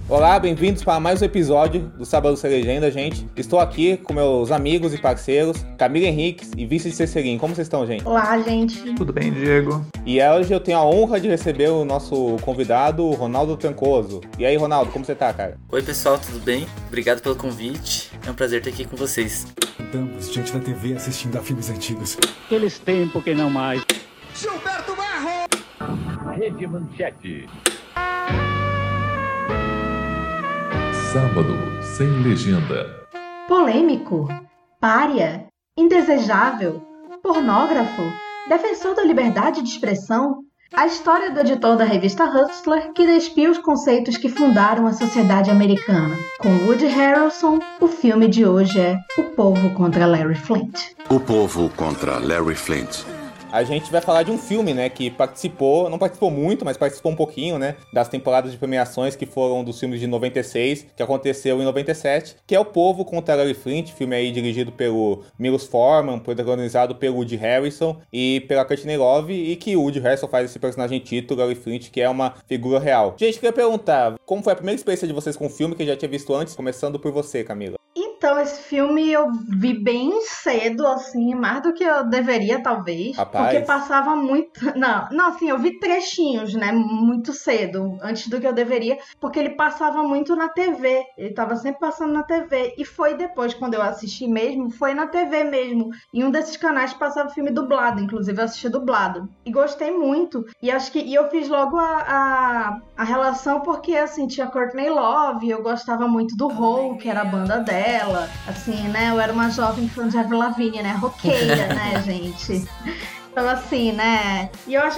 Olá, bem-vindos para mais um episódio do Sábado Sem Legenda, gente. Estou aqui com meus amigos e parceiros, Camila Henriques e Vice de Cecerim. Como vocês estão, gente? Olá, gente. Tudo bem, Diego? E hoje eu tenho a honra de receber o nosso convidado, Ronaldo Trancoso. E aí, Ronaldo, como você tá, cara? Oi, pessoal, tudo bem? Obrigado pelo convite. É um prazer estar aqui com vocês. Estamos diante da TV assistindo a filmes antigos. Aqueles tempos que não mais. Gilberto Barro! Rede Manchete. Sábado Sem Legenda. Polêmico, pária, indesejável, pornógrafo, defensor da liberdade de expressão. A história do editor da revista Hustler que despia os conceitos que fundaram a sociedade americana. Com Woody Harrelson, o filme de hoje é O Povo contra Larry Flynt. O Povo contra Larry Flynt. A gente vai falar de um filme, né, que não participou muito, mas participou um pouquinho, né, das temporadas de premiações que foram dos filmes de 96, que aconteceu em 97, que é O Povo contra Larry Flynt, filme aí dirigido pelo Milos Forman, protagonizado pelo Woody Harrelson e pela Courtney Love, e que o Woody Harrelson faz esse personagem título, Larry Flynt, que é uma figura real. Gente, queria perguntar, como foi a primeira experiência de vocês com o filme, que eu já tinha visto antes, começando por você, Camila? Então, esse filme eu vi bem cedo, assim, mais do que eu deveria, talvez. Rapaz. Porque passava muito... Não, assim, eu vi trechinhos, né, muito cedo, antes do que eu deveria, porque ele passava muito na TV. Ele tava sempre passando na TV. E foi depois, quando eu assisti mesmo, foi na TV mesmo. Em um desses canais passava filme dublado, inclusive eu assisti dublado. E gostei muito. E acho que eu fiz logo a relação porque, assim, tinha Courtney Love, eu gostava muito do Hole, que era a banda dela. Assim, né? Eu era uma jovem fã de Avril Lavigne, né? Roqueira, né, gente? Então, assim, né? E eu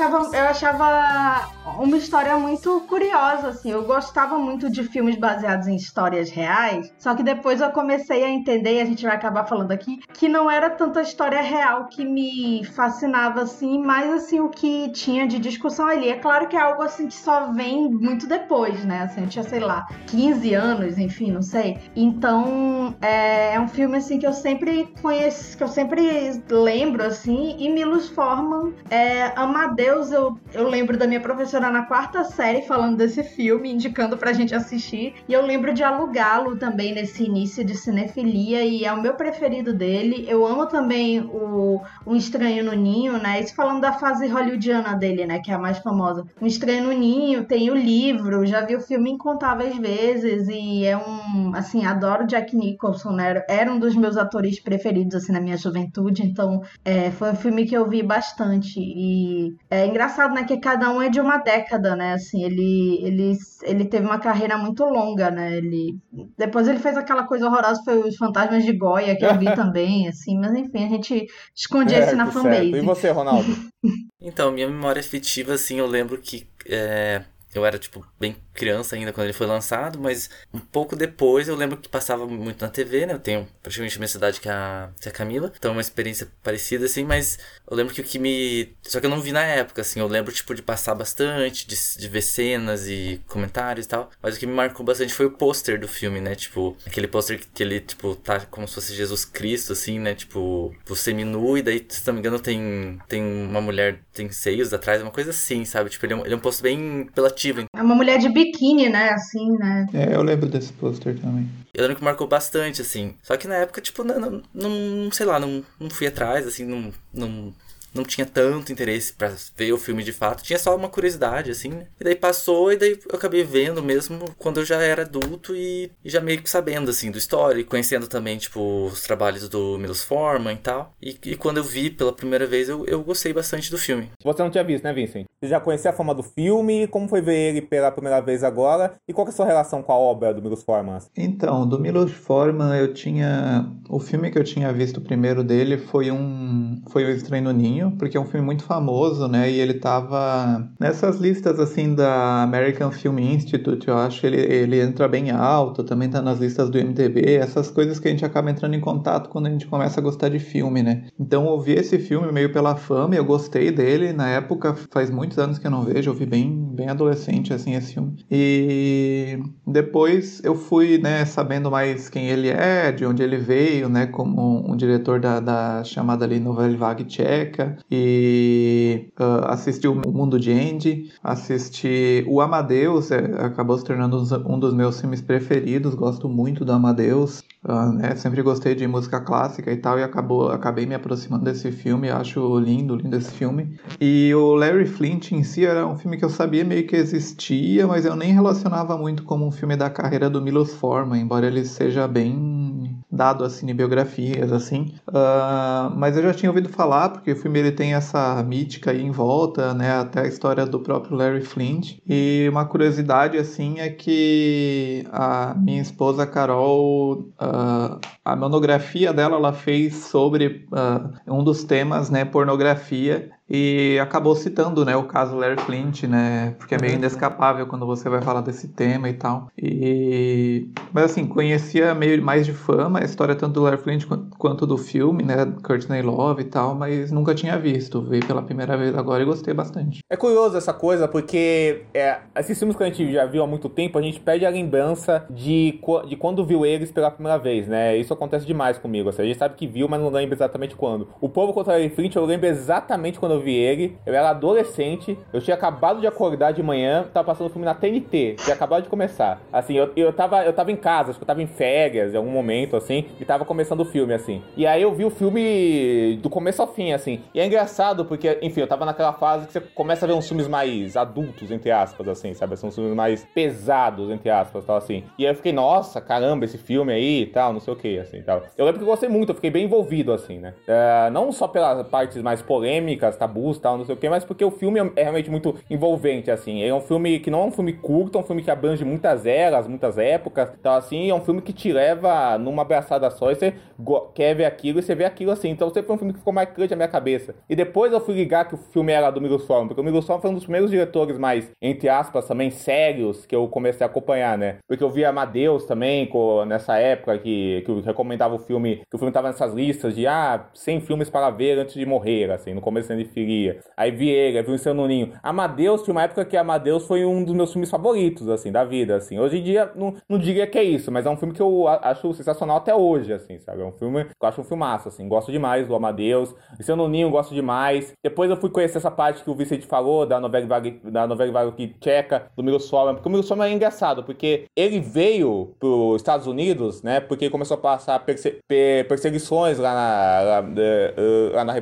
achava uma história muito curiosa, assim. Eu gostava muito de filmes baseados em histórias reais, só que depois eu comecei a entender, e a gente vai acabar falando aqui, que não era tanto a história real que me fascinava, assim, mas, assim, o que tinha de discussão ali. É claro que é algo, assim, que só vem muito depois, né? Assim, eu tinha, sei lá, 15 anos, enfim, não sei. Então, é um filme, assim, que eu sempre conheço, que eu sempre lembro, assim, e Milos Forman, Amadeus, eu lembro da minha professora na quarta série falando desse filme, indicando pra gente assistir, e eu lembro de alugá-lo também nesse início de cinefilia, e é o meu preferido dele. Eu amo também o Um Estranho no Ninho, né, isso falando da fase hollywoodiana dele, né, que é a mais famosa. Um Estranho no Ninho, tem o livro, já vi o filme incontáveis vezes, e assim, adoro Jack Nicholson, né, era um dos meus atores preferidos, assim, na minha juventude, então foi um filme que eu vi bastante. E é engraçado, né, que cada um é de uma década, né, assim, ele teve uma carreira muito longa, né, depois ele fez aquela coisa horrorosa, foi Os Fantasmas de Goya, que eu vi também, assim, mas enfim, a gente escondia isso na fanbase. E você, Ronaldo? Então, minha memória afetiva, assim, eu lembro que eu era, tipo, bem criança ainda quando ele foi lançado, mas um pouco depois eu lembro que passava muito na TV, né? Eu tenho praticamente a mesma cidade que a Camila, então é uma experiência parecida, assim, mas eu lembro que o que me... Só que eu não vi na época, assim, eu lembro, tipo, de passar bastante, de ver cenas e comentários e tal, mas o que me marcou bastante foi o pôster do filme, né? Tipo, aquele pôster que ele, tipo, tá como se fosse Jesus Cristo, assim, né? Tipo, semi-nu, e daí, se não me engano, tem uma mulher, tem seios atrás, uma coisa assim, sabe? Tipo, ele é um pôster bem apelativo. É uma mulher de biquíni, né, assim, né? Eu lembro desse pôster também. Eu lembro que marcou bastante, assim. Só que na época, tipo, não sei lá, não fui atrás, assim, não tinha tanto interesse pra ver o filme de fato. Tinha só uma curiosidade, assim, né? E daí passou, e daí eu acabei vendo mesmo quando eu já era adulto e já meio que sabendo, assim, do histórico. Conhecendo também, tipo, os trabalhos do Milos Forman e tal. E quando eu vi pela primeira vez, eu gostei bastante do filme. Você não tinha visto, né, Vincent? Você já conhecia a fama do filme? Como foi ver ele pela primeira vez agora? E qual que é a sua relação com a obra do Milos Forman? Então, do Milos Forman, o filme que eu tinha visto primeiro dele foi O Estranho no Ninho, porque é um filme muito famoso, né, e ele tava nessas listas, assim, da American Film Institute, eu acho que ele entra bem alto, também tá nas listas do IMDb, essas coisas que a gente acaba entrando em contato quando a gente começa a gostar de filme, né. Então eu vi esse filme meio pela fama e eu gostei dele, na época, faz muitos anos que eu não vejo, eu vi bem adolescente, assim, esse filme. E Depois eu fui, né, sabendo mais quem ele é, de onde ele veio, né, como um diretor da chamada ali Nouvelle Vague tcheca, e assisti o Mundo de Andy, assisti o Amadeus, acabou se tornando um dos meus filmes preferidos, gosto muito do Amadeus. Né, sempre gostei de música clássica e tal, e acabei me aproximando desse filme, acho lindo esse filme. E o Larry Flynt em si era um filme que eu sabia meio que existia, mas eu nem relacionava muito como um filme da carreira do Milos Forman, embora ele seja bem dado assim em biografias, assim. Mas eu já tinha ouvido falar, porque o filme ele tem essa mítica aí em volta, né, até a história do próprio Larry Flynt. E uma curiosidade, assim, é que a minha esposa Carol, a monografia dela, ela fez sobre um dos temas, né, pornografia, e acabou citando, né, o caso Larry Flynt, né, porque é meio inescapável quando você vai falar desse tema e tal. Mas assim, conhecia meio mais de fama a história tanto do Larry Flynt quanto do filme, né, Courtney Love e tal, mas nunca tinha visto. Vi pela primeira vez agora e gostei bastante. É curioso essa coisa, porque esses filmes que a gente já viu há muito tempo, a gente perde a lembrança de quando viu eles pela primeira vez, né? Isso acontece demais comigo, assim, a gente sabe que viu, mas não lembra exatamente quando. O Povo contra Larry Flynt, eu lembro exatamente quando eu vi ele. Eu era adolescente, eu tinha acabado de acordar de manhã, tava passando o filme na TNT, tinha acabado de começar. Assim, eu tava em casa, acho que eu tava em férias em algum momento, assim, e tava começando o filme, assim. E aí eu vi o filme do começo ao fim, assim. E é engraçado porque, enfim, eu tava naquela fase que você começa a ver uns filmes mais adultos, entre aspas, assim, sabe? São uns filmes mais pesados, entre aspas, tal, assim. E aí eu fiquei, nossa, caramba, esse filme aí e tal, não sei o que, assim, tal. Eu lembro que eu gostei muito, eu fiquei bem envolvido, assim, né? Não só pelas partes mais polêmicas, tabus, tal, não sei o que, mas porque o filme é realmente muito envolvente, assim. Ele é um filme que não é um filme curto, é um filme que abrange muitas eras, muitas épocas, tal, assim. É um filme que te leva numa abraçada só e você quer ver aquilo e você vê aquilo, assim. Então sempre foi um filme que ficou marcante na minha cabeça. E depois eu fui ligar que o filme era do Milos Forman, porque o Milos Forman foi um dos primeiros diretores mais, entre aspas, também sérios que eu comecei a acompanhar, né? Porque eu vi Amadeus também nessa época que eu recomendava o filme, que o filme tava nessas listas de 100 filmes para ver antes de morrer, assim, no começo ele feria. Aí vi ele, vi o Seu Nuninho. Amadeus, tinha uma época que Amadeus foi um dos meus filmes favoritos, assim, da vida, assim. Hoje em dia, não diria que é isso, mas é um filme que eu acho sensacional até hoje, assim, sabe? É um filme que eu acho um filmaço, assim. Gosto demais do Amadeus. O Seu Nuninho, gosto demais. Depois eu fui conhecer essa parte que o Vicente falou, da Nouvelle Vague tcheca, do Milos Forman, porque o Milos Forman é engraçado, porque ele veio pros Estados Unidos, né, porque ele começou a passar perseguições lá na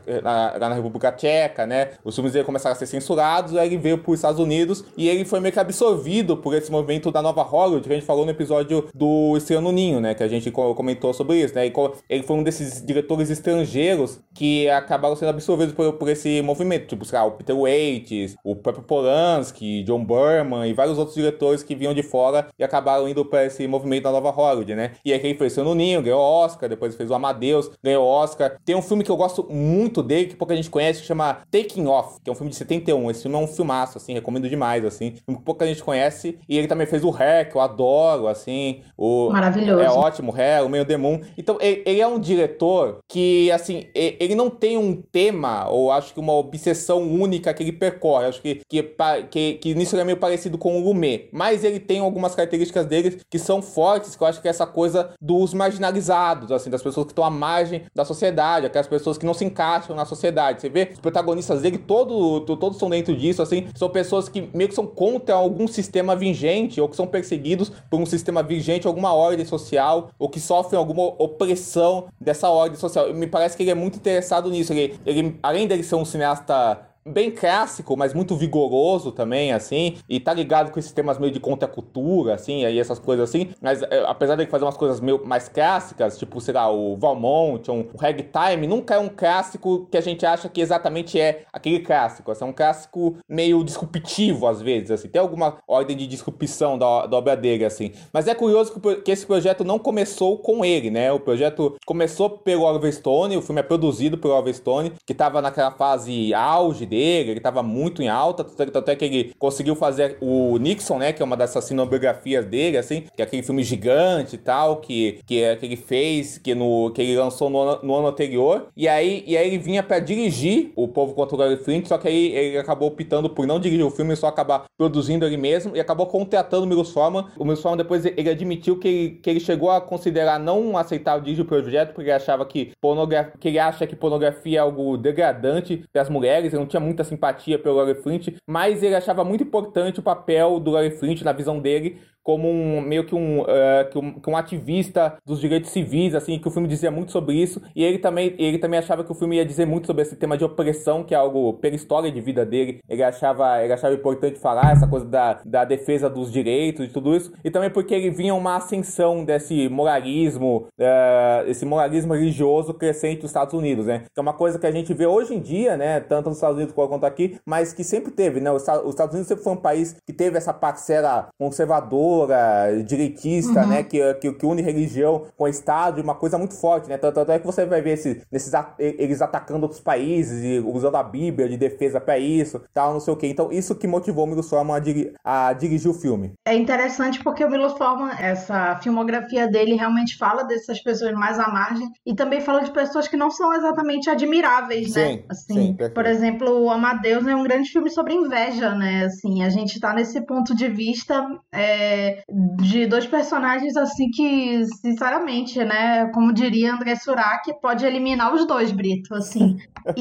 República Tcheca, né, os filmes dele começaram a ser censurados, aí ele veio pros Estados Unidos e ele foi meio que absorvido por esse movimento da Nova Hollywood, que a gente falou no episódio do Estrela no Ninho, né, que a gente comentou sobre isso, né, ele foi um desses diretores estrangeiros que acabaram sendo absorvidos por esse movimento, tipo, sei lá, o Peter Waits, o próprio Polanski, John Berman e vários outros diretores que vinham de fora e acabaram indo pra esse movimento da Nova Hollywood, né, e aí ele fez Estrela no Ninho, ganhou Oscar, depois fez o Amadeus, ganhou Oscar. Tem um filme que eu gosto muito dele, que pouca gente conhece, que chama Taking Off, que é um filme de 71. Esse filme é um filmaço, assim, recomendo demais, assim. Um que pouca gente conhece. E ele também fez o Hair, que eu adoro, assim. Maravilhoso. É ótimo, Hair, o Meio The Moon. Então, ele é um diretor que, assim, ele não tem um tema, ou acho que uma obsessão única que ele percorre. Acho que nisso ele é meio parecido com o Lumet. Mas ele tem algumas características dele que são fortes, que eu acho que é essa coisa dos marginalizados, assim, das pessoas que estão à margem da sociedade, aquelas pessoas que não se encaixam na sociedade. Você vê, os protagonistas dele, todos estão dentro disso, assim, são pessoas que meio que são contra algum sistema vigente, ou que são perseguidos por um sistema vigente, alguma ordem social, ou que sofrem alguma opressão dessa ordem social. Me parece que ele é muito interessado nisso. Ele além dele ser um cineasta bem clássico, mas muito vigoroso também, assim, e tá ligado com esses temas meio de contracultura, assim, aí essas coisas assim, mas apesar de ele fazer umas coisas meio mais clássicas, tipo, sei lá, o Valmont, o Ragtime, nunca é um clássico que a gente acha que exatamente é aquele clássico, assim, é um clássico meio disruptivo, às vezes, assim, tem alguma ordem de disrupção da obra dele, assim, mas é curioso que esse projeto não começou com ele, né, o projeto começou pelo Oliver Stone, o filme é produzido pelo Oliver Stone, que tava naquela fase auge dele, ele tava muito em alta, até que ele conseguiu fazer o Nixon, né, que é uma dessas cinebiografias dele, assim, que é aquele filme gigante e tal, que ele fez, que ele lançou no ano anterior, e aí ele vinha pra dirigir O Povo contra o Larry Flint, só que aí ele acabou optando por não dirigir o filme, só acabar produzindo ele mesmo, e acabou contratando o Milos Forman. O Milos Forman depois ele admitiu que ele chegou a considerar não aceitar o dirigir o projeto, porque ele achava que ele acha que pornografia é algo degradante para as mulheres, ele não tinha muita simpatia pelo Larry Flint, mas ele achava muito importante o papel do Larry Flint, na visão dele, como meio que um ativista dos direitos civis, assim, que o filme dizia muito sobre isso, e ele também achava que o filme ia dizer muito sobre esse tema de opressão, que é algo pela história de vida dele, ele achava importante falar essa coisa da defesa dos direitos e tudo isso, e também porque ele vinha uma ascensão desse moralismo, esse moralismo religioso crescente dos Estados Unidos, né, que é uma coisa que a gente vê hoje em dia, né, tanto nos Estados Unidos quanto aqui, mas que sempre teve, né, os Estados Unidos sempre foi um país que teve essa parcela conservadora, direitista, né, que une religião com o Estado, uma coisa muito forte, né, tanto é que você vai ver eles atacando outros países e usando a Bíblia de defesa pra isso, tal, não sei o que. Então isso que motivou o Milos Forman a dirigir o filme. É interessante porque o Milos Forman, essa filmografia dele realmente fala dessas pessoas mais à margem e também fala de pessoas que não são exatamente admiráveis, sim, né, assim, por exemplo, o Amadeus é um grande filme sobre inveja, né, assim, a gente tá nesse ponto de vista de dois personagens assim que, sinceramente, né, como diria André Surak, pode eliminar os dois, Brito, assim.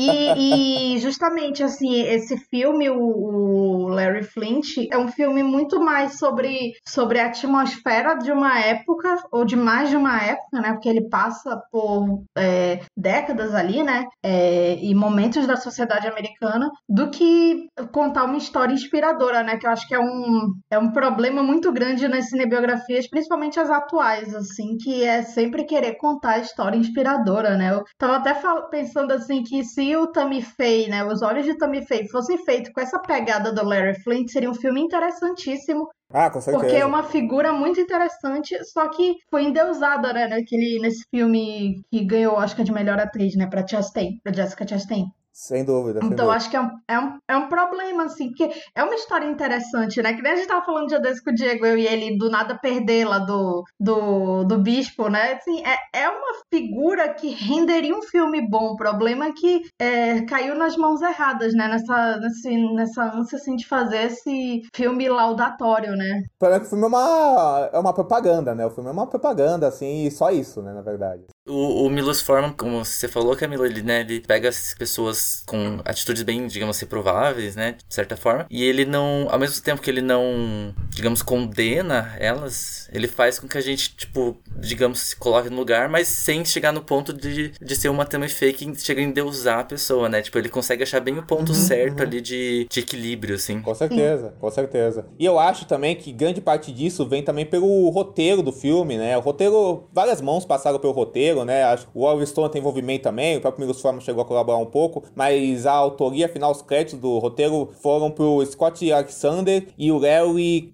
E justamente, assim, esse filme, o Larry Flint, é um filme muito mais sobre a atmosfera de uma época, ou de mais de uma época, né, porque ele passa por décadas ali, né, e momentos da sociedade americana, do que contar uma história inspiradora, né, que eu acho que é um problema muito grande nas cinebiografias, principalmente as atuais, assim, que é sempre querer contar a história inspiradora, né? Eu tava até pensando, assim, que se o Tammy Faye, né, Os Olhos de Tammy Faye fossem feitos com essa pegada do Larry Flint, seria um filme interessantíssimo. Ah, com certeza. Porque é uma figura muito interessante, só que foi endeusada, né, nesse filme que ganhou, acho que de melhor atriz, né, pra Jessica Chastain. Sem dúvida. Então, acho que é um problema, assim, porque é uma história interessante, né? Que nem a gente tava falando de desse com o Diego, eu e ele do nada perder lá do bispo, né? Assim, é uma figura que renderia um filme bom. O problema é que caiu nas mãos erradas, né? Nessa ânsia, assim, de fazer esse filme laudatório, né? Parece que o filme é uma propaganda, né? O filme é uma propaganda, assim, e só isso, né, na verdade. O Milos Forman, como você falou, Camila, ele pega as pessoas com atitudes bem, digamos, reprováveis, né, de certa forma, e ele não, ao mesmo tempo que ele não, digamos, condena elas, ele faz com que a gente, tipo, digamos, se coloque no lugar, mas sem chegar no ponto de ser uma Tammy Faye que chega a endeusar a pessoa, né, tipo, ele consegue achar bem o ponto certo ali de equilíbrio, assim. Com certeza, com certeza. E eu acho também que grande parte disso vem também pelo roteiro do filme, né, o roteiro, várias mãos passaram pelo roteiro, né, acho que o Oliver Stone tem envolvimento também, o próprio Milos Forman chegou a colaborar um pouco, mas a autoria, afinal, os créditos do roteiro foram pro Scott Alexander e o Larry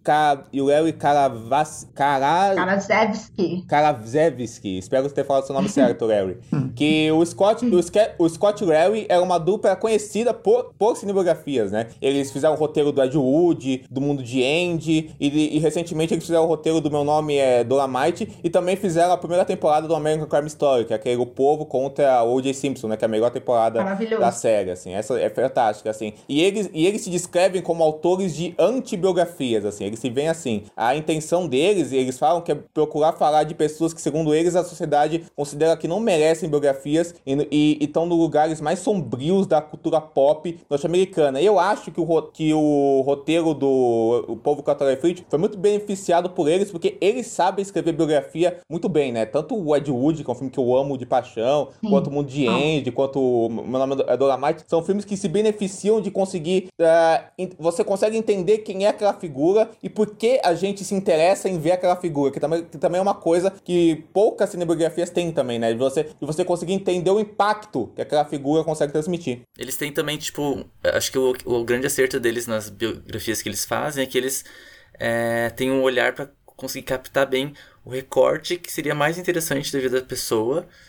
Karazewski. Espero ter falado seu nome certo, Larry. Que o Scott e o Larry era uma dupla conhecida por cinebiografias, né? Eles fizeram o roteiro do Ed Wood, do Mundo de Andy, e recentemente eles fizeram o roteiro do Meu Nome é Dolomite, e também fizeram a primeira temporada do American Crime Story, que é aquele O Povo contra o O.J. Simpson, né? Que é a melhor temporada da série, assim. Essa é fantástica, assim. E eles se descrevem como autores de antibiografias, assim. Eles se veem assim. A intenção deles, eles falam que é procurar falar de pessoas que, segundo eles, a sociedade considera que não merecem biografias e estão nos lugares mais sombrios da cultura pop norte-americana. E eu acho que o roteiro do O Povo contra o Larry Flint foi muito beneficiado por eles, porque eles sabem escrever biografia muito bem, né? Tanto o Ed Wood, que é um filme que eu amo de paixão, quanto o Mundo de Andy, quanto o Meu Nome é Dolomite, são filmes que se beneficiam de conseguir... você consegue entender quem é aquela figura e por que a gente se interessa em ver aquela figura, que também é uma coisa que poucas cinebiografias têm também, né? De você conseguir entender o impacto que aquela figura consegue transmitir. Eles têm também, tipo... Acho que o grande acerto deles nas biografias que eles fazem é que eles têm um olhar para conseguir captar bem o recorte que seria mais interessante da vida da pessoa. Sim.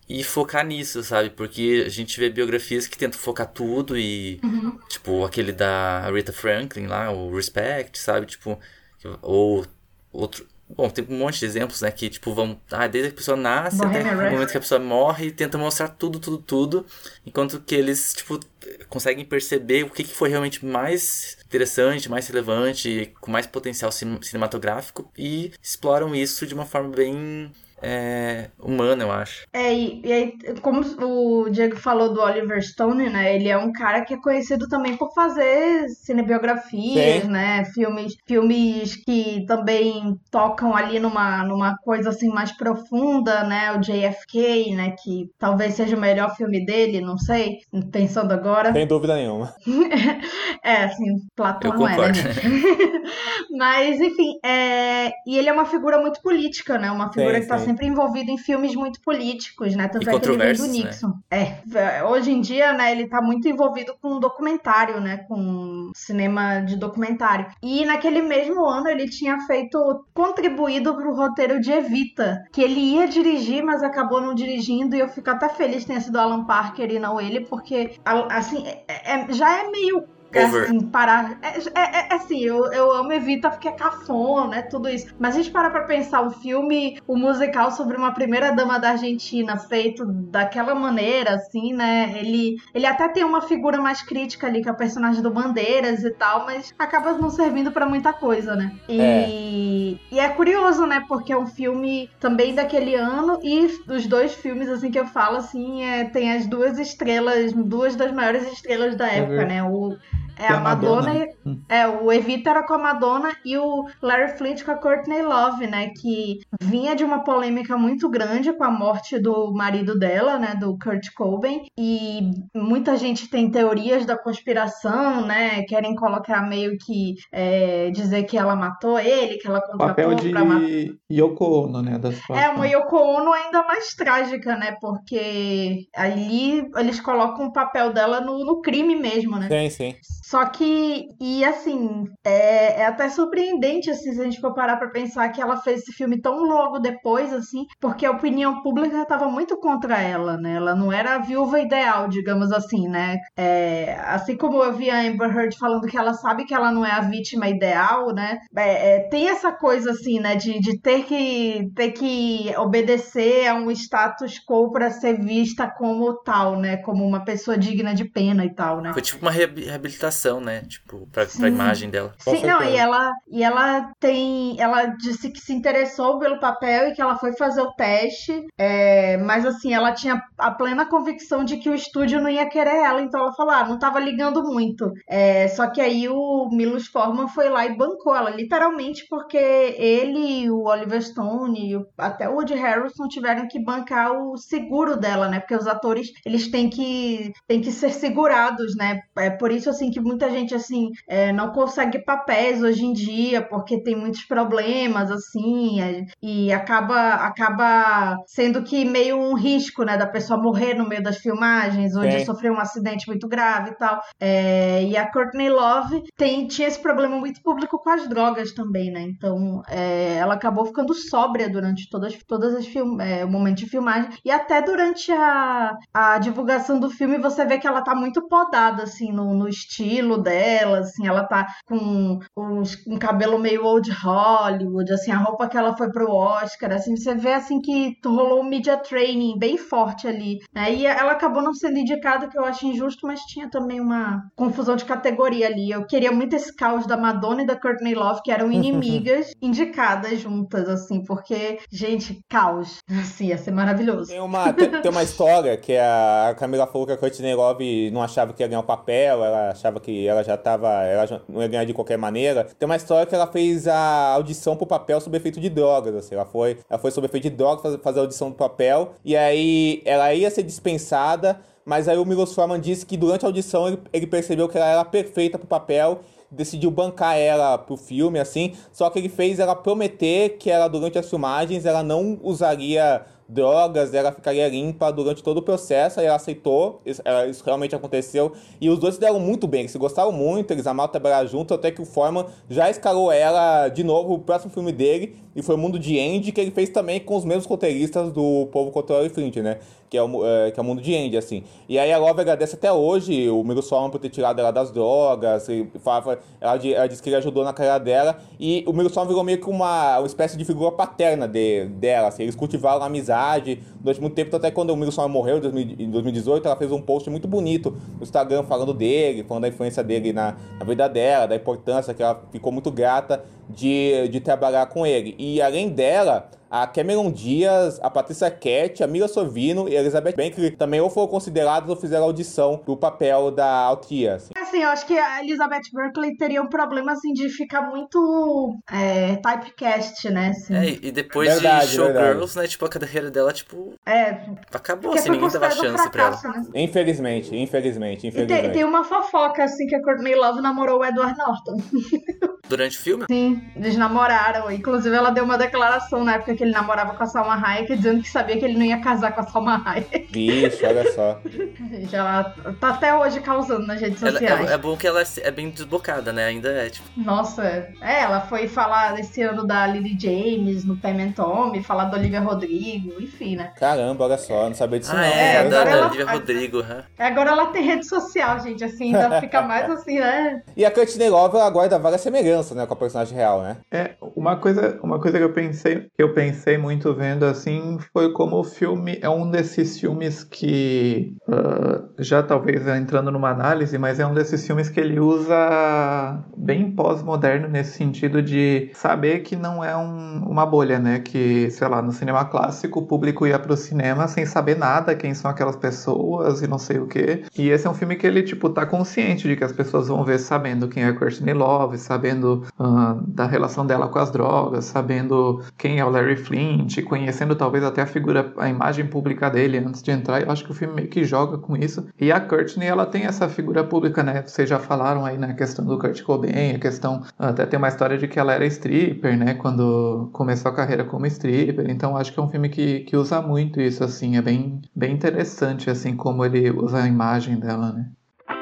e focar nisso, sabe? Porque a gente vê biografias que tentam focar tudo e... Tipo, aquele da Aretha Franklin lá, o Respect, sabe? Tipo, ou outro... Bom, tem um monte de exemplos, né? Que, tipo, vão... desde que a pessoa nasce até o momento que a pessoa morre e tenta mostrar tudo. Enquanto que eles, tipo, conseguem perceber o que foi realmente mais interessante, mais relevante, com mais potencial cinematográfico e exploram isso de uma forma bem... humana, eu acho. E aí, como o Diego falou do Oliver Stone, né? Ele é um cara que é conhecido também por fazer cinebiografias, né? Filmes que também tocam ali numa coisa assim mais profunda, né? O JFK, né? Que talvez seja o melhor filme dele, não sei, pensando agora. Sem dúvida nenhuma. Assim, Platão eu não concordo. é, né, gente? Mas, enfim, e ele é uma figura muito política, né? Uma figura que tá sempre envolvido em filmes muito políticos, né? Tanto é que ele vem do Nixon. Né? Hoje em dia, né, ele tá muito envolvido com documentário, né? Com cinema de documentário. E naquele mesmo ano ele tinha contribuído pro roteiro de Evita, que ele ia dirigir, mas acabou não dirigindo, e eu fico até feliz que tenha sido Alan Parker e não ele, porque, assim, já é meio... assim, parar... assim, eu amo Evita porque é cafona, né, tudo isso. Mas a gente para pra pensar um filme, um musical sobre uma primeira-dama da Argentina, feito daquela maneira, assim, né, ele até tem uma figura mais crítica ali, que é o personagem do Bandeiras e tal, mas acaba não servindo pra muita coisa, né. E é curioso, né, porque é um filme também daquele ano, e os dois filmes, assim, que eu falo, assim, tem as duas das maiores estrelas da época, né, a Madonna o Evita era com a Madonna e o Larry Flynt com a Courtney Love, né, que vinha de uma polêmica muito grande com a morte do marido dela, né, do Kurt Cobain, e muita gente tem teorias da conspiração, né, querem colocar meio que dizer que ela matou ele, que ela contratou papel de pra matar. Yoko Ono, né, da situação. Uma Yoko Ono ainda mais trágica, né, porque ali eles colocam o papel dela no crime mesmo, né. Sim. Só que, e assim, é até surpreendente, assim, se a gente for parar pra pensar que ela fez esse filme tão logo depois, assim, porque a opinião pública estava muito contra ela, né? Ela não era a viúva ideal, digamos assim, né? Assim como eu vi a Amber Heard falando que ela sabe que ela não é a vítima ideal, né? Tem essa coisa, assim, né? De ter que obedecer a um status quo pra ser vista como tal, né? Como uma pessoa digna de pena e tal, né? Foi tipo uma reabilitação, né? Tipo, pra imagem dela. Sim, não, e ela disse que se interessou pelo papel e que ela foi fazer o teste, mas assim, ela tinha a plena convicção de que o estúdio não ia querer ela, então ela falou, não tava ligando muito. Só que aí o Milos Forman foi lá e bancou ela, literalmente, porque ele, o Oliver Stone e até o Woody Harrelson tiveram que bancar o seguro dela, né? Porque os atores, eles têm que ser segurados, né? Por isso, assim, que muita gente, assim, não consegue papéis hoje em dia, porque tem muitos problemas, assim, e acaba sendo que meio um risco, né, da pessoa morrer no meio das filmagens, ou de sofrer um acidente muito grave e tal. E a Courtney Love tinha esse problema muito público com as drogas também, né, então ela acabou ficando sóbria durante todas as o momento de filmagem, e até durante a divulgação do filme você vê que ela tá muito podada, assim, no estilo dela, assim, ela tá com um cabelo meio old Hollywood, assim, a roupa que ela foi pro Oscar, assim, você vê, assim, que rolou um media training bem forte ali, né, e ela acabou não sendo indicada, que eu acho injusto, mas tinha também uma confusão de categoria ali. Eu queria muito esse caos da Madonna e da Courtney Love, que eram inimigas, indicadas juntas, assim, porque, gente, caos, assim, ia ser maravilhoso. Tem uma história que a Camila falou que a Courtney Love não achava que ia ganhar o papel, ela achava que ela já não ia ganhar de qualquer maneira. Tem uma história que ela fez a audição pro papel sob efeito de drogas, assim, ela foi sob efeito de drogas fazer a audição do papel, e aí ela ia ser dispensada, mas aí o Milos Forman disse que durante a audição ele percebeu que ela era perfeita pro papel, decidiu bancar ela pro filme, assim, só que ele fez ela prometer que ela, durante as filmagens, ela não usaria drogas, ela ficaria limpa durante todo o processo, aí ela aceitou, isso realmente aconteceu, e os dois se deram muito bem, eles se gostaram muito, eles amaram trabalhar juntos, até que o Foreman já escalou ela de novo, o próximo filme dele, e foi o Mundo de Andy, que ele fez também com os mesmos roteiristas do Povo contra Larry Flint, né? Que é o Mundo de Andy, assim. E aí a Love agradece até hoje o Milos Forman por ter tirado ela das drogas, ela disse que ele ajudou na carreira dela, e o Milos Forman virou meio que uma espécie de figura paterna dela, assim. Eles cultivaram a amizade durante muito tempo, até quando o Milos Forman morreu em 2018, ela fez um post muito bonito no Instagram falando dele, falando da influência dele na vida dela, da importância, que ela ficou muito grata de trabalhar com ele. E além dela, a Cameron Diaz, a Patrícia Arquette, a Mila Sorvino e a Elizabeth Banks também ou foram consideradas ou fizeram audição pro papel da Altria. Assim, eu acho que a Elizabeth Berkley teria um problema, assim, de ficar muito typecast, né? Assim. E depois de Showgirls, né, tipo, a carreira dela, tipo... acabou, assim, ninguém dava chance pra ela. Né? Infelizmente. E tem uma fofoca, assim, que a Courtney Love namorou o Edward Norton. Durante o filme? Sim, eles namoraram. Inclusive, ela deu uma declaração na época que ele namorava com a Salma Hayek, dizendo que sabia que ele não ia casar com a Salma Hayek. Vixe, olha só. Gente, ela tá até hoje causando nas redes sociais. É bom que ela é bem desbocada, né? Ainda é, tipo... Nossa, ela foi falar esse ano da Lily James no Pam and Tommy, falar da Olivia Rodrigo, enfim, né? Caramba, olha só, não sabia disso não. Da Olivia Rodrigo. Agora ela tem rede social, gente, assim, ainda fica mais assim, né? E a Courtney Love, ela guarda várias semelhanças, né, com a personagem real, né? Uma coisa que eu pensei muito vendo, assim, foi como o filme é um desses filmes que, já talvez entrando numa análise, mas é um desses filmes que ele usa bem pós-moderno nesse sentido de saber que não é uma bolha, né? Que, sei lá, no cinema clássico o público ia pro cinema sem saber nada, quem são aquelas pessoas e não sei o quê. E esse é um filme que ele, tipo, tá consciente de que as pessoas vão ver sabendo quem é a Courtney Love, sabendo da relação dela com as drogas, sabendo quem é o Larry Flint, conhecendo talvez até a imagem pública dele antes de entrar. Eu acho que o filme meio que joga com isso. E a Courtney, ela tem essa figura pública, né? Vocês já falaram aí na questão do Kurt Cobain, a questão, até tem uma história de que ela era stripper, né? Quando começou a carreira como stripper. Então acho que é um filme que usa muito isso, assim. É bem interessante, assim, como ele usa a imagem dela, né?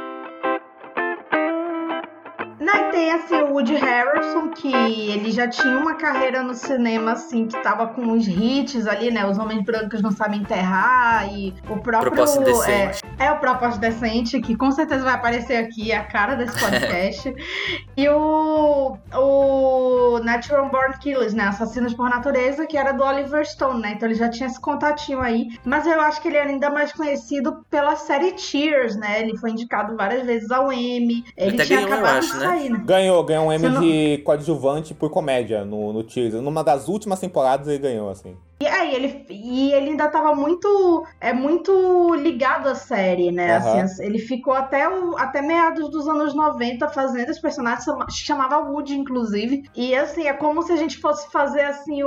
Tem assim o Woody Harrelson, que ele já tinha uma carreira no cinema, assim, que tava com uns hits ali, né? Os Homens Brancos Não Sabem Enterrar e o próprio... Propósito Decente. O Propósito Decente, que com certeza vai aparecer aqui, a cara desse podcast. E o Natural Born Killers, né? Assassinos por Natureza, que era do Oliver Stone, né? Então ele já tinha esse contatinho aí. Mas eu acho que ele era ainda mais conhecido pela série Cheers, né? Ele foi indicado várias vezes ao Emmy. Ele tinha acabado de sair, né? Ganhou um Emmy de coadjuvante por comédia no Cheers. Numa das últimas temporadas ele ganhou, assim. E aí, ele ainda tava muito ligado à série, né? Uhum. Assim, ele ficou até meados dos anos 90 fazendo esse personagem, se chamava Woody, inclusive. E assim, é como se a gente fosse fazer assim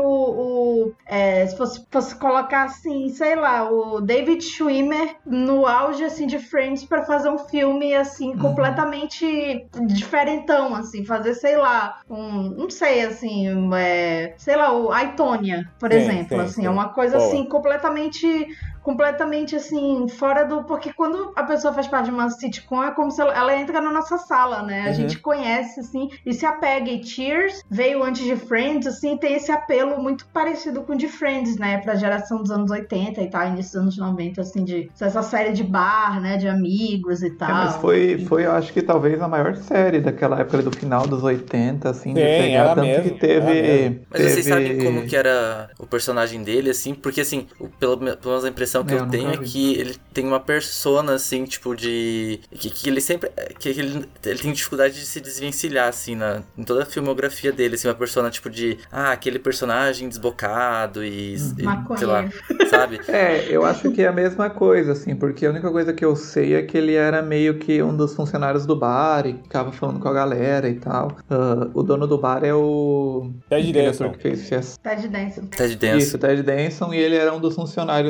se fosse colocar assim, sei lá, o David Schwimmer no auge assim de Friends pra fazer um filme assim completamente diferentão, assim, fazer, sei lá, não sei, assim, sei lá, o I, Tonya, por exemplo. Assim, é uma coisa assim completamente assim, fora do... Porque quando a pessoa faz parte de uma sitcom, é como se ela entra na nossa sala, né? A gente conhece, assim, e se apega. E Cheers veio antes de Friends, assim, tem esse apelo muito parecido com o de Friends, né? Pra geração dos anos 80 e tal, início dos anos 90, assim, de essa série de bar, né? De amigos e tal. Mas foi, eu acho que talvez a maior série daquela época do final dos 80, assim, de pegar tanto mesmo, que teve... Mas vocês sabem como que era o personagem dele, assim? Porque, assim, pelo menos a impressão que eu tenho é que ele tem uma persona, assim, tipo, de... Que ele sempre... Que ele tem dificuldade de se desvencilhar, assim, em toda a filmografia dele, assim, uma persona, tipo, de... aquele personagem desbocado e sei lá, sabe? Eu acho que é a mesma coisa, assim, porque a única coisa que eu sei é que ele era meio que um dos funcionários do bar e ficava falando com a galera e tal. O dono do bar é o... Ted Danson. Ted Danson. Isso, Ted Danson, e ele era um dos funcionários, assim,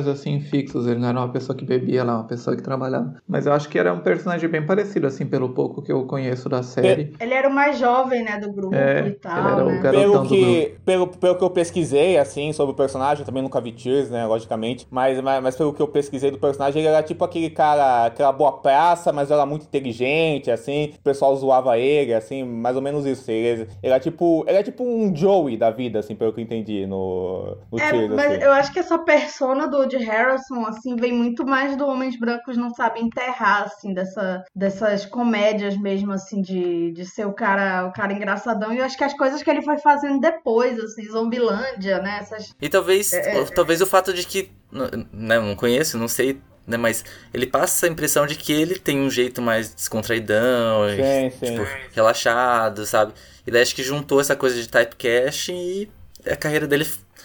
fixos, ele não era uma pessoa que bebia lá, uma pessoa que trabalhava. Mas eu acho que era um personagem bem parecido, assim, pelo pouco que eu conheço da série. Ele era o mais jovem, né, do grupo e tal, ele era né? o garotão do grupo. Pelo que eu pesquisei, assim, sobre o personagem, eu também nunca vi Cheers, né, logicamente, mas pelo que eu pesquisei do personagem, ele era tipo aquele cara, aquela boa praça, mas era muito inteligente, assim, o pessoal zoava ele, assim, mais ou menos isso. Ele era tipo um Joey da vida, assim, pelo que eu entendi no Cheers, mas assim. eu acho que essa persona do Woody Harrelson, assim, vem muito mais do Homens Brancos Não Sabem Enterrar, assim, dessas comédias mesmo, assim, de ser o cara engraçadão. E eu acho que as coisas que ele foi fazendo depois, assim, Zombilândia, né, essas... E talvez o fato de que, né, não conheço, não sei, né, mas ele passa essa impressão de que ele tem um jeito mais descontraidão, tipo, relaxado, sabe? E daí acho que juntou essa coisa de typecast e a carreira dele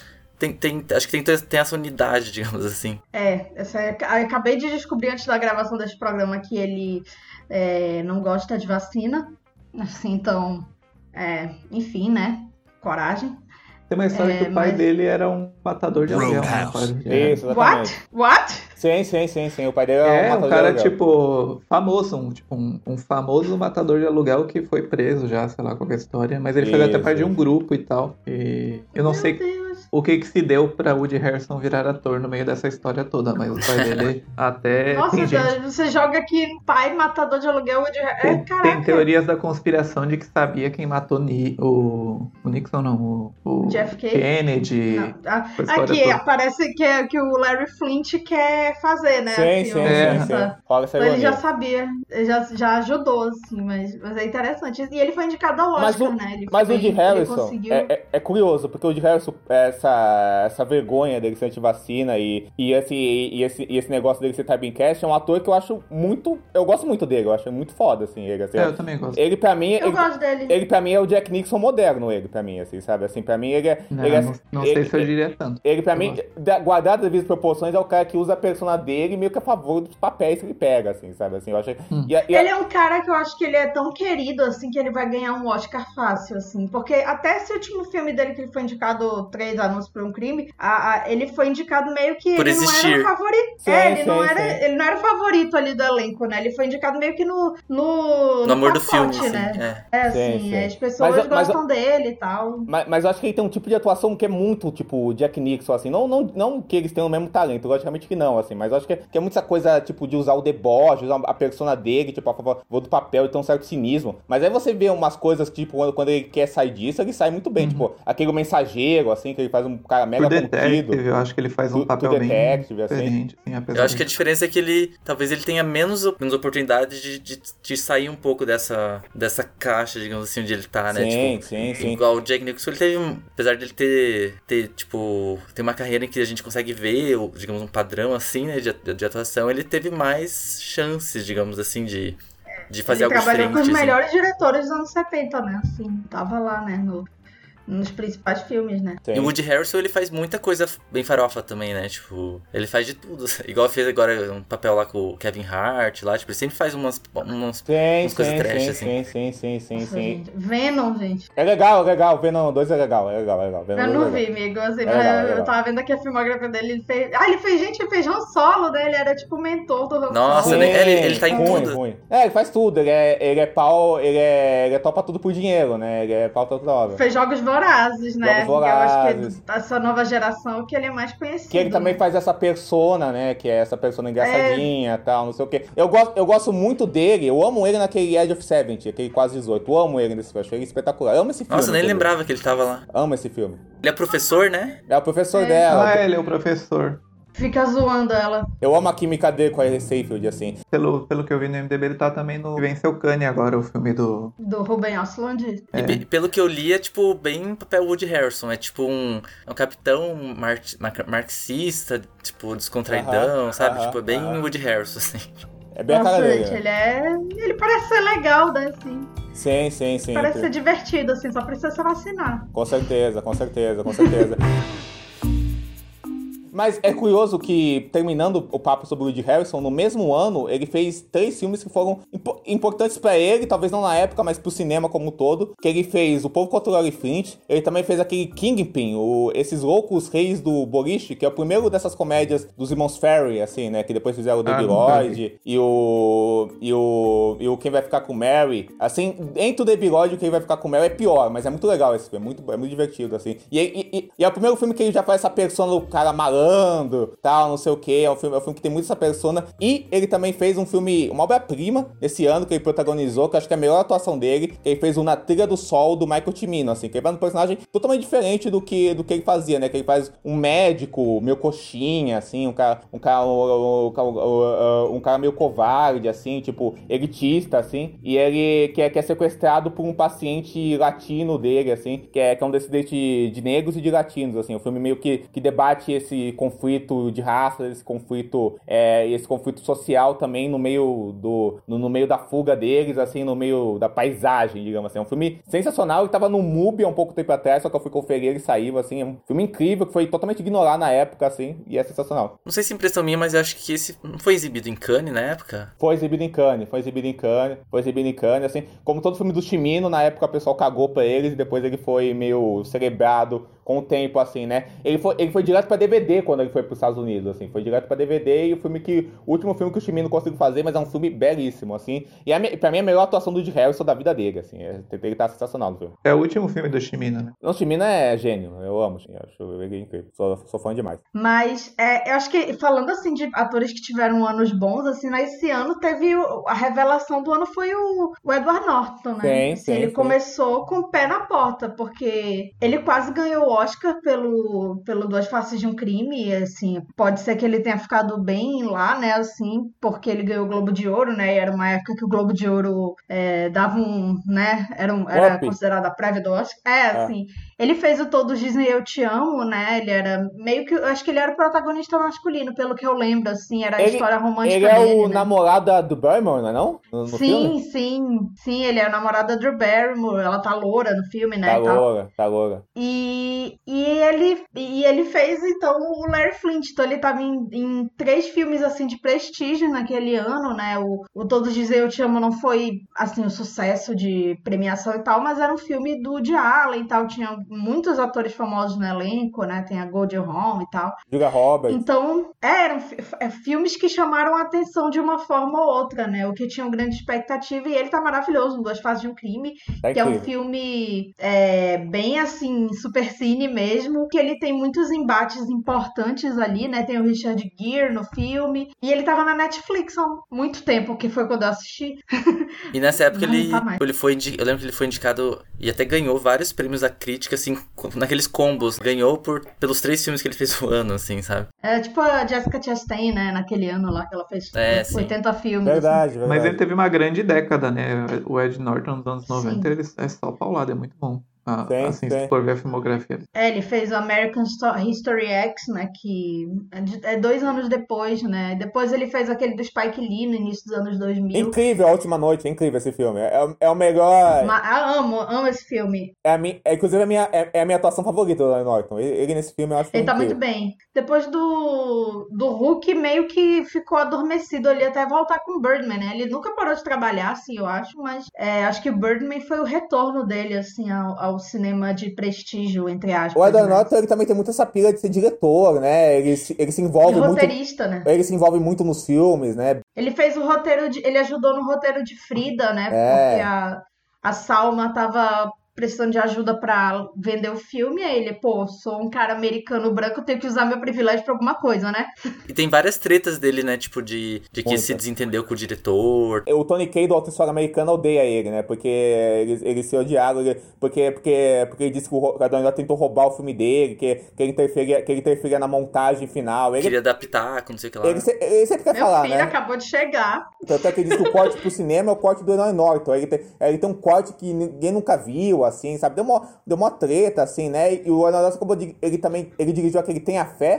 acho que tem essa unidade, digamos assim. Eu acabei de descobrir antes da gravação desse programa que ele não gosta de vacina, assim, então, enfim, né, coragem. Tem uma história que o pai dele era um matador de aluguel. Isso, exatamente. What? Sim. O pai dele era um matador um cara, de aluguel. tipo, famoso. Um famoso matador de aluguel que foi preso já, sei lá qual é a história. Mas ele fez até parte de um grupo e tal. E eu não sei o que se deu pra Woody Harrelson virar ator no meio dessa história toda. Mas o pai dele até... Nossa, você joga aqui pai matador de aluguel, Woody Harrelson. Tem teorias da conspiração de que sabia quem matou o Nixon, não. O JFK? Kennedy. Aqui, parece que o Larry Flint quer fazer, né? Sim. Ele já sabia, ele já ajudou, assim, mas é interessante. E ele foi indicado ao Oscar, né? Mas o Woody Harrelson é curioso, porque o Woody Harrelson, essa vergonha dele ser antivacina e esse negócio dele ser typecast, é um ator que eu acho muito... Eu gosto muito dele, eu acho muito foda, assim, ele. Assim, eu também gosto. Ele, pra mim... Eu gosto dele. Ele, pra mim, é o Jack Nixon moderno, ele, pra mim, assim, sabe? Assim, pra mim, ele é... Não sei se eu diria tanto. Ele, pra mim, guardado as devidas proporções, é o cara que usa a persona dele meio que a favor dos papéis que ele pega, assim, sabe? Assim, eu acho... Ele é um cara que eu acho que ele é tão querido, assim, que ele vai ganhar um Oscar fácil, assim. Porque até esse último filme dele, que ele foi indicado 3 Anúncios por um Crime, ele foi indicado meio que por ele existir. Não era o favorito. Ele não era o favorito ali do elenco, né? Ele foi indicado meio que no amor pacote, do filme, né? Sim. As pessoas gostam dele e tal. Mas eu acho que ele tem um tipo de atuação que é muito, tipo, Jack Nixon, assim. Não que eles tenham o mesmo talento, logicamente que não, assim. Mas eu acho que é muito essa coisa, tipo, de usar o deboche, usar a persona dele, tipo, a favor do papel e ter um certo cinismo. Mas aí você vê umas coisas, tipo, quando ele quer sair disso, ele sai muito bem. Tipo, aquele mensageiro, assim, que ele faz um cara mega contido. Eu acho que ele faz um papel bem diferente. Assim, eu acho que a diferença é que talvez ele tenha menos oportunidade de sair um pouco dessa caixa, digamos assim, onde ele tá, né? Sim. Igual o Jack Nicholson, ele teve, apesar dele ter tipo, tem uma carreira em que a gente consegue ver, digamos, um padrão, assim, né, de atuação, ele teve mais chances, digamos assim, de fazer algo diferente. Ele trabalhou com os melhores diretores dos anos 70, né? Assim, tava lá, né? Nos principais filmes, né? Sim. E o Woody Harrelson, ele faz muita coisa bem farofa também, né? Tipo, ele faz de tudo. Igual fez agora um papel lá com o Kevin Hart lá. Tipo, ele sempre faz umas coisas trash, assim. Sim. Venom, gente. É legal. Venom 2 é legal. Venom eu não vi, amigo. Assim, eu tava vendo aqui a filmografia dele. Ele fez Han Solo, né? Ele era tipo o mentor do Han Solo. Nossa, ele tá em tudo. Ruim. Ele faz tudo. Ele é pau, ele é topa tudo por dinheiro, né? Ele é pau toda hora. Fez Jogos Vorazes, né? Jogos Vorazes. Eu acho que essa nova geração que ele é mais conhecido. Que ele também faz essa persona, né? Que é essa persona engraçadinha e tal, não sei o quê. Eu gosto muito dele, eu amo ele naquele Edge of 70, aquele quase 18. Eu amo ele nesse filme, achei ele espetacular. Eu amo esse filme. Nossa, nem lembrava que ele tava lá. Amo esse filme. Ele é professor, né? É o professor dela. Ele é o professor. Fica zoando ela. Eu amo a química dele com a Seyfried, assim. Pelo que eu vi no MDB, ele tá também no Venceu Cannes agora, o filme do Ruben Östlund. E pelo que eu li, é tipo bem papel Woody Harrelson. É tipo um capitão marxista, tipo, descontraidão, sabe? Tipo, é bem Woody Harrelson, assim. É bem a cara dele. Gente, ele parece ser legal, né, assim. Sim. Parece ser divertido, assim, só precisa se vacinar. Com certeza. Mas é curioso que, terminando o papo sobre o Woody Harrelson, no mesmo ano, ele fez 3 filmes que foram importantes pra ele, talvez não na época, mas pro cinema como um todo, que ele fez O Povo contra o Larry Flint, ele também fez aquele Kingpin, Esses Loucos Reis do Boliche, que é o primeiro dessas comédias dos irmãos Ferry, assim, né, que depois fizeram o Debi Lloyd e o Quem Vai Ficar com Mary, assim, entre o Debi Lloyd e o Quem Vai Ficar com Mary é pior, mas é muito legal esse filme, é muito divertido, assim, e é o primeiro filme que ele já faz essa persona do cara malandro, tal, não sei o que, é um filme que tem muito essa persona, e ele também fez um filme, uma obra-prima, esse ano, que ele protagonizou, que eu acho que é a melhor atuação dele, que ele fez o Na Trilha do Sol, do Michael Cimino, assim, que ele faz um personagem totalmente diferente do que ele fazia, né, que ele faz um médico meio coxinha, assim, um cara meio covarde, assim, tipo, elitista, assim, e ele que é sequestrado por um paciente latino dele, assim, que é um descendente de negros e de latinos, assim, o filme meio que debate esse conflito de raça, esse conflito social também no meio da fuga deles, assim, no meio da paisagem, digamos assim. É um filme sensacional, ele tava no MUBI há um pouco tempo atrás, só que eu fui conferir, ele saiu, assim, é um filme incrível, que foi totalmente ignorado na época, assim, e é sensacional. Não sei se é impressão minha, mas eu acho que esse não foi exibido em Cannes na época? Foi exibido em Cannes, assim, como todo filme do Cimino, na época o pessoal cagou pra eles, e depois ele foi meio celebrado com o tempo, assim, né? Ele foi direto pra DVD quando ele foi pros Estados Unidos, assim, foi direto pra DVD, e o último filme que o Cimino conseguiu fazer, mas é um filme belíssimo, assim, e pra mim é a melhor atuação do Woody Harrelson da vida dele, assim, ele tá sensacional no filme. É o último filme do Cimino, né? O Cimino é gênio, eu amo, assim, acho ele incrível, sou fã demais. Mas eu acho que, falando assim de atores que tiveram anos bons, assim, nesse ano teve a revelação do ano foi o Edward Norton, né? Ele começou com o pé na porta, porque ele quase ganhou o Oscar pelo Duas Faces de um Crime, e, assim, pode ser que ele tenha ficado bem lá, né, assim, porque ele ganhou o Globo de Ouro, né, e era uma época que o Globo de Ouro dava né, era considerada a prévia do Oscar. Assim, ele fez o Todos Dizem Eu Te Amo, né, ele era meio que, eu acho que ele era o protagonista masculino, pelo que eu lembro, assim, era a história romântica dele. Ele é o né? namorado do Barrymore, não é não? No sim, filme? sim, ele é o namorado da Drew Barrymore, ela tá loura no filme, né, Tá loura. E ele fez, então, o Larry Flint. Então, ele tava em 3 filmes, assim, de prestígio naquele ano, né? O Todos Dizem Eu Te Amo não foi, assim, um sucesso de premiação e tal, mas era um filme do Woody Allen e tal. Tinha muitos atores famosos no elenco, né? Tem a Goldie Hawn e tal. Julia Roberts. Então, eram filmes que chamaram a atenção de uma forma ou outra, né? O que tinham grande expectativa. E ele tá maravilhoso, Duas Faces de um Crime, que é um filme bem, assim, super cine mesmo, que ele tem muitos embates importantes ali, né? Tem o Richard Gere no filme, e ele tava na Netflix há muito tempo, que foi quando eu assisti. E nessa época ele foi eu lembro que ele foi indicado e até ganhou vários prêmios da crítica, assim, naqueles combos. Ganhou pelos 3 filmes que ele fez no ano, assim, sabe? É tipo a Jessica Chastain, né? Naquele ano lá que ela fez 80 filmes. Verdade. Mas ele teve uma grande década, né? O Ed Norton nos anos 90, ele é só paulado, é muito bom. Se for ver a filmografia. Ele fez o American History X, né, que é 2 anos depois, né, depois ele fez aquele do Spike Lee no início dos anos 2000. Incrível, A Última Noite, é incrível esse filme, é o melhor... Amo esse filme. Inclusive é a minha atuação favorita do Larry Norton, ele nesse filme eu acho que ele tá muito bem. Depois do Hulk meio que ficou adormecido ali até voltar com o Birdman, né, ele nunca parou de trabalhar, assim, eu acho, mas acho que o Birdman foi o retorno dele, assim, ao cinema de prestígio, entre aspas. O Edward Norton, ele também tem muito essa pila de ser diretor, né? Ele se envolve muito... roteirista, né? Ele se envolve muito nos filmes, né? Ele fez o roteiro ele ajudou no roteiro de Frida, né? Porque a Salma tava precisando de ajuda pra vender o filme, aí ele, sou um cara americano branco, tenho que usar meu privilégio pra alguma coisa, né? E tem várias tretas dele, né, tipo, de que se desentendeu com o diretor. O Tony Kaye do Alta História Americana odeia ele, né, porque eles se odiaram, porque ele disse que o Edward tentou roubar o filme dele, que ele interferia na montagem final. Ele queria adaptar, não sei o que lá. Ele sempre quer falar, né? Meu filho acabou de chegar. Tanto é que ele diz que o corte pro cinema é o corte do Edward Norton. Ele tem um corte que ninguém nunca viu, assim, sabe? Deu uma treta, assim, né? E o Edward Norton ele dirigiu aquele Tem a Fé,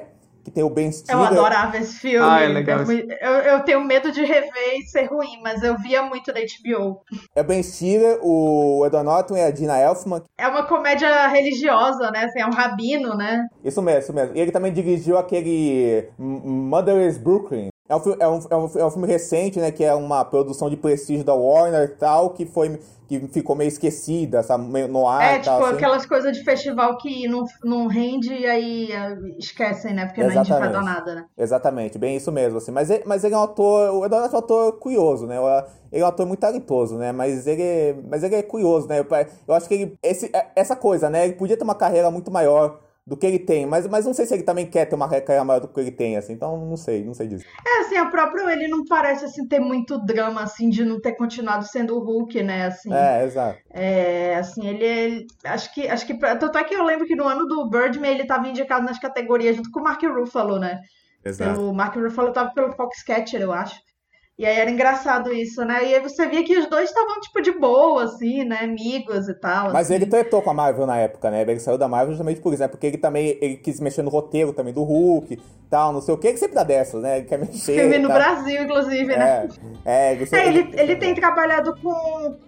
que tem o Ben Eu Stiller. adorava esse filme. É legal. Eu tenho medo de rever e ser ruim, mas eu via muito da HBO. É o Ben Stiller, o Edward Norton e a Gina Elfman. É uma comédia religiosa, né? Assim, é um rabino, né? Isso mesmo, isso mesmo. E ele também dirigiu aquele Mother's Brooklyn. É um filme recente, né? Que é uma produção de prestígio da Warner e tal, que ficou meio esquecida, sabe? Meio no ar e tal. Tipo, assim. aquelas coisas de festival que não rende e aí esquecem, né? Porque não é indicado a nada, né? Exatamente, bem isso mesmo, assim. Mas ele é um ator... O Edward Norton é um ator curioso, né? Ele é um ator muito talentoso, né? Mas ele é curioso, né? Eu acho que essa coisa, né? Ele podia ter uma carreira muito maior do que ele tem, mas não sei se ele também quer ter uma carreira maior do que ele tem, assim, então não sei disso. Assim, o próprio ele não parece, assim, ter muito drama, assim, de não ter continuado sendo o Hulk, né, assim. Exato. Assim, ele acho que, tanto é que eu lembro que no ano do Birdman ele tava indicado nas categorias junto com o Mark Ruffalo, né. Exato. O Mark Ruffalo tava pelo Foxcatcher, eu acho. E aí era engraçado isso, né? E aí você via que os dois estavam, tipo, de boa, assim, né? Amigos e tal. Mas assim. ele tretou com a Marvel na época, né? Ele saiu da Marvel justamente por isso, né? Porque ele quis mexer no roteiro também do Hulk, tal, não sei o que. Ele sempre dá dessas, né? Ele quer mexer. Filme no Brasil, inclusive, né? Ele tem trabalhado com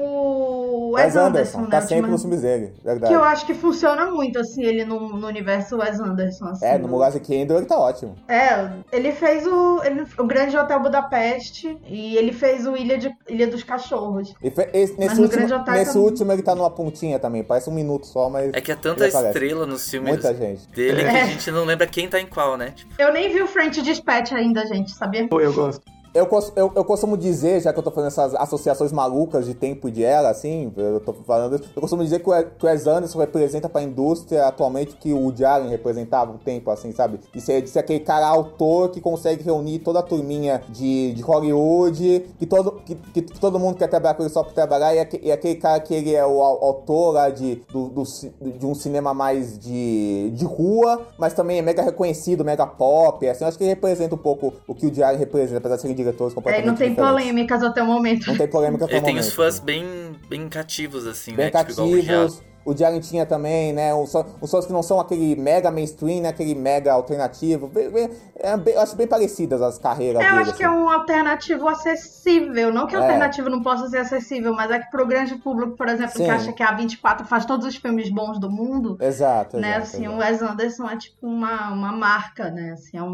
o Wes Anderson, né? Tá sempre nos filmes dele, verdade. Que eu acho que funciona muito, assim, ele no universo Wes Anderson, assim. No Mulan Kendall ele tá ótimo. Ele fez o Grande Hotel Budapeste e ele fez o Ilha dos Cachorros. Nesse último ele tá numa pontinha também, parece um minuto só, mas... É que é tanta estrela nos filmes muita gente dele que a gente não lembra quem tá em qual, né? Tipo... Eu nem vi o French Dispatch ainda, gente, sabia? Eu gosto. Eu costumo dizer, já que eu tô fazendo essas associações malucas de tempo e de era, assim, eu costumo dizer que o Wes Anderson representa pra indústria atualmente que o Woody Allen representava um tempo, assim, sabe? De ser aquele cara autor que consegue reunir toda a turminha de Hollywood, que todo mundo quer trabalhar com ele só pra trabalhar, e aquele cara que ele é o autor lá de um cinema mais de rua, mas também é mega reconhecido, mega pop, assim, eu acho que ele representa um pouco o que o Woody Allen representa, apesar de serem diretores completamente não tem diferentes. polêmicas até o momento. Não tem polêmica até o momento. Ele tem os fãs bem cativos, assim, bem né? cativos. Tipo, o Woody Allen tinha também, né? Os sons que não são aquele mega mainstream, né? Aquele mega alternativo. Eu acho bem parecidas as carreiras dele. Eu acho que é um alternativo acessível. Não que alternativo não possa ser acessível, mas é que pro grande público, por exemplo, que acha que a A24 faz todos os filmes bons do mundo. Exato. Né? Assim, o Wes Anderson é tipo uma marca, né? Assim, é um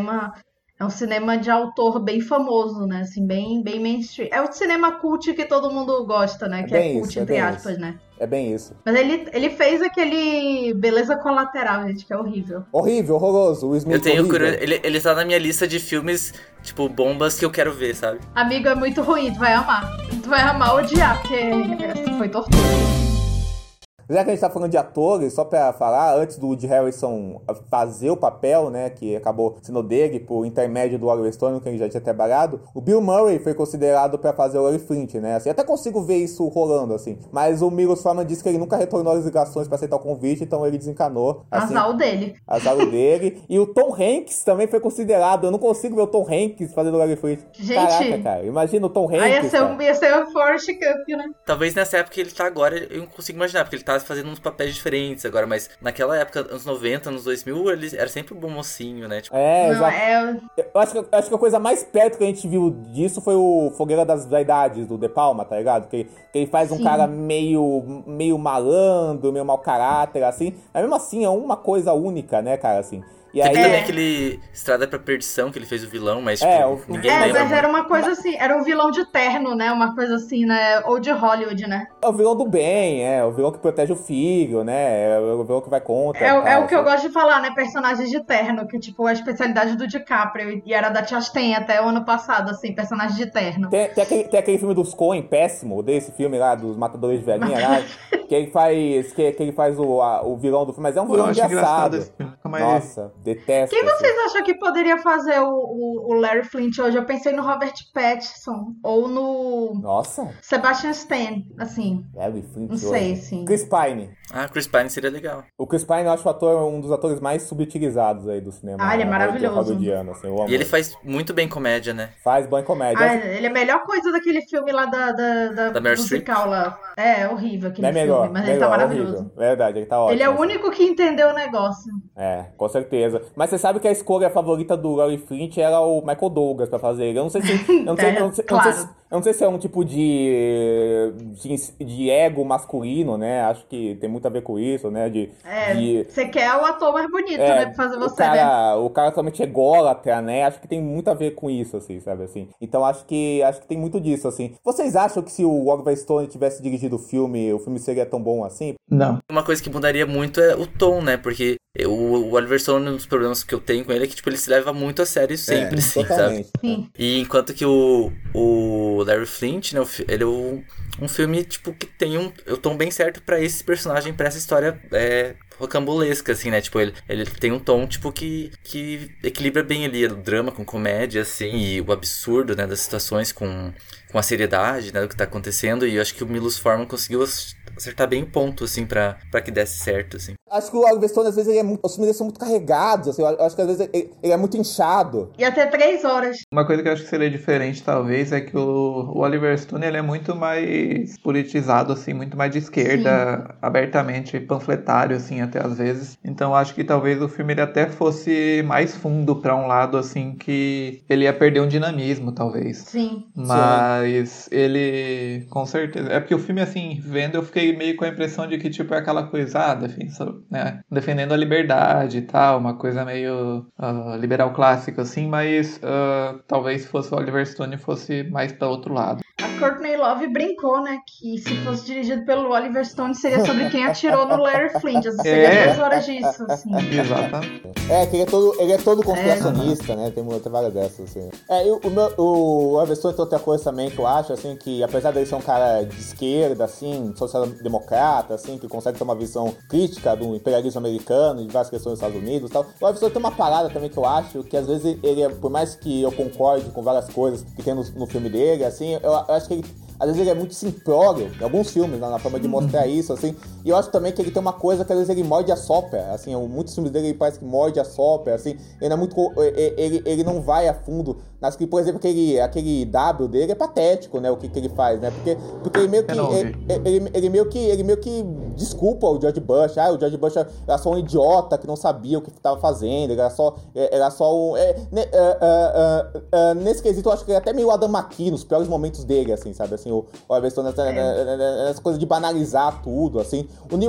cinema de autor bem famoso, né? Assim, bem mainstream. É o cinema cult que todo mundo gosta, né? Que é cult, entre aspas, né? É bem isso. Mas ele fez aquele Beleza Colateral, gente, que é horrível. Horrível, horroroso. O Smith eu tenho curiosidade. Ele tá na minha lista de filmes, tipo, bombas que eu quero ver, sabe? Amigo, é muito ruim, tu vai amar. Tu vai amar odiar, porque foi tortura. Já que a gente tá falando de atores, só pra falar, antes do Woody Harrelson fazer o papel, né, que acabou sendo dele por intermédio do Oliver Stone, que ele já tinha trabalhado, o Bill Murray foi considerado pra fazer o Larry Flint, né, assim, até consigo ver isso rolando, assim, mas o Milos Forman disse que ele nunca retornou as ligações pra aceitar o convite, então ele desencanou. Assim, azar dele. Azar dele. E o Tom Hanks também foi considerado, eu não consigo ver o Tom Hanks fazendo o Larry Flint. Gente, caraca, cara, imagina o Tom Hanks. Aí ia ser o Forrest Gump, né? Talvez nessa época que ele tá agora, eu não consigo imaginar, porque ele tá fazendo uns papéis diferentes agora, mas naquela época, anos 90, anos 2000, ele era sempre um bom mocinho, né? Tipo... Exato. Eu acho que a coisa mais perto que a gente viu disso foi o Fogueira das Vaidades, do De Palma, tá ligado? Que ele faz um cara meio malandro, meio mau caráter, assim, mas mesmo assim é uma coisa única, né, cara, assim. E teve aí, também aquele Estrada pra Perdição, que ele fez o vilão, mas tipo, ninguém lembra. Mas era uma coisa assim, era um vilão de terno, né? Uma coisa assim, né? Ou de Hollywood, né? É o vilão do bem, o vilão que protege o filho, né? É o vilão que vai contra. É o que eu gosto de falar, né? Personagens de terno, que tipo, é a especialidade do DiCaprio. E era da Chastain até o ano passado, assim, personagens de terno. Tem aquele filme dos Coen, péssimo, desse filme lá, dos Matadores de Velhinha lá, que ele faz o vilão do filme, mas é um vilão engraçado. Nossa, detesto. Quem vocês acham que poderia fazer o Larry Flint hoje? Eu pensei no Robert Pattinson ou no Sebastian Stan, assim. Larry Flint não sei, hoje. sim. Chris Pine. Ah, Chris Pine seria legal. O Chris Pine, eu acho um dos atores mais subutilizados aí do cinema. Ele é maravilhoso. Hollywoodiano, assim, eu amo. E ele faz muito bem comédia, né? Faz bem comédia. Ele é a melhor coisa daquele filme lá da Meryl musical lá. É horrível aquele filme, melhor, mas ele tá maravilhoso. Horrível. Verdade, ele tá ótimo. Ele é o único que entendeu o negócio. Com certeza. Mas você sabe que a escolha favorita do Larry Flynt era o Michael Douglas pra fazer ele. Eu não sei se... Eu não sei se é um tipo de ego masculino, né? Acho que tem muito a ver com isso, né? Você quer o ator mais bonito, né? Pra fazer você, O cara totalmente ególatra, né? Acho que tem muito a ver com isso, assim, sabe? Assim. Então acho que tem muito disso, assim. Vocês acham que se o Oliver Stone tivesse dirigido o filme seria tão bom assim? Não. Uma coisa que mudaria muito é o tom, né? Porque o Oliver Stone, um dos problemas que eu tenho com ele é que, tipo, ele se leva muito a sério sempre, assim, totalmente. sabe? Sim. E enquanto que o Larry Flynt, né? Ele é um filme, tipo, que tem um tom bem certo pra esse personagem, pra essa história rocambolesca, assim, né? Tipo, ele tem um tom, tipo, que equilibra bem ali o drama com comédia, assim, e o absurdo, né, das situações com a seriedade, né, do que tá acontecendo. E eu acho que o Milos Forman conseguiu acertar bem o ponto, assim, pra que desse certo, assim. Acho que o Oliver Stone, às vezes, os filmes dele são muito carregados, assim. Eu acho que, às vezes, ele é muito inchado. E até 3 horas. Uma coisa que eu acho que seria diferente, talvez, é que o Oliver Stone, ele é muito mais politizado, assim, muito mais de esquerda, abertamente panfletário, assim, até às vezes. Então, acho que talvez o filme ele até fosse mais fundo pra um lado, assim, que ele ia perder um dinamismo, talvez. Sim. Mas ele, com certeza... É porque o filme, assim, vendo, eu fiquei meio com a impressão de que, tipo, é aquela coisada, enfim, né? Defendendo a liberdade e tal, uma coisa meio liberal clássica, assim, mas talvez se fosse o Oliver Stone fosse mais para outro lado. A Courtney Love brincou, né, que se fosse dirigido pelo Oliver Stone seria sobre quem atirou no Larry Flynt. Seria 2 horas disso, assim. Exatamente. Que ele é todo conspiracionista, né? Tem várias dessas, assim. O Oliver Stone tem outra coisa também que eu acho, assim, que apesar dele ser um cara de esquerda, assim, social-democrata, assim, que consegue ter uma visão crítica do imperialismo americano e de várias questões dos Estados Unidos e tal. O Oliver Stone tem uma parada também que eu acho que às vezes por mais que eu concorde com várias coisas que tem no filme dele, assim, eu acho que ele, às vezes ele é muito simplório em alguns filmes, na forma de mostrar isso, assim. E eu acho também que ele tem uma coisa que às vezes ele morde a sopra, assim, muitos filmes dele ele parece que morde a sopra, assim. Ele é muito, ele não vai a fundo. Acho que, por exemplo, aquele W dele é patético, né, o que ele faz, né? Porque ele meio que ele meio que desculpa o George Bush. O George Bush era só um idiota que não sabia o que estava fazendo, ele era só um... nesse quesito, eu acho que ele é até meio Adam McKay nos piores momentos dele, assim, sabe? Assim, o Oliver Stone, essa coisa de banalizar tudo, assim.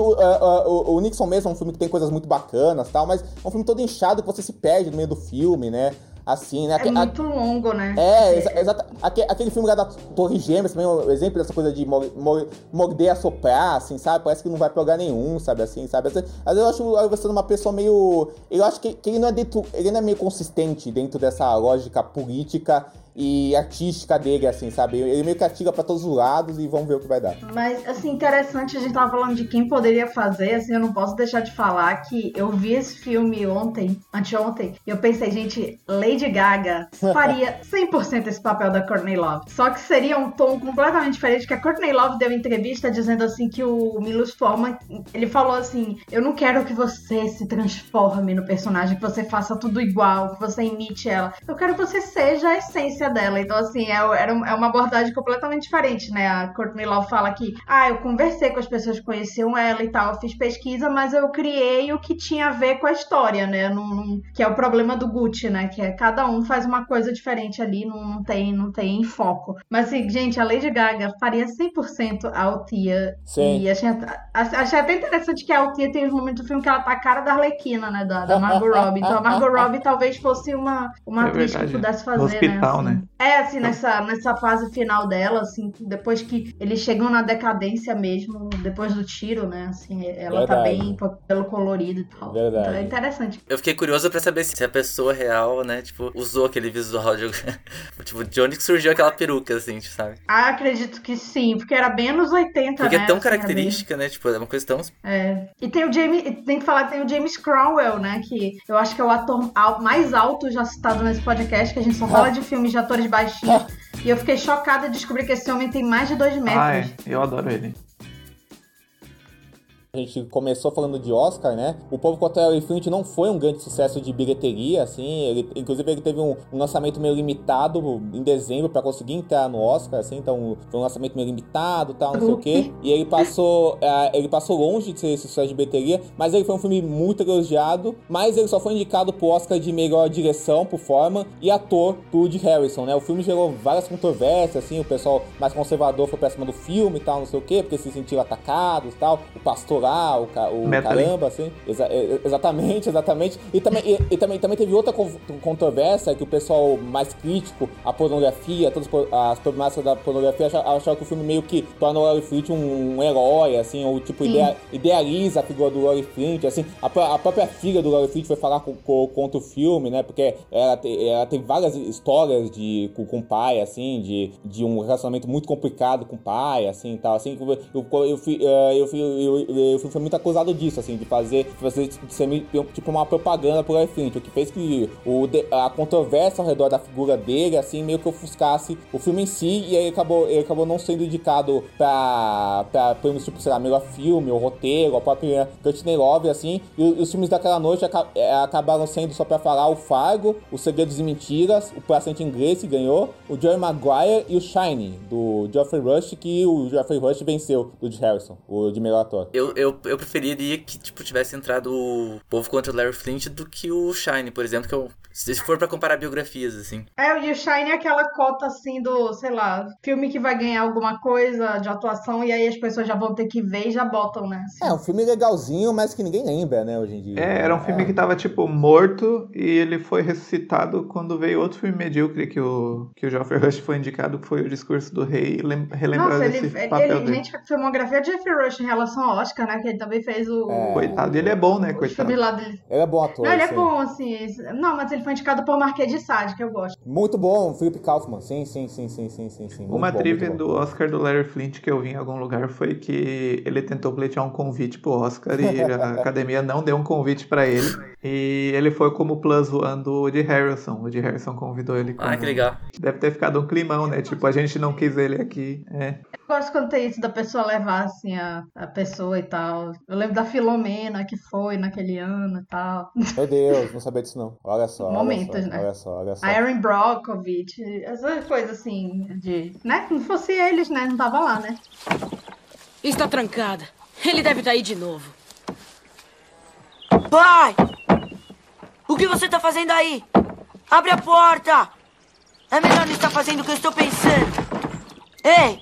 O Nixon mesmo é um filme que tem coisas muito bacanas, tal, mas é um filme todo inchado que você se perde no meio do filme, né? Assim, né? É muito longo, né? Exato. Aquele filme lá da Torre Gêmeas também é um exemplo dessa coisa de morder a soprar, assim, sabe? Parece que não vai pra lugar nenhum, sabe? Assim, sabe? Às vezes eu acho o Oliver Stone uma pessoa meio... Eu acho que ele não é meio consistente dentro dessa lógica política e artística dele, assim, sabe? Ele meio que atira pra todos os lados e vamos ver o que vai dar. Mas, assim, interessante, a gente tava falando de quem poderia fazer, assim, eu não posso deixar de falar que eu vi esse filme anteontem, e eu pensei, gente, Lady Gaga faria 100% esse papel da Courtney Love. Só que seria um tom completamente diferente, que a Courtney Love deu entrevista dizendo, assim, que o Milos Forman, ele falou assim, eu não quero que você se transforme no personagem, que você faça tudo igual, que você imite ela. Eu quero que você seja a essência dela. Então, assim, é uma abordagem completamente diferente, né? A Courtney Love fala que, eu conversei com as pessoas que conheciam ela e tal, eu fiz pesquisa, mas eu criei o que tinha a ver com a história, né? Que é o problema do Gucci, né? Que é cada um faz uma coisa diferente ali, não tem foco. Mas, assim, gente, a Lady Gaga faria 100% a Althea. Sim. E achei até interessante que a Althea tem um momento do filme que ela tá a cara da Arlequina, né? Da Margot Robbie. Então, a Margot Robbie talvez fosse uma atriz que pudesse fazer, no hospital, né? Assim. Assim, nessa fase final dela, assim, depois que eles chegam na decadência mesmo, depois do tiro, né, assim, ela Verdade. Tá bem pelo colorido e tal. Verdade. Então é interessante. Eu fiquei curioso pra saber se a pessoa real, né, tipo, usou aquele visual de... tipo, de onde que surgiu aquela peruca, assim, sabe? Acredito que sim, porque era bem anos 80, porque né? É tão assim, característica, né, tipo, é uma coisa tão... E tem tem que falar que tem o James Cromwell, né, que eu acho que é o ator mais alto já citado nesse podcast, que a gente só fala de filmes de atores baixinhos. E eu fiquei chocada de descobrir que esse homem tem mais de 2 metros. Eu adoro ele. a gente começou falando de Oscar, né? O Povo contra Larry Flint não foi um grande sucesso de bilheteria, assim. Inclusive, ele teve um lançamento meio limitado em dezembro pra conseguir entrar no Oscar, assim. Então, foi um lançamento meio limitado, tal, não sei o quê. E ele passou longe de ser esse sucesso de bilheteria, mas ele foi um filme muito elogiado. Mas ele só foi indicado pro Oscar de melhor direção, pro Foreman, e ator pro Woody Harrelson, né? O filme gerou várias controvérsias, assim. O pessoal mais conservador foi pra cima do filme e tal, não sei o quê, porque se sentiram atacados e tal. O pastor lá, o caramba, assim. Exatamente. E também teve outra controvérsia, que o pessoal mais crítico à pornografia, todas as problemáticas da pornografia, acharam que o filme meio que torna o Larry Flint um herói, assim, ou tipo, idealiza a figura do Larry Flint, assim. A própria filha do Larry Flint foi falar contra o filme, né, porque ela tem várias histórias com o pai, assim, de um relacionamento muito complicado com o pai, assim, e tal, assim. Eu fui muito acusado disso, assim, de ser tipo uma propaganda pro Larry Flint, o que fez que a controvérsia ao redor da figura dele, assim, meio que ofuscasse o filme em si, e aí ele acabou não sendo indicado pra prêmios, tipo, sei lá, melhor filme, ou roteiro, a própria Courtney Love, assim, e os filmes daquela noite acabaram sendo, só pra falar, o Fargo, Os Segredos e Mentiras, o Paciente Inglês, que ganhou, o Jerry Maguire e o Shine, do Geoffrey Rush, que o Geoffrey Rush venceu, do Woody Harrelson, o de melhor ator. Eu preferiria que, tipo, tivesse entrado o Povo contra o Larry Flint do que o Shine, por exemplo, se for pra comparar biografias, assim. E o Shine é aquela cota, assim, do, sei lá, filme que vai ganhar alguma coisa de atuação e aí as pessoas já vão ter que ver e já botam, né? Assim. Um filme legalzinho, mas que ninguém lembra, né, hoje em dia. Era um filme que tava, tipo, morto e ele foi ressuscitado quando veio outro filme medíocre que o Geoffrey Rush foi indicado, que foi O Discurso do Rei, relembrando esse papel dele. Gente, a filmografia de Geoffrey Rush em relação ao Oscar, né, que ele também fez o... Coitado, ele é bom, né, coitado. Lá dele. Ele é bom ator. Não, ele é bom, assim. Não, mas ele foi indicado por Marquês de Sade, que eu gosto. Muito bom, Philip Kaufman. Sim. Uma trivia do Oscar do Larry Flint que eu vi em algum lugar foi que ele tentou pleitear um convite pro Oscar e a academia não deu um convite pra ele. E ele foi como plus one do Woody Harrelson. O Woody Harrelson convidou ele. Ah, que legal. Deve ter ficado um climão, né? Tipo, a gente não quis ele aqui. Eu gosto quando tem isso da pessoa levar, assim, a pessoa e tal. Eu lembro da Filomena, que foi naquele ano e tal. Meu Deus, não sabia disso não. Olha só. Momentos, né? Olha só. A Erin Brockovich, essas coisas assim, né? Se não fosse eles, né? Não tava lá, né? Está trancada. Ele deve estar aí de novo. Pai! O que você tá fazendo aí? Abre a porta! É melhor não estar fazendo o que eu estou pensando. Ei!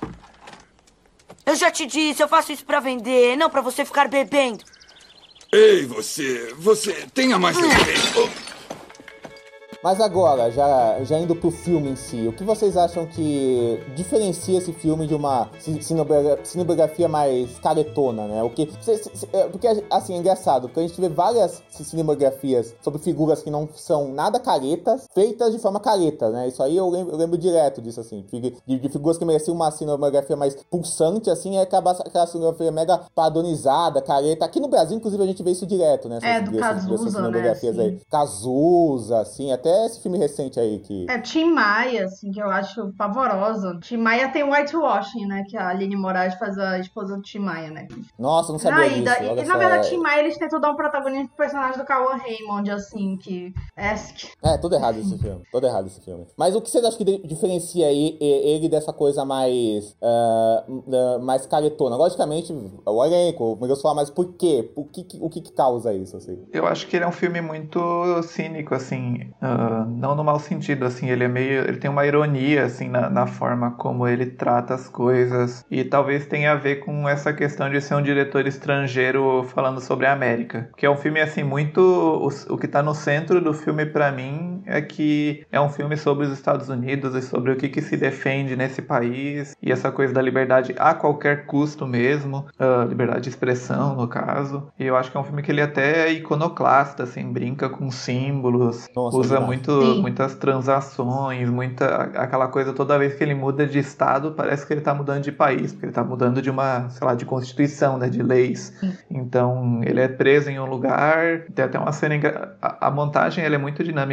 Eu já te disse, eu faço isso pra vender, não pra você ficar bebendo. Ei, você tenha mais respeito. Mas agora, já indo pro filme em si, o que vocês acham que diferencia esse filme de uma cinebiografia mais caretona, né? Porque, assim, é engraçado, porque a gente vê várias cinematografias sobre figuras que não são nada caretas, feitas de forma careta, né? Isso aí eu lembro direto disso, assim, de figuras que mereciam uma cinematografia mais pulsante, assim, e acabar aquela cinematografia mega padronizada, careta. Aqui no Brasil, inclusive, a gente vê isso direto, né? Do Cazuza, né? Aí. Cazuza, assim, até esse filme recente aí que... Tim Maia, assim, que eu acho pavorosa. Tim Maia tem Whitewashing, né? Que a Aline Moraes faz a esposa do Tim Maia, né? Nossa, não sabia disso. Na verdade, Tim Maia, eles tentam dar um protagonismo pro personagem do Cauã Raymond, assim, que... Todo errado esse filme. Mas o que vocês acham que diferencia ele dessa coisa mais caretona? Logicamente, o elenco, mas eu falar, mas por quê? O que causa isso, assim? Eu acho que ele é um filme muito cínico, assim, não no mau sentido, assim, ele tem uma ironia, assim, na forma como ele trata as coisas, e talvez tenha a ver com essa questão de ser um diretor estrangeiro falando sobre a América, que é um filme, assim, muito... O que tá no centro do filme, pra mim, é que é um filme sobre os Estados Unidos e sobre o que se defende nesse país, e essa coisa da liberdade a qualquer custo mesmo, liberdade de expressão, no caso, e eu acho que é um filme que ele até é iconoclasta, assim, brinca com símbolos, usa muitas transações, aquela coisa, toda vez que ele muda de estado, parece que ele tá mudando de país, porque ele tá mudando de uma, sei lá, de constituição, né, de leis. Então, ele é preso em um lugar, tem até uma cena, a montagem ela é muito dinâmica, muito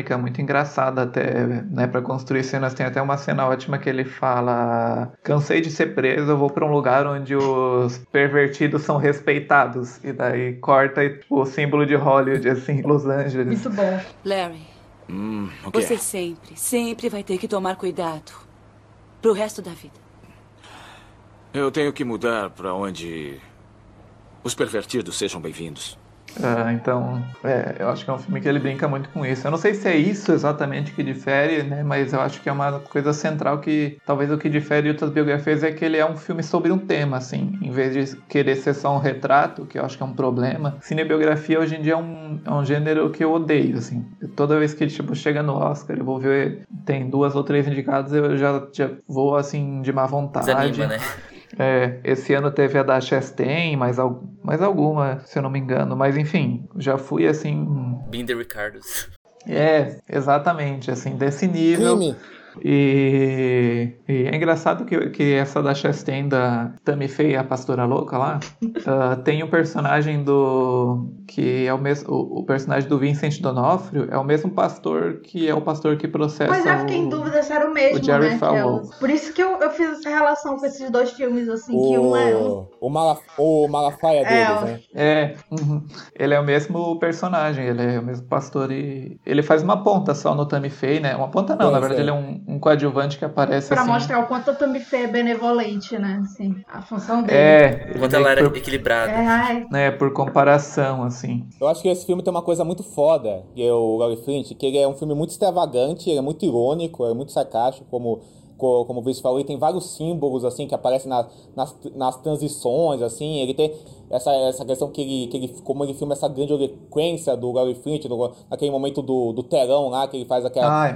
engraçada até, né, pra construir cenas. Tem até uma cena ótima que ele fala: cansei de ser preso, eu vou pra um lugar onde os pervertidos são respeitados. E daí corta o símbolo de Hollywood, assim, Los Angeles. Muito bom. Larry, O quê? você sempre vai ter que tomar cuidado pro resto da vida. Eu tenho que mudar pra onde os pervertidos sejam bem-vindos. Então, eu acho que é um filme que ele brinca muito com isso. Eu não sei se é isso exatamente que difere, né? Mas eu acho que é uma coisa central que talvez o que difere de outras biografias é que ele é um filme sobre um tema, assim. Em vez de querer ser só um retrato, que eu acho que é um problema. Cinebiografia hoje em dia é um gênero que eu odeio, assim. Toda vez que ele chega no Oscar, eu vou ver, tem 2 ou 3 indicados, eu já vou, assim, de má vontade. Desanima, né? Esse ano teve a da Chastain, mais alguma, se eu não me engano. Mas enfim, já fui assim... Binder Ricardos. Exatamente, assim, desse nível. Crime. E é engraçado que essa da Chastain, da Tammy Faye, a pastora louca lá, tem o personagem que é o personagem do Vincent D'Onofrio, é o mesmo pastor que é o pastor que processa. Pois eu fiquei em dúvida se era o mesmo, o Jerry né? Falwell. Por isso que eu fiz essa relação com esses 2 filmes, assim, que um é um... O Malafaia deles, né? Ele é o mesmo personagem, ele é o mesmo pastor e ele faz uma ponta só no Tammy Faye, né? Uma ponta não, na verdade ele é um coadjuvante que aparece pra assim. mostrar o quanto a Tammy Faye é benevolente, né? Assim, a função dele. O quanto ela era equilibrada. Por comparação, assim. Eu acho que esse filme tem uma coisa muito foda, que é o Larry Flynt, que ele é um filme muito extravagante, ele é muito irônico, é muito sarcástico, como o Vinícius falou, e tem vários símbolos, assim, que aparecem nas transições, assim, ele tem essa questão como ele filma essa grande eloquência do Larry Flynt, naquele momento do telão lá, que ele faz aquela...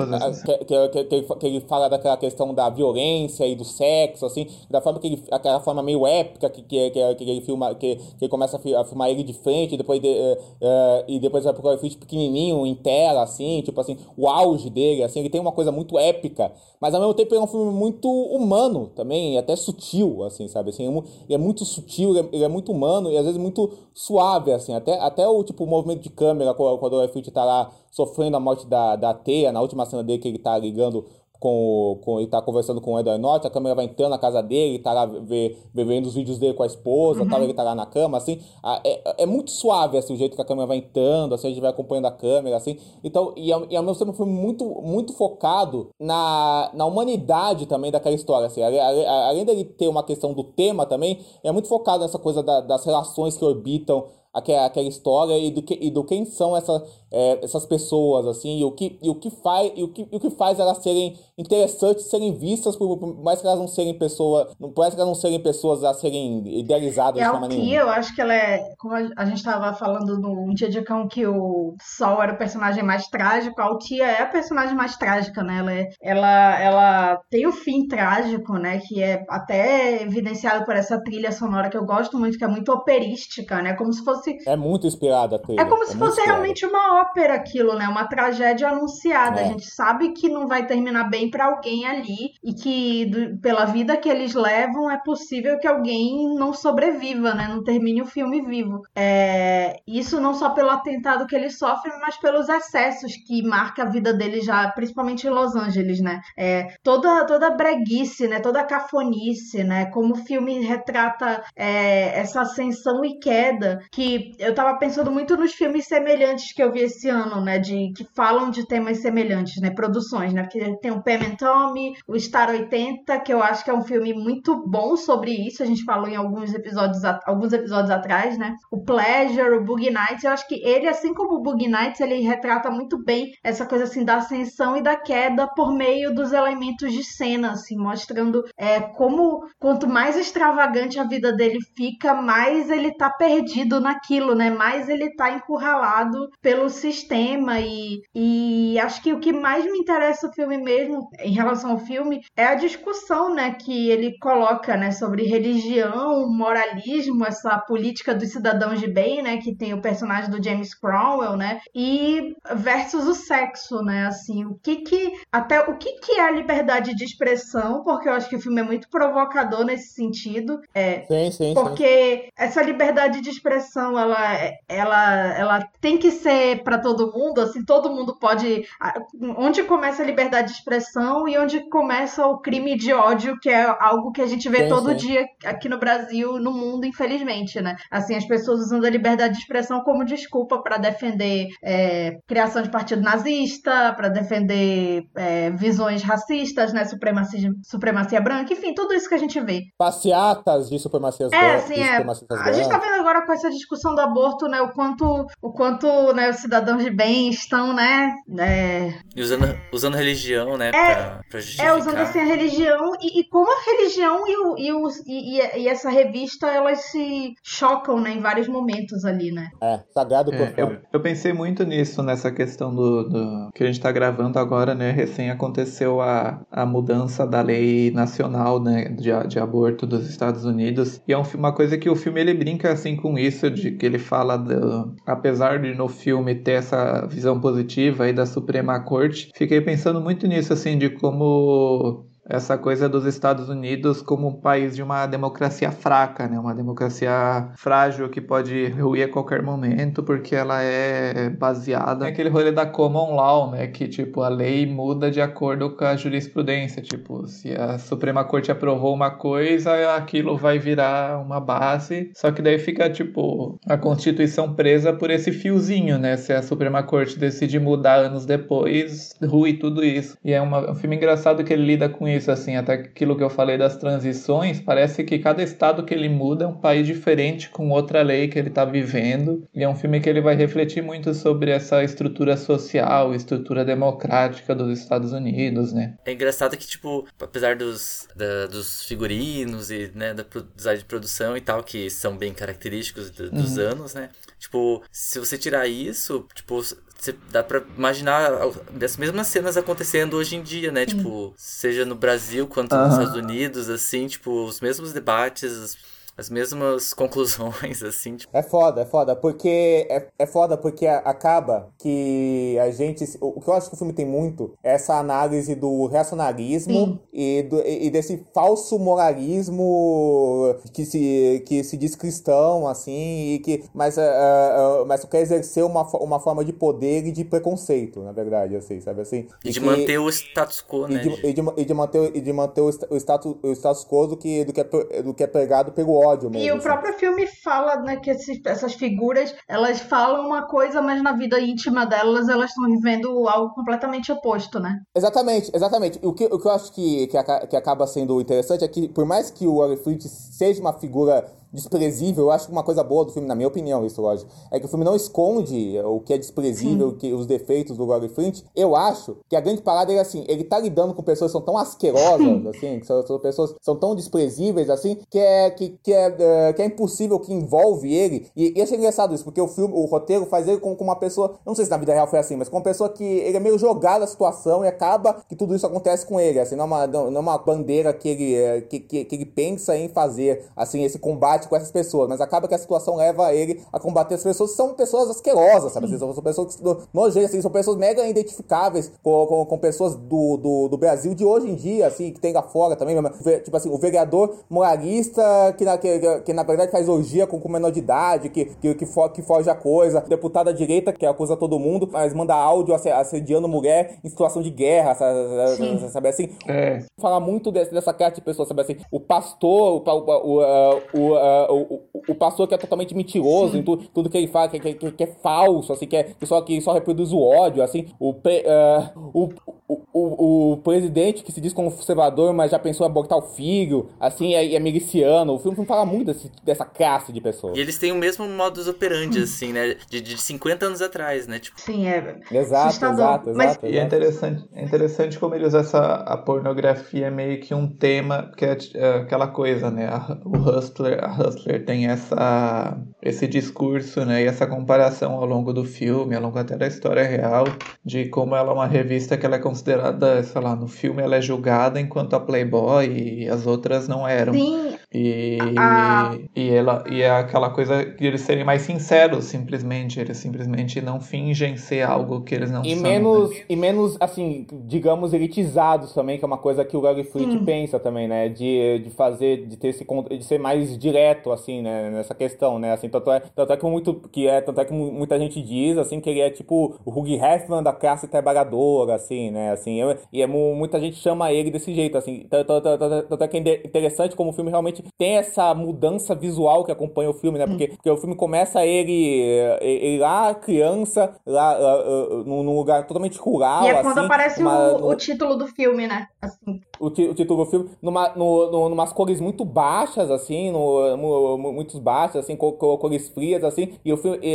que ele fala daquela questão da violência e do sexo, assim, da forma que ele... aquela forma meio épica que ele filma, que ele começa a filmar ele de frente, e depois vai pro Larry Flynt pequenininho, em tela, assim, tipo assim, o auge dele, assim, ele tem uma coisa muito épica, mas ao mesmo tempo ele é um filme muito humano também, e até sutil, assim, sabe, assim, ele é muito sutil, ele é muito humano e às vezes muito suave, assim, até o tipo o movimento de câmera quando o Larry Flynt tá lá sofrendo a morte da Thea, na última cena dele que ele tá ligando ele tá conversando com o Edward Norton, a câmera vai entrando na casa dele, ele tá lá vendo os vídeos dele com a esposa, tal, ele tá lá na cama, assim, é muito suave, assim, o jeito que a câmera vai entrando, assim, a gente vai acompanhando a câmera, assim, então, e ao mesmo tempo foi muito, muito focado na humanidade também daquela história, assim, além dele ter uma questão do tema também, é muito focado nessa coisa das relações que orbitam aquela história e do quem são essas pessoas, assim, e o que faz elas serem interessantes, serem vistas, por mais que elas não serem pessoas, parece que elas não serem pessoas a serem idealizadas de forma nenhuma. Eu acho que ela é, como a gente estava falando no Um Dia de Cão, que o Sol era o personagem mais trágico, a Altia é a personagem mais trágica, né? Ela tem o fim trágico, né? Que é até evidenciado por essa trilha sonora que eu gosto muito, que é muito operística, né? Como se fosse... É muito inspirada a trilha. É como se fosse realmente uma ópera aquilo, né? Uma tragédia anunciada. A gente sabe que não vai terminar bem pra alguém ali e que pela vida que eles levam é possível que alguém não sobreviva, né? Não termine o filme vivo. Isso não só pelo atentado que eles sofrem, mas pelos excessos que marca a vida deles já, principalmente em Los Angeles, né? Toda breguice, né? Toda cafonice, né? Como o filme retrata essa ascensão e queda, que eu tava pensando muito nos filmes semelhantes que eu vi esse ano, né? Que falam de temas semelhantes, né? Produções, né? Porque tem o Pam and Tommy, o Star 80, que eu acho que é um filme muito bom sobre isso. A gente falou em alguns episódios atrás, né? O Pleasure, o Boogie Nights. Eu acho que ele, assim como o Boogie Nights, ele retrata muito bem essa coisa, assim, da ascensão e da queda por meio dos elementos de cena, assim, mostrando como quanto mais extravagante a vida dele fica, mais ele tá perdido naquilo, né? Mais ele tá encurralado pelo sistema e acho que o que mais me interessa o filme mesmo, em relação ao filme, é a discussão, né, que ele coloca, né, sobre religião, moralismo, essa política dos cidadãos de bem, né, que tem o personagem do James Cromwell, né, e versus o sexo, né, assim, o que é a liberdade de expressão, porque eu acho que o filme é muito provocador nesse sentido, Sim. porque essa liberdade de expressão expressão ela tem que ser para todo mundo, assim, todo mundo pode. Onde começa a liberdade de expressão e onde começa o crime de ódio, que é algo que a gente vê todo dia aqui no Brasil, no mundo, infelizmente, né? Assim, as pessoas usando a liberdade de expressão como desculpa para defender criação de partido nazista, para defender visões racistas, né? Supremacia branca, enfim, tudo isso que a gente vê. Passeatas de supremacias brancas. A gente tá vendo agora com essa discussão do aborto, né? O quanto né, os cidadãos de bem estão, né? E usando religião, né? Pra justificar. Usando assim a religião e como a religião e essa revista, elas se chocam, né? Em vários momentos ali, né? Sagrado eu pensei muito nisso, nessa questão do que a gente tá gravando agora, né? Recém aconteceu a mudança da lei nacional, né? De aborto dos Estados Unidos. E é uma coisa que o filme ele brinca assim com isso, de que ele fala apesar de no filme ter essa visão positiva aí da Suprema Corte, fiquei pensando muito nisso, assim, de como essa coisa dos Estados Unidos como um país de uma democracia fraca, né? Uma democracia frágil que pode ruir a qualquer momento, porque ela é baseada naquele rolê da common law, né? Que, tipo, a lei muda de acordo com a jurisprudência. Tipo, se a Suprema Corte aprovou uma coisa, aquilo vai virar uma base. Só que daí fica, tipo, a Constituição presa por esse fiozinho, né? Se a Suprema Corte decide mudar anos depois, rui tudo isso. E é um filme engraçado que ele lida com isso, assim, até aquilo que eu falei das transições, parece que cada estado que ele muda é um país diferente, com outra lei que ele tá vivendo, e é um filme que ele vai refletir muito sobre essa estrutura social, estrutura democrática dos Estados Unidos, né? É engraçado que, tipo, apesar dos figurinos e, né, da design de produção e tal, que são bem característicos dos anos, né, tipo, se você tirar isso, tipo, dá pra imaginar as mesmas cenas acontecendo hoje em dia, né? Tipo, seja no Brasil quanto nos Estados Unidos, assim, tipo, os mesmos debates, as mesmas conclusões, assim. Tipo. É foda, porque foda porque acaba que a gente... O que eu acho que o filme tem muito é essa análise do racionalismo e desse falso moralismo que se diz cristão, assim, e que, mas quer exercer uma forma de poder e de preconceito, na verdade, assim, sabe assim? E de manter o status quo, né? E de manter o status quo do que é pregado pelo ódio mesmo, e o próprio filme fala, né, que essas figuras, elas falam uma coisa, mas na vida íntima delas, elas estão vivendo algo completamente oposto, né? Exatamente. O que eu acho que acaba sendo interessante é que, por mais que o Larry Flint seja uma figura desprezível, eu acho que uma coisa boa do filme, na minha opinião, isso, lógico, é que o filme não esconde o que é desprezível, os defeitos do Larry Flint. Eu acho que a grande parada é assim, ele tá lidando com pessoas que são tão asquerosas, assim, que são pessoas que são tão desprezíveis, assim, que é impossível, que envolve ele, e achei engraçado isso, porque o roteiro faz ele com uma pessoa, não sei se na vida real foi assim, mas com uma pessoa que ele é meio jogado na situação e acaba que tudo isso acontece com ele, assim, não é uma bandeira que ele pensa em fazer, assim, esse combate com essas pessoas, mas acaba que a situação leva ele a combater as pessoas que são pessoas asquerosas, sabe? Assim, são pessoas que nojentas, assim, são pessoas mega identificáveis com pessoas do Brasil de hoje em dia, assim, que tem lá fora também, tipo assim, o vereador moralista que na verdade faz orgia com menor de idade, que foge a coisa, deputado da direita que acusa todo mundo, mas manda áudio assediando mulher em situação de guerra, sabe assim? Fala muito dessa classe de pessoas, sabe assim? O pastor, o pastor que é totalmente mentiroso em tudo que ele fala, que é falso, assim, que só reproduz o ódio, assim, o presidente que se diz conservador, mas já pensou em abortar o filho, assim, é miliciano. O filme fala muito dessa classe de pessoas. E eles têm o mesmo modus operandi, assim, né, de 50 anos atrás, né, tipo. Sim, Exato. E é interessante como ele usa a pornografia meio que um tema, que é aquela coisa, né, a Hustler tem esse discurso, né, e essa comparação ao longo do filme, ao longo até da história real, de como ela é uma revista que ela é considerada, sei lá, no filme ela é julgada enquanto a Playboy e as outras não eram. Sim, E é aquela coisa de eles serem mais sinceros, simplesmente. Eles simplesmente não fingem ser algo que eles não são. E menos, assim, digamos, elitizados também, que é uma coisa que o Larry Flynt pensa também, né? De ser mais direto, assim, né? Nessa questão, né? Assim, tanto é que muita gente diz, assim, que ele é tipo o Hugh Hefner da classe trabalhadora, assim, né? Assim, muita gente chama ele desse jeito, assim. Tanto é que é interessante como o filme realmente tem essa mudança visual que acompanha o filme, né? Porque o filme começa ele lá, criança, lá num lugar totalmente rural. E é assim, quando aparece o título do filme, né? Assim. O título do filme, numas cores muito baixas, assim, muito baixas, assim, cores frias, assim, e o filme,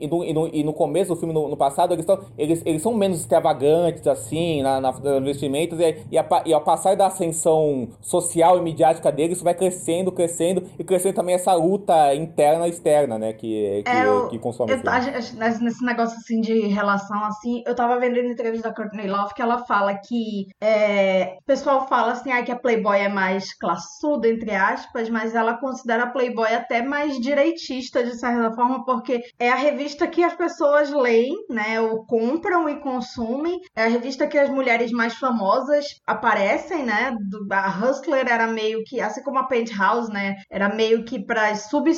e no começo do filme, no passado, eles são menos extravagantes, assim, nas vestimentas, e ao passar da ascensão social e midiática deles, isso vai crescendo também essa luta interna e externa, né, que consome o filme. Nesse negócio, assim, de relação, assim, eu tava vendo na entrevista da Courtney Love que ela fala que o pessoal fala assim, que a Playboy é mais classuda, entre aspas, mas ela considera a Playboy até mais direitista, de certa forma, porque é a revista que as pessoas leem, né, ou compram e consumem, é a revista que as mulheres mais famosas aparecem, né, a Hustler era meio que, assim como a Penthouse, né, era meio que para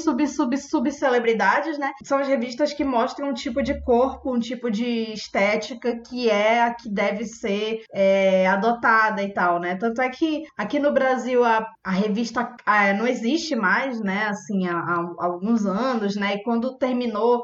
subcelebridades, né, são as revistas que mostram um tipo de corpo, um tipo de estética que é a que deve ser adotada e tal, né? Tanto é que aqui no Brasil a revista não existe mais, né? Assim, há alguns anos, né? E quando terminou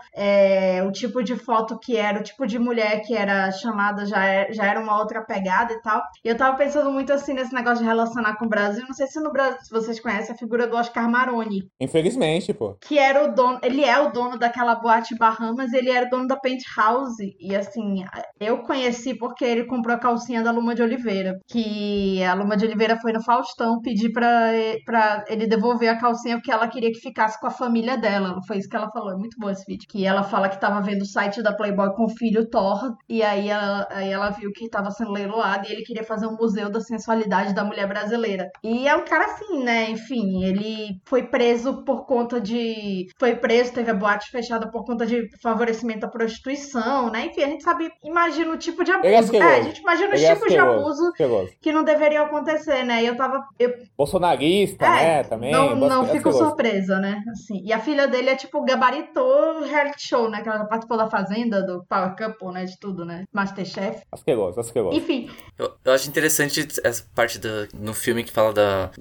o tipo de foto que era, o tipo de mulher que era chamada já era uma outra pegada e tal. E eu tava pensando muito assim nesse negócio de relacionar com o Brasil. Não sei se no Brasil, se vocês conhecem a figura do Oscar Maroni. Infelizmente, pô. Que era o dono, ele é o dono daquela boate Bahamas, ele era o dono da Penthouse. E assim, eu conheci porque ele comprou a calcinha da Luma de Oliveira, que a Luma de Oliveira foi no Faustão pedir pra ele devolver a calcinha porque ela queria que ficasse com a família dela. Foi isso que ela falou. É muito bom esse vídeo. Que ela fala que tava vendo o site da Playboy com o filho Thor, e aí ela viu que tava sendo leiloado e ele queria fazer um museu da sensualidade da mulher brasileira. E é um cara assim, né? Enfim, ele foi preso por conta de... teve a boate fechada por conta de favorecimento à prostituição, né? Enfim, a gente sabe, imagina o tipo de abuso. A gente imagina os tipos de abuso que não deveriam acontecer, né? E bolsonarista, né? Também. Não fico surpresa, né? Assim, e a filha dele é tipo gabaritou reality show, né? Que ela participou da Fazenda, do Power Couple, né? De tudo, né? Masterchef. Asqueroso. Enfim. Eu acho interessante essa parte no filme que fala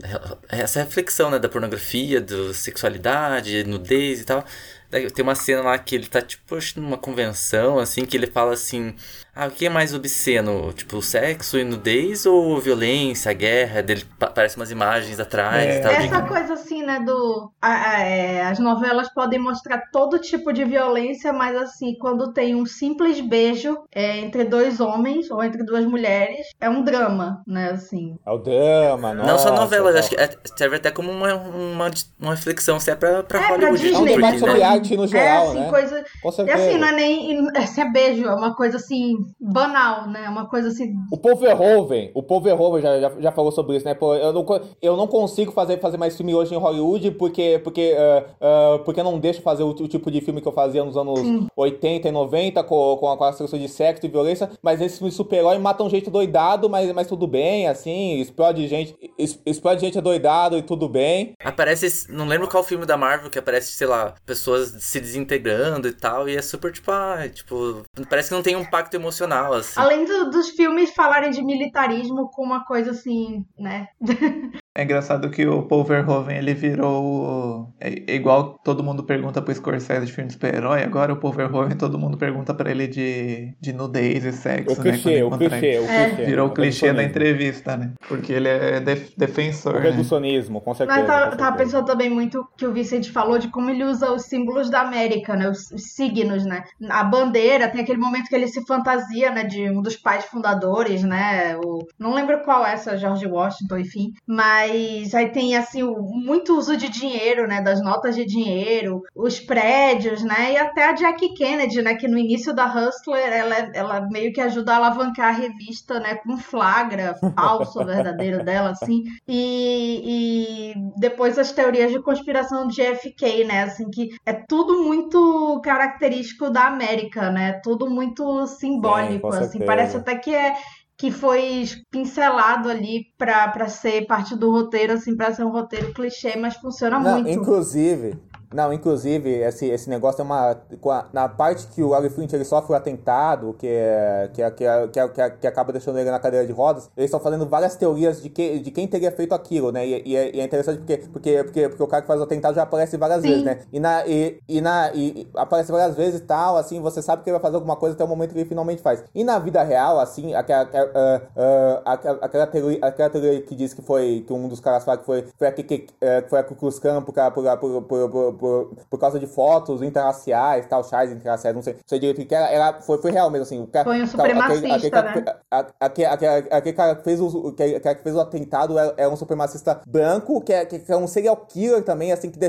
essa reflexão, né? Da pornografia, da sexualidade, nudez e tal. Tem uma cena lá que ele tá, tipo, numa convenção, assim, que ele fala assim... o que é mais obsceno? Tipo, sexo e nudez ou violência, guerra? Dele aparecem umas imagens atrás e tal. Essa coisa assim, né, as novelas podem mostrar todo tipo de violência, mas assim, quando tem um simples beijo entre dois homens ou entre duas mulheres, é um drama, né, assim. É o drama, nossa. Não só novelas, acho que serve até como uma reflexão, se é pra Hollywood. Disney, é um debate sobre arte no geral, assim, né? Coisa... Com certeza. E assim, não é nem... Assim, é beijo, é uma coisa assim... banal, né? Uma coisa assim... O Paul Verhoeven já falou sobre isso, né? Pô, eu não consigo fazer mais filme hoje em Hollywood porque eu não deixo fazer o tipo de filme que eu fazia nos anos 80 e 90 com a questão de sexo e violência, mas esses filmes super-herói matam gente doidado, mas tudo bem, assim, explode gente doidado e tudo bem. Aparece, não lembro qual filme da Marvel que aparece, sei lá, pessoas se desintegrando e tal, e é super, parece que não tem um impacto emocional, assim. Além dos filmes falarem de militarismo com uma coisa assim, né? É engraçado que o Paul Verhoeven, ele virou... igual todo mundo pergunta pro Scorsese de filme de super-herói, agora o Paul Verhoeven, todo mundo pergunta pra ele de nudez e sexo, o clichê. Virou o clichê da entrevista, né? Porque ele é defensor, o reducionismo, com certeza. Mas tava pensando também muito que o Vicente falou de como ele usa os símbolos da América, né? Os signos, né? A bandeira, tem aquele momento que ele se fantasia, né? De um dos pais fundadores, né? Não lembro qual é essa, George Washington, enfim. Mas Mas aí tem, assim, muito uso de dinheiro, né? Das notas de dinheiro, os prédios, né? E até a Jackie Kennedy, né? Que no início da Hustler, ela meio que ajuda a alavancar a revista, né? Com flagra falso, verdadeiro dela, assim. E depois as teorias de conspiração de JFK, né? Assim, que é tudo muito característico da América, né? Tudo muito simbólico, Sim, assim. Parece até que foi pincelado ali pra ser parte do roteiro, assim, pra ser um roteiro clichê, mas funciona muito. Inclusive, esse negócio é na parte que o Larry Flynt ele sofre o atentado, que acaba deixando ele na cadeira de rodas, eles estão fazendo várias teorias de quem teria feito aquilo, né? E é interessante porque o cara que faz o atentado já aparece várias vezes, né? E aparece várias vezes e tal, assim, você sabe que ele vai fazer alguma coisa até o momento que ele finalmente faz. E na vida real, assim, aquela teoria que diz que um dos caras fala que foi a Ku Klux Klan por causa de fotos interraciais, tal, chás interraciais, não sei direito o que era, foi real mesmo, assim. Foi um supremacista, né? Aquele cara que fez o atentado era um supremacista branco, que é um serial killer também, assim, que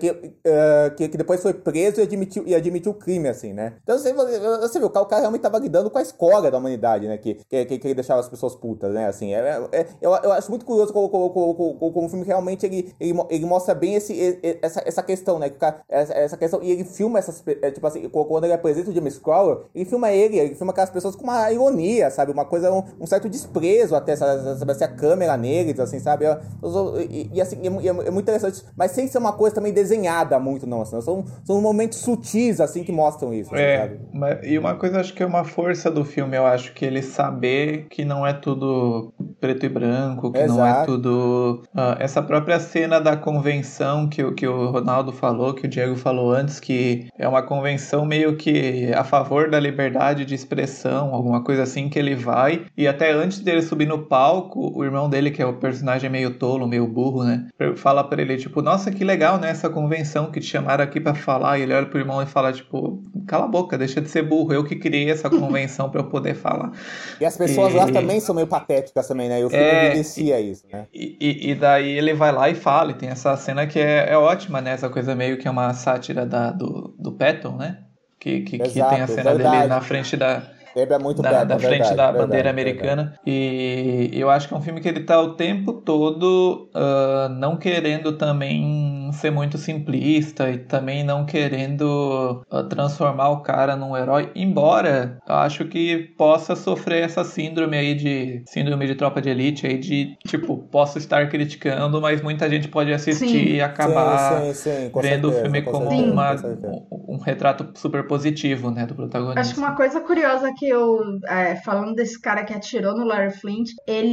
depois foi preso e admitiu o crime, assim, né? Então, você viu, o cara realmente tava lidando com a escória da humanidade, né? Que ele deixava as pessoas putas, né? Assim, eu acho muito curioso como o filme realmente ele mostra bem essa questão, né? Essa questão, e ele filma tipo assim, quando ele apresenta o James Crowder, ele filma aquelas pessoas com uma ironia, sabe? Uma coisa, um certo desprezo até, sabe? A câmera neles, assim, sabe? E assim, é muito interessante, mas sem ser uma coisa também desenhada muito, não, assim, são momentos sutis, assim, que mostram isso, assim, sabe? E uma coisa, acho que é uma força do filme, eu acho que ele saber que não é tudo preto e branco, que não é tudo... essa própria cena da convenção que o Ronaldo falou, que o Diego falou antes, que é uma convenção meio que a favor da liberdade de expressão, alguma coisa assim, que ele vai, e até antes dele subir no palco, o irmão dele, que é o personagem meio tolo, meio burro, né, fala pra ele, tipo, nossa, que legal, né, essa convenção que te chamaram aqui pra falar, e ele olha pro irmão e fala, tipo, cala a boca, deixa de ser burro, eu que criei essa convenção pra eu poder falar. E as pessoas lá também são meio patéticas também, né, e o filme evidencia isso, né. E daí ele vai lá e fala, e tem essa cena que é ótima, né, essa coisa meio que é uma sátira do Patton, né, que tem a cena dele na frente da frente da bandeira americana. E eu acho que é um filme que ele tá o tempo todo não querendo também ser muito simplista e também não querendo transformar o cara num herói, embora eu acho que possa sofrer essa síndrome aí de Tropa de Elite aí de, tipo, posso estar criticando, mas muita gente pode assistir e acabar vendo o filme como um retrato super positivo, né, do protagonista. Acho que uma coisa curiosa que eu, falando desse cara que atirou no Larry Flynt,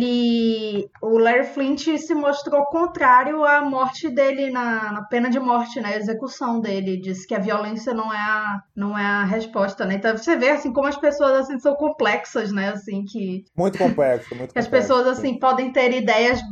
o Larry Flynt se mostrou contrário à morte dele, na pena de morte, né, a execução dele, disse que a violência não é a resposta, né, então você vê, assim, como as pessoas, assim, são complexas, né, assim, que... Muito complexo, que as pessoas, assim, podem ter ideias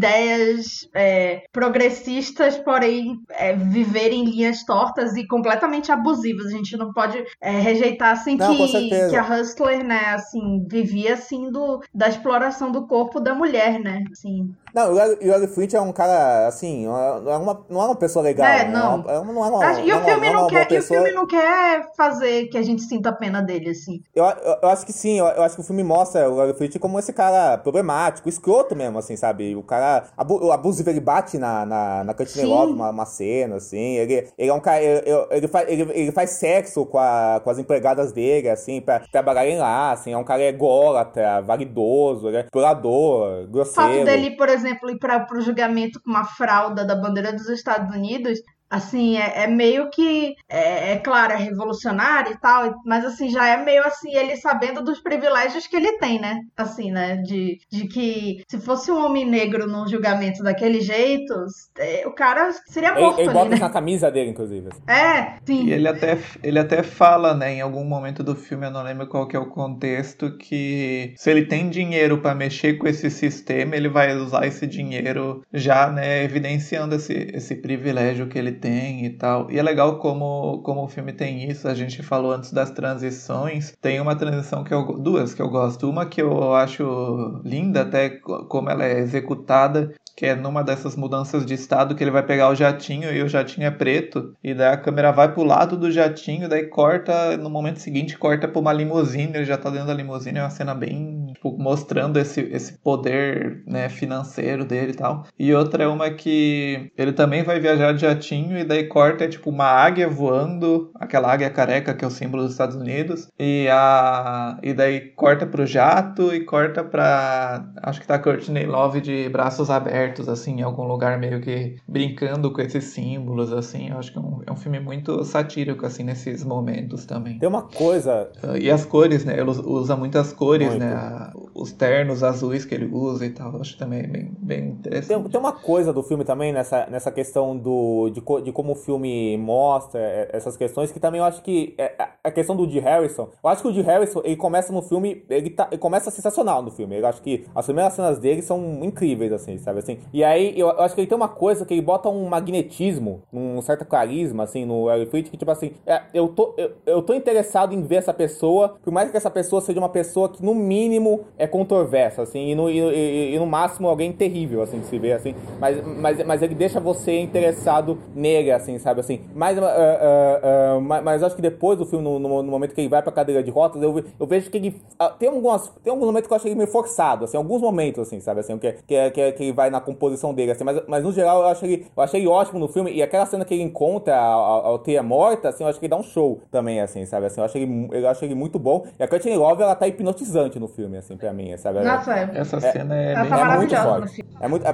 progressistas, porém viverem linhas tortas e completamente abusivas, a gente não pode rejeitar, assim, que a Hustler, né, assim, vivia, assim, da exploração do corpo da mulher, né, assim. Não, o Larry Flynt é um cara, assim, não é uma pessoa legal. Não. E o filme não quer fazer que a gente sinta a pena dele, assim. Eu acho que sim, eu acho que o filme mostra o Larry Flynt como esse cara problemático, escroto mesmo, assim, sabe? O cara abusivo, ele bate na Courtney Love, uma cena, assim, ele é um cara, ele faz sexo com as empregadas dele, assim, pra trabalharem lá, assim, é um cara ególatra, validoso, explorador, grosseiro. O fato dele, por exemplo, ir pro julgamento com uma fralda da bandeira dos Estados Unidos, assim, é meio que, claro, é revolucionário e tal, mas, assim, já é meio, assim, ele sabendo dos privilégios que ele tem, né, assim, né, de que se fosse um homem negro num julgamento daquele jeito, o cara seria morto ele ali, bota né? na camisa dele, inclusive. Sim. E ele até fala, né, em algum momento do filme, eu não lembro qual que é o contexto, que se ele tem dinheiro pra mexer com esse sistema, ele vai usar esse dinheiro já, né, evidenciando esse privilégio que ele tem e tal. E é legal como o filme tem isso. A gente falou antes das transições. Tem uma transição duas que eu gosto. Uma que eu acho linda, até como ela é executada, que é numa dessas mudanças de estado que ele vai pegar o jatinho e o jatinho é preto, e daí a câmera vai pro lado do jatinho, daí corta, no momento seguinte corta pra uma limusine, ele já tá dentro da limusine, é uma cena bem, tipo, mostrando esse poder, né, financeiro dele e tal. E outra é uma que ele também vai viajar de jatinho e daí corta, é tipo uma águia voando, aquela águia careca que é o símbolo dos Estados Unidos, e daí corta pro jato e corta pra, acho que tá Courtney Love de braços abertos, assim, em algum lugar meio que brincando com esses símbolos, assim. Eu acho que é um filme muito satírico, assim, nesses momentos também. Tem uma coisa... E as cores, né? Ele usa muitas cores, muito, né? Os ternos azuis que ele usa e tal. Eu acho também bem interessante. Tem uma coisa do filme também, nessa questão de como o filme mostra essas questões, que também eu acho que a questão do Woody Harrelson, eu acho que o Woody Harrelson, ele começa no filme, ele começa sensacional no filme. Eu acho que as primeiras cenas dele são incríveis, assim, sabe, assim. E aí, eu acho que ele tem uma coisa que ele bota um magnetismo, um certo carisma, assim, no Larry Fleet, que tipo assim, eu tô interessado em ver essa pessoa, por mais que essa pessoa seja uma pessoa que no mínimo é controversa, assim, e no máximo alguém terrível, assim, de se ver, assim, mas ele deixa você interessado nele, assim, sabe, assim. Mas eu acho que depois do filme, no momento que ele vai pra cadeira de rodas, eu vejo que ele tem alguns momentos que eu achei ele meio forçado, assim, alguns momentos, assim, sabe, assim, que ele vai na composição dele, assim, mas no geral eu achei ele ótimo no filme, e aquela cena que ele encontra a Althea morta, assim, eu acho que ele dá um show também, assim, sabe, assim, eu achei ele muito bom, e a Courtney Love, ela tá hipnotizante no filme, assim, pra mim, sabe. Nossa, essa cena é muito forte.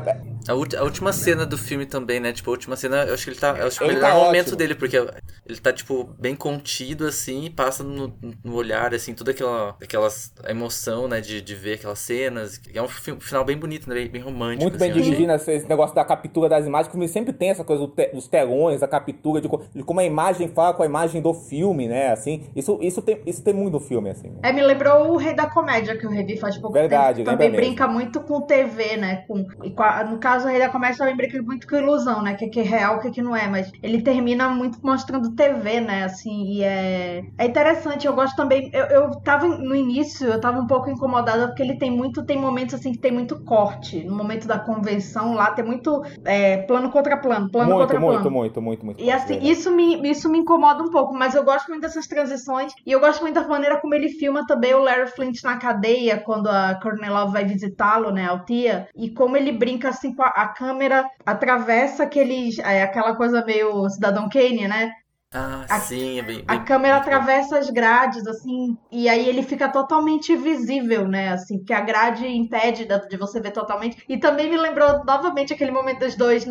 A última cena do filme também, né, tipo, a última cena, eu acho que ele tá no momento dele, porque ele tá, tipo, bem contido, assim, e passa no olhar, assim, toda aquela emoção, né, de ver aquelas cenas. É um final bem bonito, né, bem romântico. Muito bem dirigido, esse negócio da captura das imagens, que o filme sempre tem essa coisa dos telões, da captura, de como a imagem fala com a imagem do filme, né, assim. Isso tem muito no filme, assim. Me lembrou o Rei da Comédia, que eu revi faz pouco tempo. Também brinca muito com TV, né, no caso, o Rei da Comédia também brinca muito com ilusão, né, que é real, que não é, mas ele termina muito mostrando TV, né, assim, e é interessante. Eu gosto também, eu tava no início, eu tava um pouco incomodada porque ele tem momentos assim que tem muito corte. No momento da convenção lá tem muito plano contra plano, muito. E assim, isso me incomoda um pouco, mas eu gosto muito dessas transições e eu gosto muito da maneira como ele filma também o Larry Flynt na cadeia, quando a Courtney Love vai visitá-lo, né, a Althea, e como ele brinca assim com a câmera, atravessa aquela coisa meio Cidadão Kane, né? Sim, a câmera atravessa as grades, assim, e aí ele fica totalmente visível, né, assim, porque a grade impede de você ver totalmente. E também me lembrou novamente aquele momento dos dois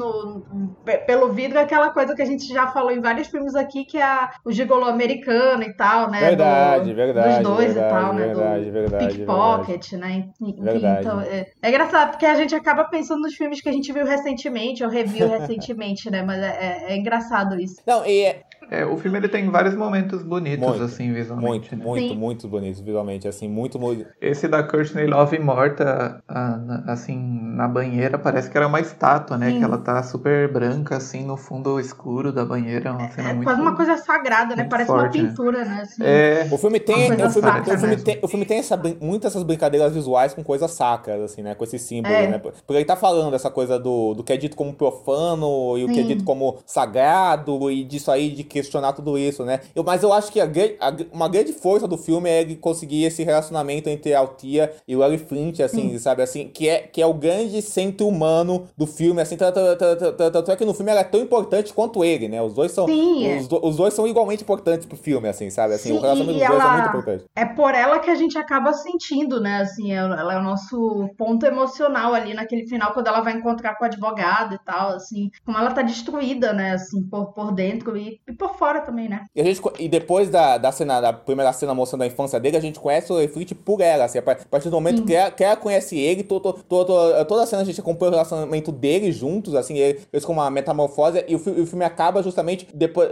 pelo vidro, aquela coisa que a gente já falou em vários filmes aqui, que é o gigolô americano e tal, né? Verdade. Dos dois e tal, né? Verdade, pickpocket, né? Enfim, então, é engraçado, porque a gente acaba pensando nos filmes que a gente viu recentemente, ou reviu recentemente, né? Mas é engraçado isso. Não, o filme ele tem vários momentos bonitos, assim, visualmente. Muito bonitos visualmente, assim, muito... Esse da Courtney Love morta, assim, na banheira, parece que era uma estátua, né? Sim. Que ela tá super branca, assim, no fundo escuro da banheira, uma cena muito... quase uma coisa sagrada, né? Parece forte, uma pintura, né? Assim, o filme tem muitas essas brincadeiras visuais com coisas sacras, assim, né? Com esses símbolos, né? Porque ele tá falando essa coisa do que é dito como profano e o que é dito como sagrado e disso aí, de questionar tudo isso, né? Mas eu acho que uma grande força do filme é ele conseguir esse relacionamento entre a Althea e o Larry Flynt, assim, sabe? Assim, que é o grande centro humano do filme, assim, tanto é que no filme ela é tão importante quanto ele, né? Os dois são igualmente importantes pro filme, assim, sabe? Assim, o relacionamento dos dois é muito importante. É por ela que a gente acaba sentindo, né? Assim, ela é o nosso ponto emocional ali naquele final, quando ela vai encontrar com o advogado e tal, assim, como ela tá destruída, né? Assim, por dentro e por fora também, né? E depois da primeira cena mostrando a infância dele, a gente conhece o Larry Flynt por ela, assim, a partir do momento que ela conhece ele, toda a cena a gente acompanha o relacionamento deles juntos, assim, eles com uma metamorfose, e o filme acaba justamente depois,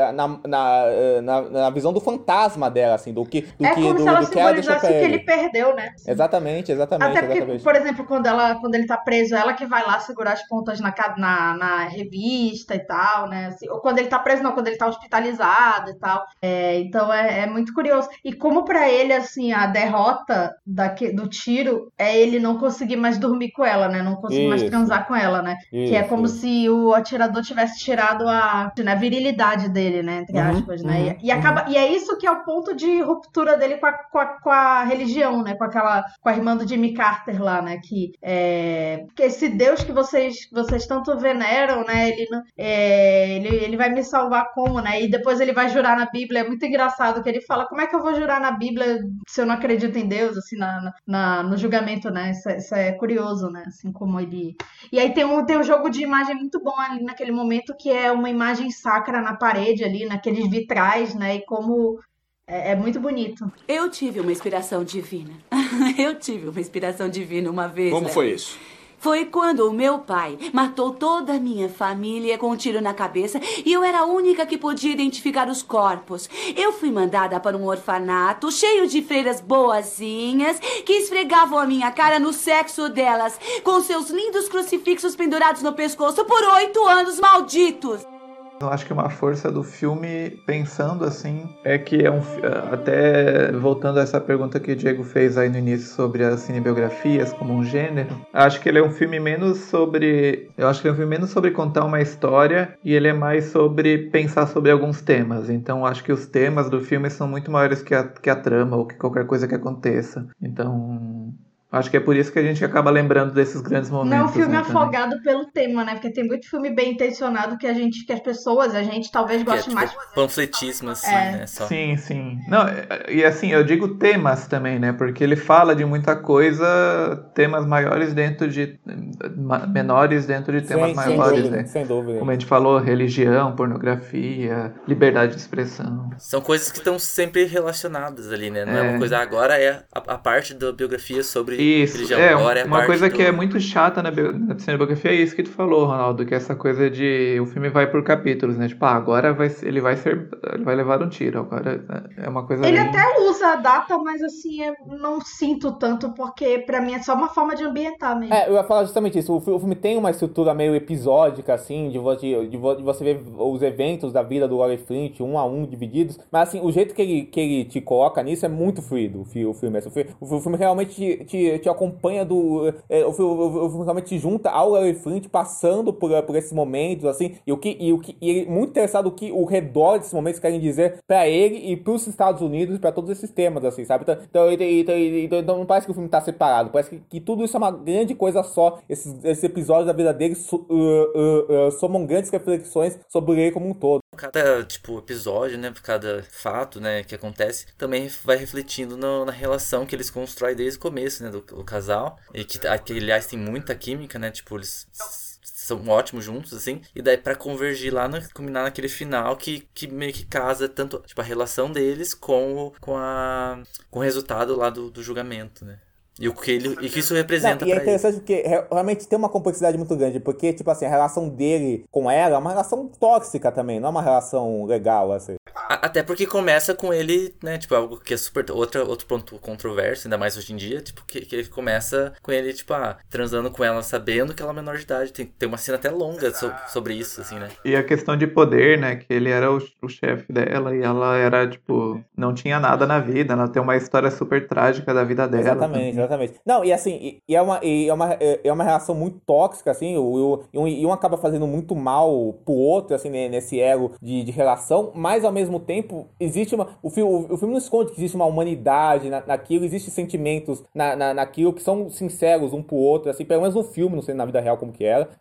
na visão do fantasma dela, assim, do que ela deixou pra ele. Que ele perdeu, né? Exatamente. Até porque, por exemplo, quando ele tá preso, ela que vai lá segurar as pontas na revista e tal, né? Assim, ou quando ele tá preso, não, quando ele tá hospitalizado e tal. Então é muito curioso. E como pra ele, assim, a derrota do tiro é ele não conseguir mais dormir com ela, né? Não conseguir mais transar com ela, né? Que é como se o atirador tivesse tirado a virilidade dele, né? Entre aspas, né? E é isso que é o ponto de ruptura dele com a religião, né? Com a irmã do Jimmy Carter lá, né? Que esse Deus que vocês tanto veneram, né? Ele vai me salvar como, né? E depois ele vai jurar na Bíblia. É muito engraçado que ele fala, como é que eu vou jurar na Bíblia se eu não acredito em Deus, assim, no julgamento, né? Isso é curioso, né? Assim como ele... E aí tem um jogo de imagem muito bom ali naquele momento, que é uma imagem sacra na parede ali, naqueles vitrais, né? E como... É muito bonito. Eu tive uma inspiração divina. Eu tive uma inspiração divina uma vez. Como foi isso? Foi quando o meu pai matou toda a minha família com um tiro na cabeça e eu era a única que podia identificar os corpos. Eu fui mandada para um orfanato cheio de freiras boazinhas que esfregavam a minha cara no sexo delas, com seus lindos crucifixos pendurados no pescoço por 8 anos malditos. Eu acho que uma força do filme, pensando assim, é que até voltando a essa pergunta que o Diego fez aí no início sobre as cinebiografias como um gênero, acho que ele é um filme menos sobre contar uma história e ele é mais sobre pensar sobre alguns temas. Então acho que os temas do filme são muito maiores que a trama ou que qualquer coisa que aconteça. Então... acho que é por isso que a gente acaba lembrando desses grandes momentos. Não é um filme afogado também pelo tema, né? Porque tem muito filme bem intencionado que a gente talvez goste mais. Panfletismo, assim, né? Só. Sim. Não, e assim, eu digo temas também, né? Porque ele fala de muita coisa, temas maiores dentro de... menores dentro de temas maiores, né? Sem dúvida. Como a gente falou, religião, pornografia, liberdade de expressão. São coisas que estão sempre relacionadas ali, né? Não é uma coisa... Agora é a parte da biografia sobre... Isso, religião. Uma coisa que é muito chata na cinebiografia é isso que tu falou, Ronaldo, que é essa coisa de o filme vai por capítulos, né? Tipo, agora ele vai levar um tiro, agora é uma coisa Ele bem... até usa a data, mas assim, eu não sinto tanto, porque pra mim é só uma forma de ambientar mesmo. Eu ia falar justamente isso, o filme tem uma estrutura meio episódica, assim, de você ver os eventos da vida do Larry Flynt, um a um, divididos, mas assim, o jeito que ele te coloca nisso é muito fluido, o filme. O filme realmente te acompanha o filme realmente te junta ao Larry Flynt passando por esses momentos, assim, e ele muito interessado no que o redor desses momentos querem dizer pra ele e pros Estados Unidos e pra todos esses temas, assim, sabe? Então não parece que o filme tá separado, parece que tudo isso é uma grande coisa só, esses episódios da vida dele somam grandes reflexões sobre ele como um todo. Cada, episódio, né, cada fato, né, que acontece, também vai refletindo na relação que eles constroem desde o começo, né, do casal, e que aliás tem muita química, né, eles são ótimos juntos, assim, e daí pra convergir lá, combinar naquele final que meio que casa tanto, a relação deles com o resultado lá do julgamento, né. E o que isso representa pra ele. E é interessante porque realmente tem uma complexidade muito grande, porque, a relação dele com ela é uma relação tóxica também, não é uma relação legal, assim. Até porque começa com ele, né, algo que é super... Outro ponto controverso, ainda mais hoje em dia, que ele começa com ele, transando com ela, sabendo que ela é menor de idade. Tem uma cena até longa sobre isso, assim, né. E a questão de poder, né, que ele era o chefe dela e ela era, não tinha nada na vida, ela tem uma história super trágica da vida dela. Exatamente. Não, e assim, é uma relação muito tóxica, assim, e um acaba fazendo muito mal pro outro, assim, nesse elo de relação, mas ao mesmo tempo, existe o filme não esconde que existe uma humanidade naquilo, existem sentimentos naquilo que são sinceros um pro outro, assim, pelo menos no filme, não sei na vida real como que era,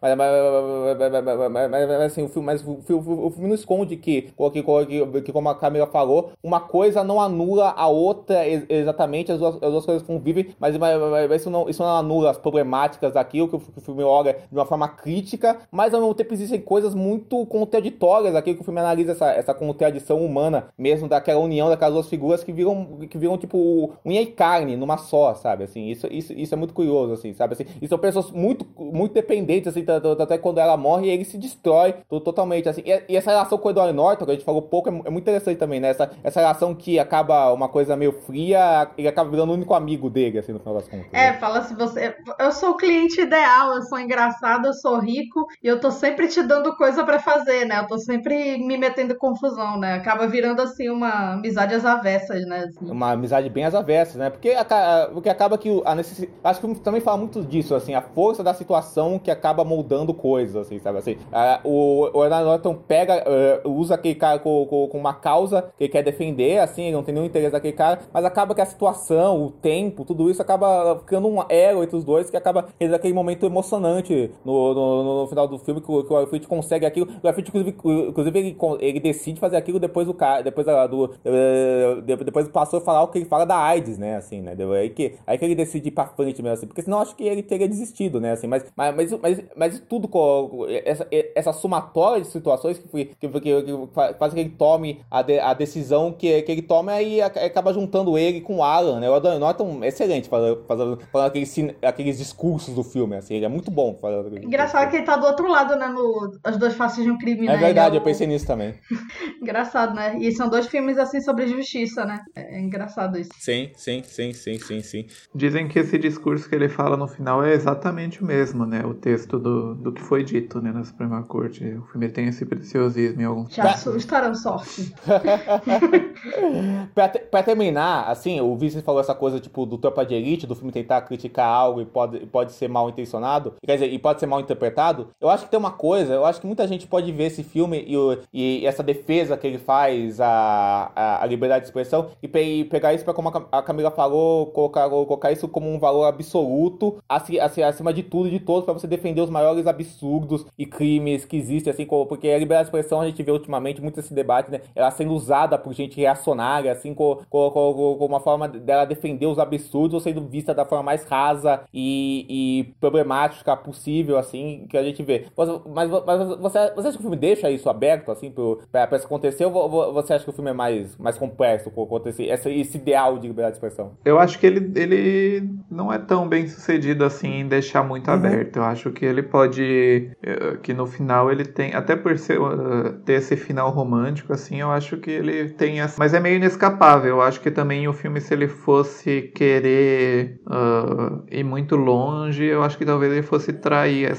mas assim, o filme não esconde que, como a Camila falou, uma coisa não anula a outra exatamente, as duas coisas convivem, mas isso não anula as problemáticas daquilo que o filme olha de uma forma crítica, mas ao mesmo tempo existem coisas muito contraditórias daquilo que o filme analisa essa contradição composição humana mesmo daquela união daquelas duas figuras que viram tipo unha e carne numa só, sabe? Assim, isso é muito curioso, assim, sabe? Assim, e são pessoas muito, muito dependentes, assim, até quando ela morre, ele se destrói totalmente, assim. E essa relação com o Edward Norton, que a gente falou pouco, é muito interessante também, né? Essa relação que acaba uma coisa meio fria, ele acaba virando o único amigo dele, assim, no final das contas. Fala assim, eu sou o cliente ideal, eu sou engraçado, eu sou rico, e eu tô sempre te dando coisa pra fazer, né? Eu tô sempre me metendo em confusão, né? Acaba virando, assim, uma amizade às avessas, né? Assim. Uma amizade bem às avessas, né? Porque acaba que a necessidade... Acho que o filme também fala muito disso, assim, a força da situação que acaba moldando coisas, assim, sabe? Assim, o Edward Norton usa aquele cara com uma causa que ele quer defender, assim, ele não tem nenhum interesse daquele cara, mas acaba que a situação, o tempo, tudo isso acaba ficando um elo entre os dois que acaba tendo aquele momento emocionante no final do filme que o Larry Fleet consegue aquilo. O Larry Fleet, inclusive ele decide fazer aquilo depois passou a falar o que ele fala da AIDS, né, assim, né, aí que ele decide ir pra frente mesmo, assim, porque senão acho que ele teria desistido, né, assim, mas tudo com essa somatória de situações que faz que ele tome a decisão que ele toma e acaba juntando ele com o Alan, né, o Edward Norton é excelente falando aqueles discursos do filme, assim, ele é muito bom falando. Engraçado que ele tá do outro lado, né, no As Duas Faces de um Crime, né. É verdade, eu pensei nisso também. Engraçado, né, e são dois filmes, assim, sobre justiça, né, é engraçado isso. Sim. Dizem que esse discurso que ele fala no final é exatamente o mesmo, né, o texto do que foi dito, né, na Suprema Corte. O filme tem esse preciosismo em alguns Te assustaram, sorte. Pra terminar, assim, o Vincent falou essa coisa, tipo, do Tropa de Elite, do filme tentar criticar algo e pode ser mal intencionado, quer dizer, e pode ser mal interpretado. Eu acho que tem uma coisa, eu acho que muita gente pode ver esse filme e essa defesa que ele faz a liberdade de expressão e pegar isso pra, como a Camila falou, colocar isso como um valor absoluto, acima de tudo e de todos, pra você defender os maiores absurdos e crimes que existem, assim, porque a liberdade de expressão, a gente vê ultimamente muito esse debate, né, ela sendo usada por gente reacionária, assim, com uma forma dela defender os absurdos, ou sendo vista da forma mais rasa e problemática possível, assim, que a gente vê. Mas você acha que o filme deixa isso aberto, assim, pra isso acontecer, ou você acha que o filme é mais complexo com acontecer esse ideal de liberdade de expressão? Eu acho que ele não é tão bem sucedido, assim, em deixar muito aberto. Eu acho que ele pode... que no final ele tem... Até por ter esse final romântico, assim, eu acho que ele tem... Mas é meio inescapável. Eu acho que também o filme, se ele fosse querer ir muito longe, eu acho que talvez ele fosse trair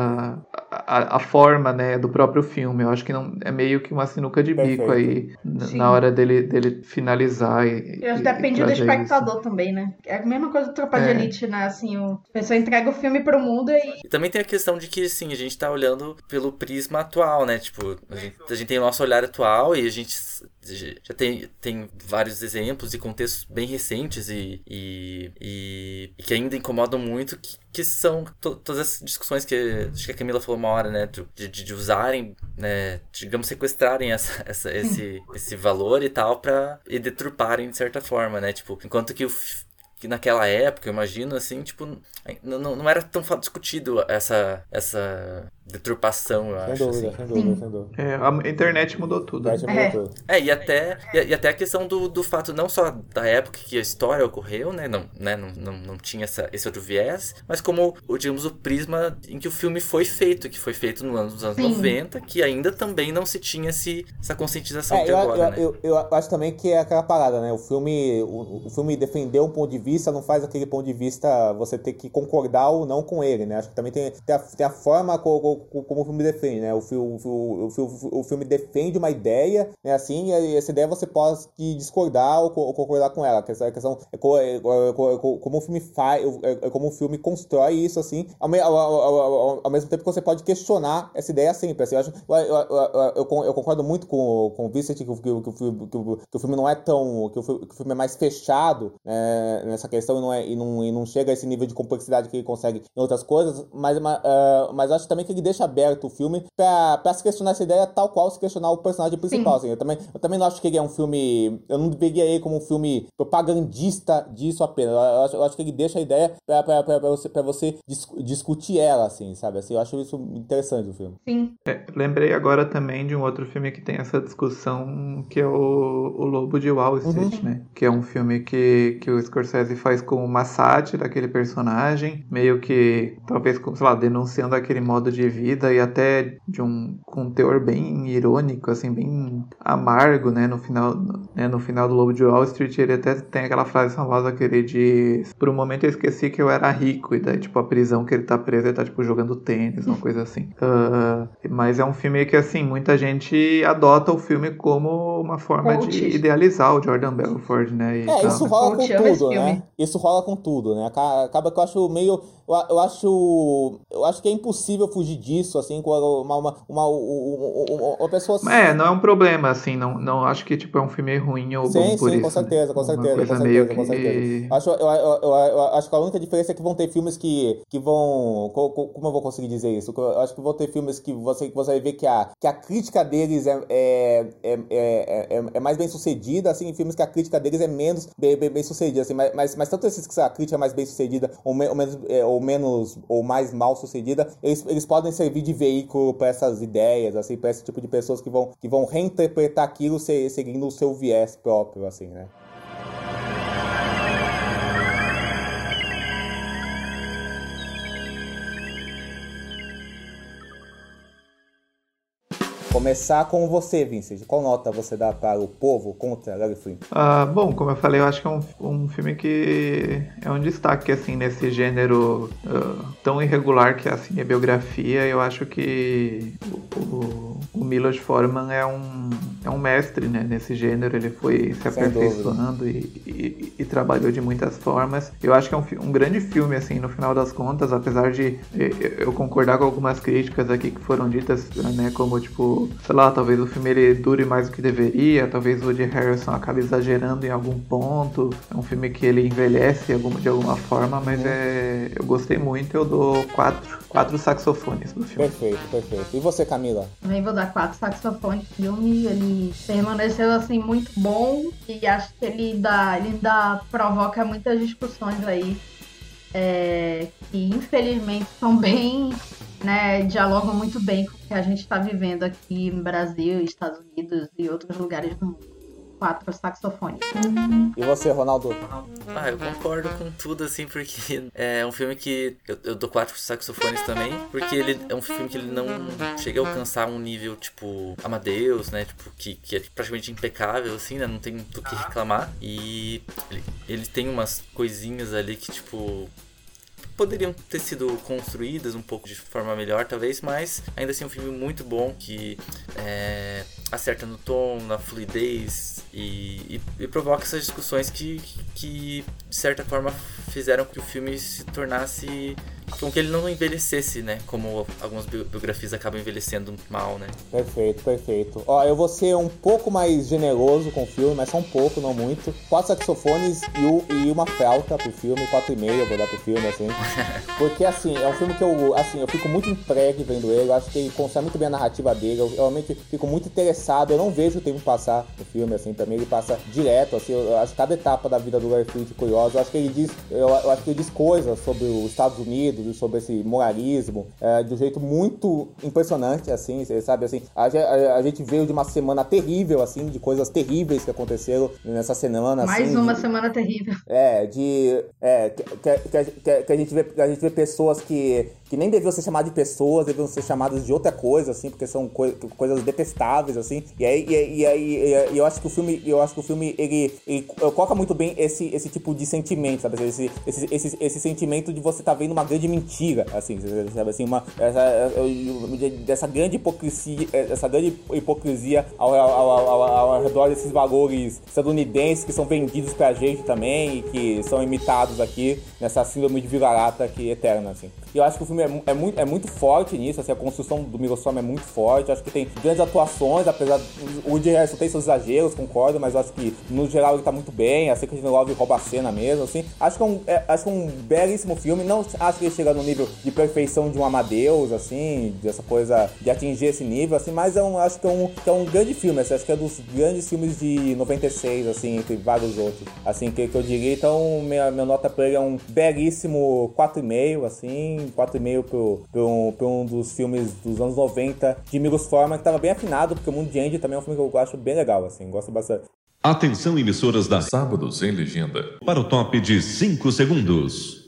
a forma, né, do próprio filme. Eu acho que não é meio que uma sinuca de bico aí na hora dele finalizar. Eu acho que depende do espectador também, né? É a mesma coisa do Tropa de Elite, né? Assim, a pessoa entrega o filme pro mundo e também tem a questão de que, assim, a gente tá olhando pelo prisma atual, né? Tipo, a gente tem o nosso olhar atual e a gente já tem vários exemplos e contextos bem recentes e que ainda incomodam muito, que são todas as discussões que acho que a Camila falou uma hora, né, de usarem, né, digamos, sequestrarem esse valor e tal e deturparem de certa forma, né, tipo, enquanto que naquela época, eu imagino, assim, tipo, não era tão discutido essa deturpação, eu acho. Sem dúvida. A internet mudou tudo. E até a questão do fato, não só da época que a história ocorreu, né, não tinha esse outro viés, mas como, digamos, o prisma em que o filme foi feito, que foi feito nos anos 90, que ainda também não se tinha essa conscientização de agora, né? Eu acho também que é aquela parada, né, o filme defendeu um ponto de vista, não faz aquele ponto de vista você ter que concordar ou não com ele, né, acho que também tem a forma como o filme defende, né? O filme defende uma ideia, né? Assim, e essa ideia você pode discordar ou concordar com ela. A questão é como o filme faz, como o filme constrói isso, assim, ao mesmo tempo que você pode questionar essa ideia sempre. Assim, eu concordo muito com o Vincent que o filme não é tão, que o filme é mais fechado, né, nessa questão e não chega a esse nível de complexidade que ele consegue em outras coisas, mas acho também que ele deixa aberto o filme pra se questionar essa ideia tal qual se questionar o personagem principal, assim. Eu também não acho que ele é um filme... Eu não veria ele como um filme propagandista disso apenas. Eu acho que ele deixa a ideia pra você discutir ela, assim, sabe? Assim, eu acho isso interessante no filme. Sim. Lembrei agora também de um outro filme que tem essa discussão, que é o Lobo de Wall Street, né? Que é um filme que o Scorsese faz como uma sátira daquele personagem, meio que, talvez, sei lá, denunciando aquele modo de vida e até com um teor bem irônico, assim, bem amargo, né? No final do Lobo de Wall Street, ele até tem aquela frase famosa que ele diz: por um momento eu esqueci que eu era rico, e daí, tipo, a prisão que ele tá preso, ele tá, tipo, jogando tênis, uma coisa assim. Mas é um filme que, assim, muita gente adota o filme como uma forma de idealizar o Jordan Belfort, né? Isso rola com tudo, né? Isso rola com tudo, né? Acaba que eu acho meio... Eu acho que é impossível fugir disso, assim, com uma pessoa... Não é um problema, assim, não acho que, tipo, é um filme ruim ou bom por isso. Com certeza. Eu acho que a única diferença é que vão ter filmes que vão... Como eu vou conseguir dizer isso? Eu acho que vão ter filmes que você vai ver que a crítica deles é mais bem sucedida, assim, em filmes que a crítica deles é menos bem sucedida, assim, mas tanto esses que a crítica é mais bem sucedida ou mais mal sucedida, eles podem servir de veículo para essas ideias, assim, para esse tipo de pessoas que vão reinterpretar aquilo seguindo o seu viés próprio, assim, né? Começar com você, Vincent. Qual nota você dá para O Povo contra Larry Flint? Bom, como eu falei, eu acho que é um filme que é um destaque, assim, nesse gênero tão irregular que é a cinebiografia. Eu acho que o Milos Forman é um mestre, né, nesse gênero. Ele foi se aperfeiçoando e trabalhou de muitas formas. Eu acho que é um grande filme, assim, no final das contas, apesar de eu concordar com algumas críticas aqui que foram ditas, né, como, tipo, sei lá, talvez o filme ele dure mais do que deveria, talvez o Woody Harrelson acabe exagerando em algum ponto. É um filme que ele envelhece de alguma forma, mas eu gostei muito. Eu dou 4 saxofones pro filme. Perfeito. E você, Camila? Também vou dar 4 saxofones pro filme. Ele permaneceu, assim, muito bom, e acho que ele ainda provoca muitas discussões aí, que infelizmente são bem... né, dialogam muito bem com o que a gente está vivendo aqui no Brasil, Estados Unidos e outros lugares do mundo. 4 saxofones. E você, Ronaldo? Eu concordo com tudo, assim, porque é um filme que eu dou 4 saxofones também, porque ele é um filme que ele não chega a alcançar um nível, tipo, Amadeus, né, tipo, que é praticamente impecável, assim, né, não tem do que reclamar, e ele tem umas coisinhas ali que, tipo... poderiam ter sido construídas um pouco de forma melhor, talvez, mas ainda assim é um filme muito bom que acerta no tom, na fluidez e provoca essas discussões que de certa forma fizeram que o filme se tornasse... com que ele não envelhecesse, né? Como algumas biografias acabam envelhecendo mal, né? Perfeito. Ó, eu vou ser um pouco mais generoso com o filme, mas só um pouco, não muito. 4 saxofones e uma flauta pro filme, 4,5 eu vou dar pro filme, assim. Porque, assim, é um filme que eu fico muito entregue vendo ele, eu acho que ele constrói muito bem a narrativa dele, eu realmente fico muito interessado, eu não vejo o tempo passar no filme, assim, pra mim ele passa direto, assim, eu acho que cada etapa da vida do Larry Flint curiosa, eu acho que ele diz coisas sobre os Estados Unidos, sobre esse moralismo, de um jeito muito impressionante, assim, sabe, assim, a gente veio de uma semana terrível, assim, de coisas terríveis que aconteceram nessa semana, mais assim, uma semana terrível. Que a gente vê pessoas que nem deviam ser chamadas de pessoas, deviam ser chamadas de outra coisa, assim, porque são coisas detestáveis, assim, e aí eu acho que o filme, ele coloca muito bem esse tipo de sentimento, sabe, esse sentimento de você tá vendo uma grande mentira, assim, sabe, assim, dessa grande hipocrisia ao redor desses valores estadunidenses que são vendidos pra gente também e que são imitados aqui nessa síndrome de vira-lata que é eterna, assim. E eu acho que o filme é muito forte nisso, assim, a construção do Migos Forman é muito forte. Eu acho que tem grandes atuações, apesar o Woody Harrelson tem seus exageros, concordo, mas eu acho que no geral ele tá muito bem. A Secret Love rouba a cena mesmo, assim. Acho que é um belíssimo filme. Não acho que ele chega no nível de perfeição de um Amadeus, assim, dessa coisa de atingir esse nível, assim, mas acho que é um grande filme, assim, acho que é dos grandes filmes de 96, assim, entre vários outros, assim, que eu diria. Então, minha nota pra ele é um belíssimo 4,5, assim, 4,5 pra um dos filmes dos anos 90 de Migos Forman, que tava bem afinado, porque o Mundo de Andy também é um filme que eu acho bem legal, assim, gosto bastante. Atenção, emissoras da Sábados em Legenda, para o top de 5 segundos.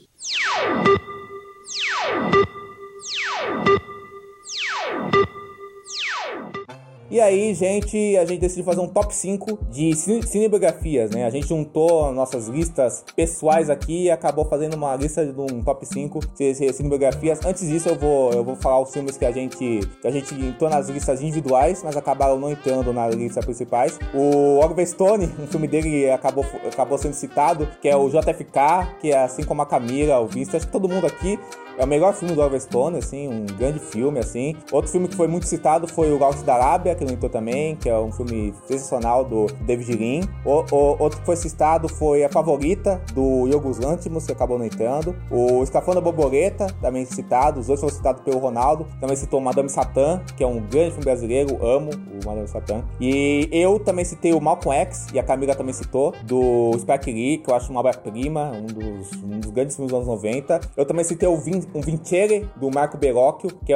E aí, a gente decidiu fazer um top 5 de cinebiografias, né? A gente juntou nossas listas pessoais aqui e acabou fazendo uma lista de um top 5 de cinebiografias. Antes disso, eu vou falar os filmes que a gente entrou nas listas individuais, mas acabaram não entrando nas listas principais. O Oliver Stone, um filme dele acabou sendo citado, que é o JFK, que é assim como a Camila, o Visto. Acho que todo mundo aqui é o melhor filme do Oliver Stone, assim, um grande filme, assim. Outro filme que foi muito citado foi o Lawrence da Arábia, que não entrou também, que é um filme sensacional do David Lean. Outro que foi citado foi A Favorita, do Yorgos Lanthimos, que acabou não entrando. O Escafandra Borboleta, também citado. Os dois foram citados pelo Ronaldo. Também citou Madame Satã, que é um grande filme brasileiro, amo o Madame Satã. E eu também citei o Malcolm X, e a Camila também citou, do Spike Lee, que eu acho uma obra-prima, um dos grandes filmes dos anos 90. Eu também citei o Vincere, do Marco Bellocchio, que é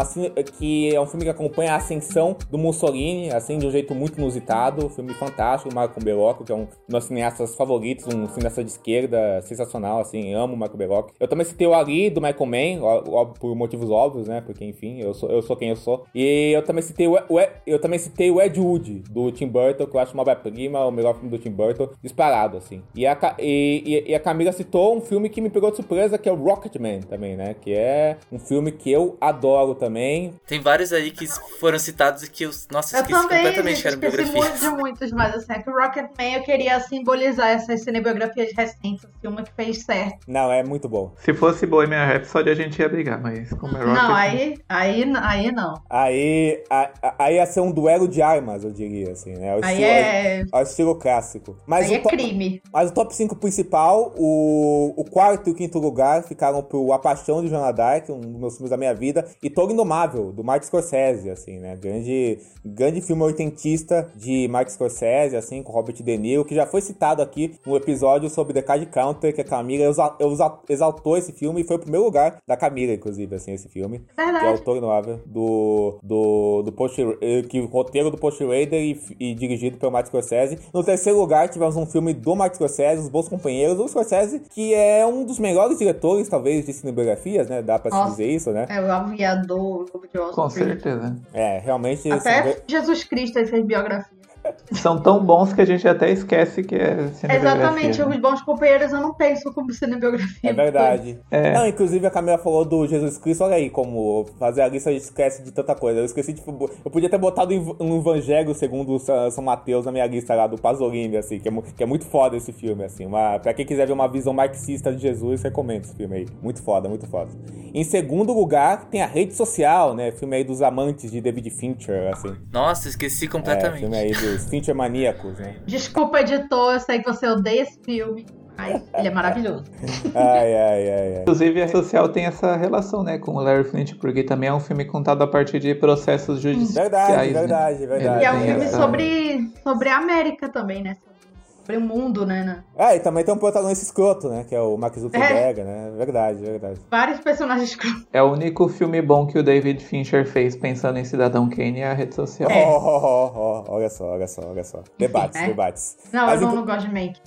um filme que acompanha a ascensão do Mussolini, assim, de um jeito muito inusitado. Um filme fantástico, do Marco Bellocchio, que é um dos meus cineastas favoritos, um cineasta de esquerda sensacional, assim, amo o Marco Bellocchio. Eu também citei o Ali, do Michael Mann, por motivos óbvios, né, porque, enfim, eu sou quem eu sou. E eu também citei o Ed Wood, do Tim Burton, que eu acho uma obra-prima, o melhor filme do Tim Burton, disparado, assim. E a Camila citou um filme que me pegou de surpresa, que é o Rocketman, também, né? Que é um filme que eu adoro também. Tem vários aí que foram citados e que eu esqueci completamente que eram biografias. Eu também de muitos, mas assim, é que o Rocketman eu queria simbolizar essas cinebiografias recentes, assim, uma que fez certo. Não, é muito bom. Se fosse Bohemian Rhapsody a gente ia brigar, mas como é Rocketman... Não, aí não. Aí ia ser um duelo de armas, eu diria, assim, né? Ao estilo clássico. Mas aí é crime. Mas o top 5 principal, o quarto e o quinto lugar ficaram pro A Paixão de Joana d'Arc, um dos meus filmes da minha vida, e Toro Indomável, do Martin Scorsese, assim, né? Grande filme oitentista de Martin Scorsese, assim, com Robert De Niro, que já foi citado aqui no episódio sobre The Card Counter, que a Camila exaltou esse filme, e foi o primeiro lugar da Camila, inclusive, assim, esse filme. Verdade. Que é o Toro Indomável, do Post, que o roteiro do Post Raider e dirigido pelo Martin Scorsese. No terceiro lugar, tivemos um filme do Martin Scorsese, Os Bons Companheiros, do Scorsese, que é um dos melhores diretores, talvez, de cinebiografias, né? Dá pra se dizer isso, né? É o Aviador, o de Wall Street. Com certeza. Realmente... Até Jesus Cristo ele fez biografia. São tão bons que a gente até esquece que é cinebiografia. Exatamente, Os Bons Companheiros eu não penso como cinebiografia. É verdade. Não, inclusive a Camila falou do Jesus Cristo, olha aí como fazer a lista a gente esquece de tanta coisa. Eu esqueci, tipo, eu podia ter botado um Evangelho segundo São Mateus na minha lista lá do Pasolini, assim, que é muito foda esse filme, assim. Pra quem quiser ver uma visão marxista de Jesus, recomendo esse filme aí. Muito foda, muito foda. Em segundo lugar, tem A Rede Social, né? Filme aí dos amantes de David Fincher, assim. Nossa, esqueci completamente. Filme aí dos Fincher maníacos, né? Desculpa, editor, eu sei que você odeia esse filme, mas ele é maravilhoso. Ai. Inclusive, a Social tem essa relação, né, com o Larry Flint, porque também é um filme contado a partir de processos judiciais. Verdade. E é um filme sobre a América também, né? Sobre o mundo, né? E também tem um protagonista escroto, né? Que é o Mark Zuckerberg, né? Verdade. Vários personagens escrotos. É o único filme bom que o David Fincher fez pensando em Cidadão Kane, é A Rede Social. Olha só. Debates. Não, mas eu não gosto de Mank.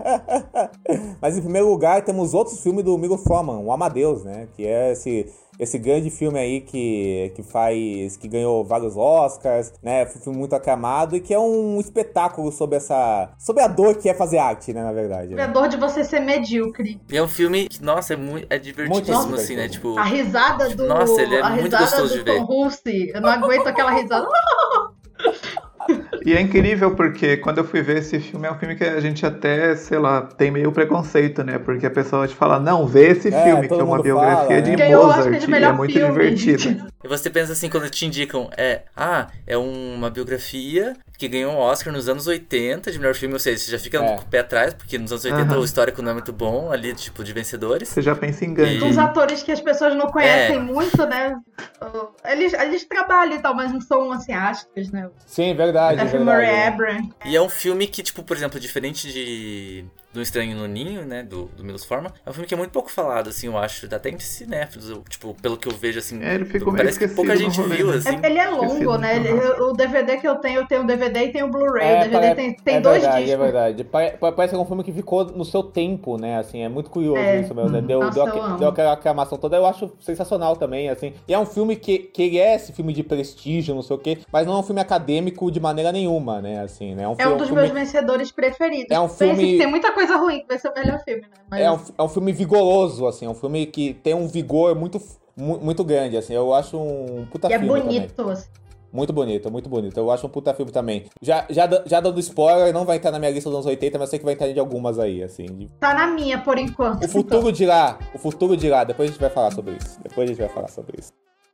Mas em primeiro lugar, temos outros filmes do Migos Forman, o Amadeus, né? Que é esse grande filme aí que ganhou vários Oscars, né? Foi um filme muito aclamado e que é um espetáculo sobre a dor que é fazer arte, né? Na verdade. Sobre a dor de você ser medíocre. E é um filme que, nossa, é divertidíssimo, assim, né? Tipo, a risada do... Nossa, ele é muito gostoso de ver. Tom Hulce, eu não aguento aquela risada. E é incrível porque quando eu fui ver esse filme, é um filme que a gente até, sei lá, tem meio preconceito, né? Porque a pessoa te fala, não, vê esse filme, que é uma biografia fala, de né? Mozart, e é muito divertido. E você pensa assim, quando te indicam, é uma biografia que ganhou um Oscar nos anos 80 de melhor filme, ou seja, você já fica com o pé atrás, porque nos anos 80 o histórico não é muito bom, ali, tipo, de vencedores. Você já pensa em Gandhi. Uns atores que as pessoas não conhecem muito, né? Eles trabalham e tal, mas não são, assim, astros, né? Sim, verdade. F. Murray Abrams. E é um filme que, tipo, por exemplo, diferente do Estranho no Ninho, né, do Milos Forman, é um filme que é muito pouco falado, assim, eu acho, até entre cinéfilos, tipo, pelo que eu vejo, assim, parece que pouca gente viu, assim. Ele é longo, né? O DVD que eu tenho o DVD e tem o Blu-ray. O DVD tem 2 discos. É verdade. Parece que é um filme que ficou no seu tempo, né? Assim, é muito curioso isso mesmo, né? Deu aquela aclamação toda. Eu acho sensacional também, assim. E é um filme que ele é esse filme de prestígio, não sei o quê, mas não é um filme acadêmico de maneira nenhuma, né? Assim, né? É um dos meus vencedores preferidos. É um filme... Tem muita coisa ruim que vai ser o melhor filme, né? Mas... É um filme vigoroso, assim. É um filme que tem um vigor muito grande, assim. Eu acho um puta filme é bonito, também. Assim. Muito bonito, muito bonito. Eu acho um puta filme também. Já dando spoiler, não vai entrar na minha lista dos anos 80, mas sei que vai entrar de algumas aí, assim. Tá na minha, por enquanto. O futuro dirá. Depois a gente vai falar sobre isso.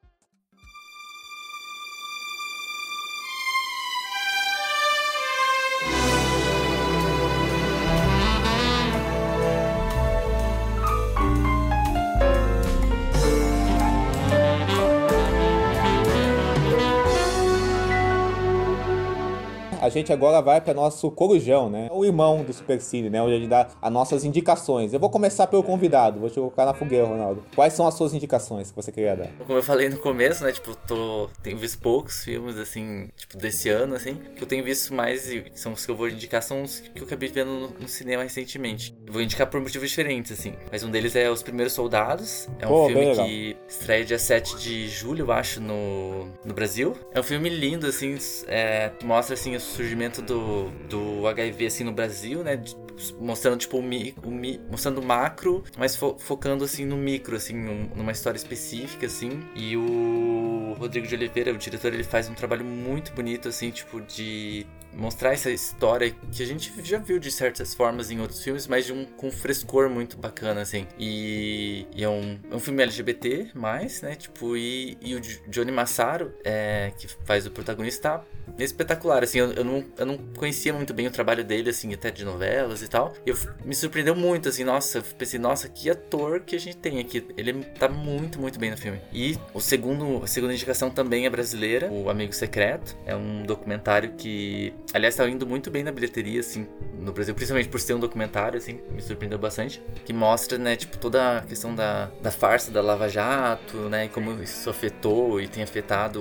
A gente agora vai para nosso corujão, né? O irmão do Supercine, né? Onde a gente dá as nossas indicações. Eu vou começar pelo convidado, vou te colocar na fogueira, Ronaldo. Quais são as suas indicações que você queria dar? Como eu falei no começo, né? Tipo, tenho visto poucos filmes, assim, tipo, desse ano, assim. Que eu tenho visto mais, e são os que eu vou indicar, são os que eu acabei vendo no cinema recentemente. Eu vou indicar por motivos diferentes, assim. Mas um deles é Os Primeiros Soldados. É um filme que estreia dia 7 de julho, eu acho, no Brasil. É um filme lindo, assim, que mostra, assim, o surgimento do HIV, assim, no Brasil, né? Mostrando, tipo, mostrando o macro, mas focando, assim, no micro, assim, numa história específica, assim. E o Rodrigo de Oliveira, o diretor, ele faz um trabalho muito bonito, assim, tipo, de mostrar essa história que a gente já viu de certas formas em outros filmes, mas com um frescor muito bacana, assim. E é um filme LGBT, né? Tipo, e o Johnny Massaro, que faz o protagonista, espetacular, assim. Eu não conhecia muito bem o trabalho dele, assim, até de novelas e tal. E me surpreendeu muito, assim, nossa, eu pensei, nossa, que ator que a gente tem aqui. Ele tá muito, muito bem no filme. E a segunda indicação também é brasileira, O Amigo Secreto. É um documentário que, aliás, tá indo muito bem na bilheteria, assim, no Brasil, principalmente por ser um documentário, assim, me surpreendeu bastante. Que mostra, né, tipo, toda a questão da farsa da Lava Jato, né, e como isso afetou e tem afetado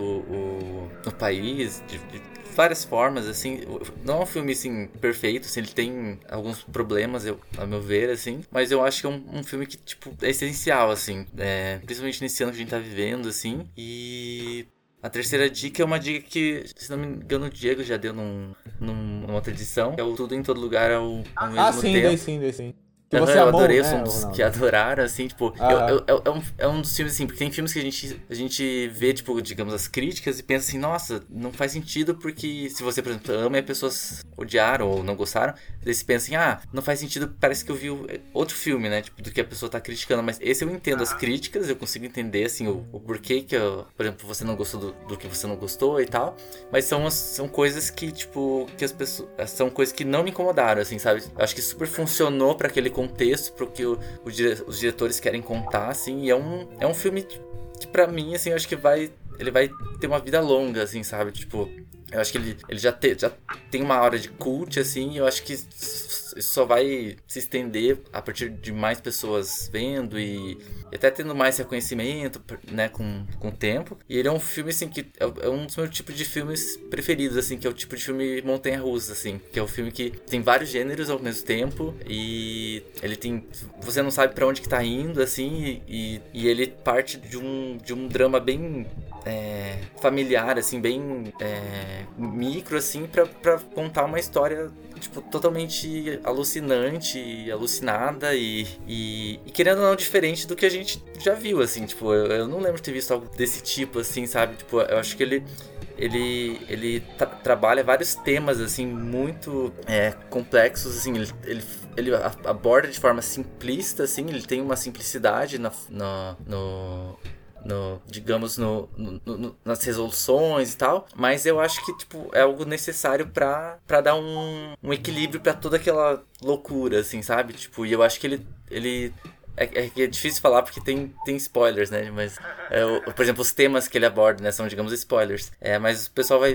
o país de várias formas, assim. Não é um filme, assim, perfeito, assim, ele tem alguns problemas, a meu ver, assim, mas eu acho que é um filme que, tipo, é essencial, assim, principalmente nesse ano que a gente tá vivendo, assim. E a terceira dica é uma dica que, se não me engano, o Diego já deu numa outra edição, que é o Tudo em Todo Lugar ao mesmo tempo. Sim. Que você eu adorei, eu sou um dos que adoraram, assim, tipo, é um dos filmes, assim, porque tem filmes que a gente vê, tipo, digamos, as críticas e pensa assim, nossa, não faz sentido porque se você, por exemplo, ama e as pessoas odiaram ou não gostaram, daí você pensa assim, não faz sentido, parece que eu vi outro filme, né, tipo, do que a pessoa tá criticando, mas esse eu entendo as críticas, eu consigo entender, assim, o porquê que, por exemplo, você não gostou do que você não gostou e tal, mas são coisas que, tipo, que as pessoas, são coisas que não me incomodaram, assim, sabe, eu acho que super funcionou pra aquele contexto, pro que os diretores querem contar, assim, e é um filme que pra mim, assim, eu acho que ele vai ter uma vida longa, assim, sabe, tipo, eu acho que ele já tem uma hora de cult, assim, e eu acho que isso só vai se estender a partir de mais pessoas vendo e até tendo mais reconhecimento, né, com o tempo. E ele é um filme, assim, que é um dos meus tipos de filmes preferidos, assim, que é o tipo de filme montanha-russa, assim, que é um filme que tem vários gêneros ao mesmo tempo e ele tem... Você não sabe pra onde que tá indo, assim, e ele parte de um drama bem... familiar, assim, bem micro, assim, pra contar uma história, tipo, totalmente alucinante, alucinada e querendo ou não, diferente do que a gente já viu, assim, tipo, eu não lembro de ter visto algo desse tipo, assim, sabe, tipo, eu acho que ele ele trabalha vários temas, assim, muito complexos, assim, ele aborda de forma simplista, assim, ele tem uma simplicidade digamos, nas resoluções e tal, mas eu acho que, tipo, é algo necessário pra dar um equilíbrio pra toda aquela loucura, assim, sabe? Tipo, e eu acho que ele é difícil falar porque tem spoilers, né? Mas, por exemplo, os temas que ele aborda, né, são, digamos, spoilers. Mas o pessoal vai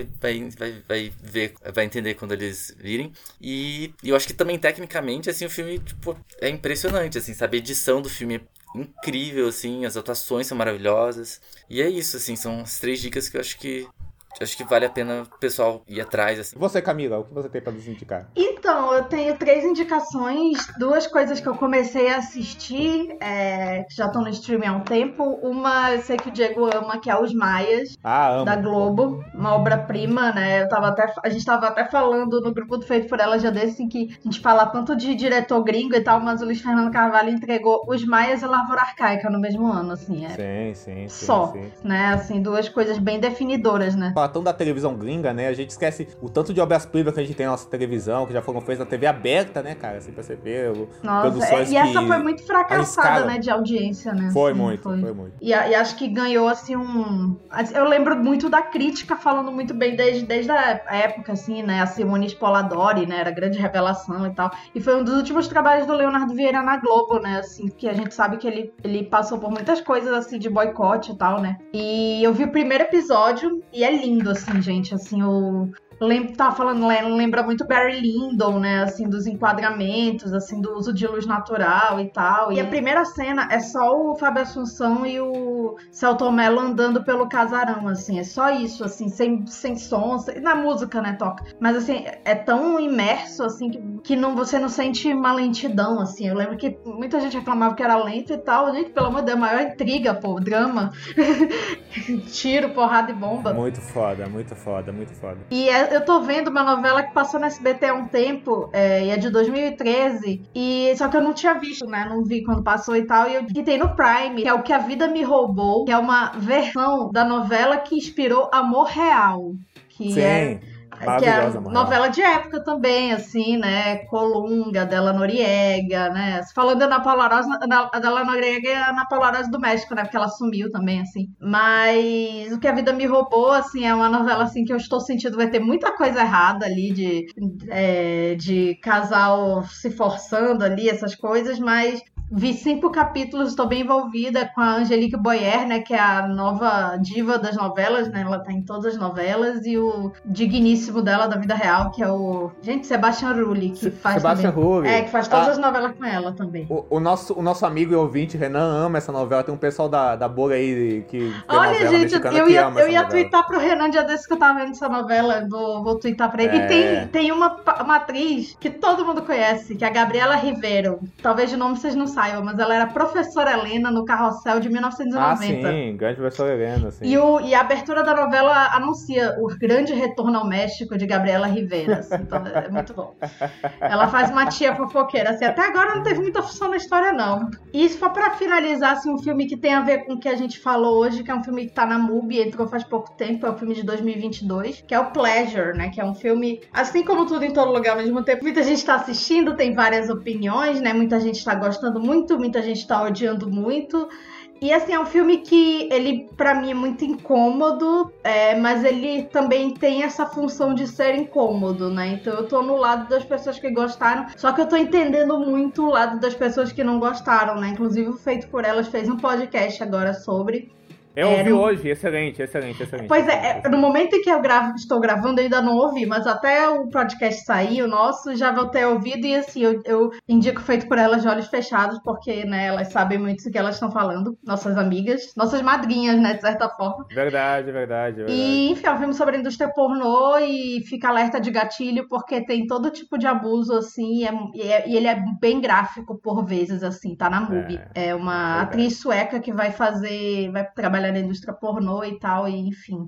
ver, vai entender quando eles virem. E eu acho que também, tecnicamente, assim, o filme, tipo, é impressionante, assim, sabe? A edição do filme é incrível, assim, as atuações são maravilhosas. E é isso, assim, são as 3 dicas que eu acho que vale a pena o pessoal ir atrás, assim. Você, Camila, o que você tem pra nos indicar? Então, eu tenho 3 indicações, 2 coisas que eu comecei a assistir, que já estão no streaming há um tempo. Uma, eu sei que o Diego ama, que é Os Maias, da Globo, uma obra-prima, né? A gente tava até falando no grupo do Feito por Ela já desse, que a gente fala tanto de diretor gringo e tal, mas o Luiz Fernando Carvalho entregou Os Maias e Lavoura Arcaica no mesmo ano, assim. Sim. Só, né? Assim, 2 coisas bem definidoras, né? Fala tão da televisão gringa, né? A gente esquece o tanto de obras-primas que a gente tem na nossa televisão, que já foram feitas na TV aberta, né, cara? Você percebeu. Nossa, e essa foi muito fracassada, né, de audiência, né? Foi assim, muito. E acho que ganhou, assim, eu lembro muito da crítica falando muito bem desde a época, assim, né? A Simone Spoladori, né? Era grande revelação e tal. E foi um dos últimos trabalhos do Leonardo Vieira na Globo, né? Assim, que a gente sabe que ele passou por muitas coisas, assim, de boicote e tal, né? E eu vi o primeiro episódio e é lindo, assim, gente. Assim, tava falando, lembra muito Barry Lyndon, né, assim, dos enquadramentos, assim, do uso de luz natural e tal. E a primeira cena é só o Fábio Assunção e o Celton Mello andando pelo casarão, assim, é só isso, assim, sem som, na música, né, toca. Mas, assim, é tão imerso, assim, que você não sente uma lentidão, assim. Eu lembro que muita gente reclamava que era lento e tal. Gente, pelo amor de Deus, maior intriga, pô, drama. Tiro, porrada e bomba. Muito foda. E eu tô vendo uma novela que passou no SBT há um tempo, e é de 2013, só que eu não tinha visto, né? Não vi quando passou e tal, e tem no Prime, que é O Que a Vida Me Roubou, que é uma versão da novela que inspirou Amor Real. Sim. Que é novela de época também, assim, né? Colunga, Della Noriega, né? Falando da Ana Paula Rosa, a Della Noriega é a Ana Paula Rosa do México, né? Porque ela sumiu também, assim. Mas O Que a Vida Me Roubou, assim, é uma novela, assim, que eu estou sentindo vai ter muita coisa errada ali de casal se forçando ali, essas coisas, mas vi 5 capítulos, estou bem envolvida com a Angelique Boyer, né, que é a nova diva das novelas, né, ela tá em todas as novelas, e o digníssimo dela da vida real, que é o, Sebastian Rulli, que faz Sebastian Rulli. Que faz todas as novelas com ela também. O nosso amigo e ouvinte, Renan, ama essa novela, tem um pessoal da Bolha aí que olha, gente, eu ia twittar pro Renan dia desses que eu tava vendo essa novela, vou twittar pra ele. E tem uma atriz que todo mundo conhece, que é a Gabriela Ribeiro, talvez de nome vocês não saibam, mas ela era professora Helena no Carrossel de 1990. Ah, sim, grande professora Helena, sim. E a abertura da novela anuncia o grande retorno ao México de Gabriela Rivera, assim, então é muito bom. Ela faz uma tia fofoqueira, assim, até agora não teve muita função na história, não. E isso foi pra finalizar, assim, um filme que tem a ver com o que a gente falou hoje, que é um filme que tá na MUBI, entrou faz pouco tempo, é um filme de 2022, que é o Pleasure, né, que é um filme, assim como Tudo em Todo Lugar ao mesmo tempo, muita gente tá assistindo, tem várias opiniões, né, muita gente tá gostando muito, muita gente tá odiando muito. E assim, é um filme que ele, pra mim, é muito incômodo, mas ele também tem essa função de ser incômodo, né? Então eu tô no lado das pessoas que gostaram, só que eu tô entendendo muito o lado das pessoas que não gostaram, né? Inclusive o Feito por Elas fez um podcast agora sobre... Eu ouvi hoje, excelente. Pois no momento em que eu estou gravando, eu ainda não ouvi, mas até o podcast sair, o nosso, já vou ter ouvido, e assim, eu indico Feito por Elas de olhos fechados, porque, né, elas sabem muito do que elas estão falando, nossas amigas, nossas madrinhas, né, de certa forma. Verdade. E, enfim, é um filme sobre a indústria pornô, e fica alerta de gatilho, porque tem todo tipo de abuso, assim, e ele é bem gráfico por vezes, assim, tá na MUBI. É uma atriz sueca que vai trabalhar na indústria pornô e tal, e enfim.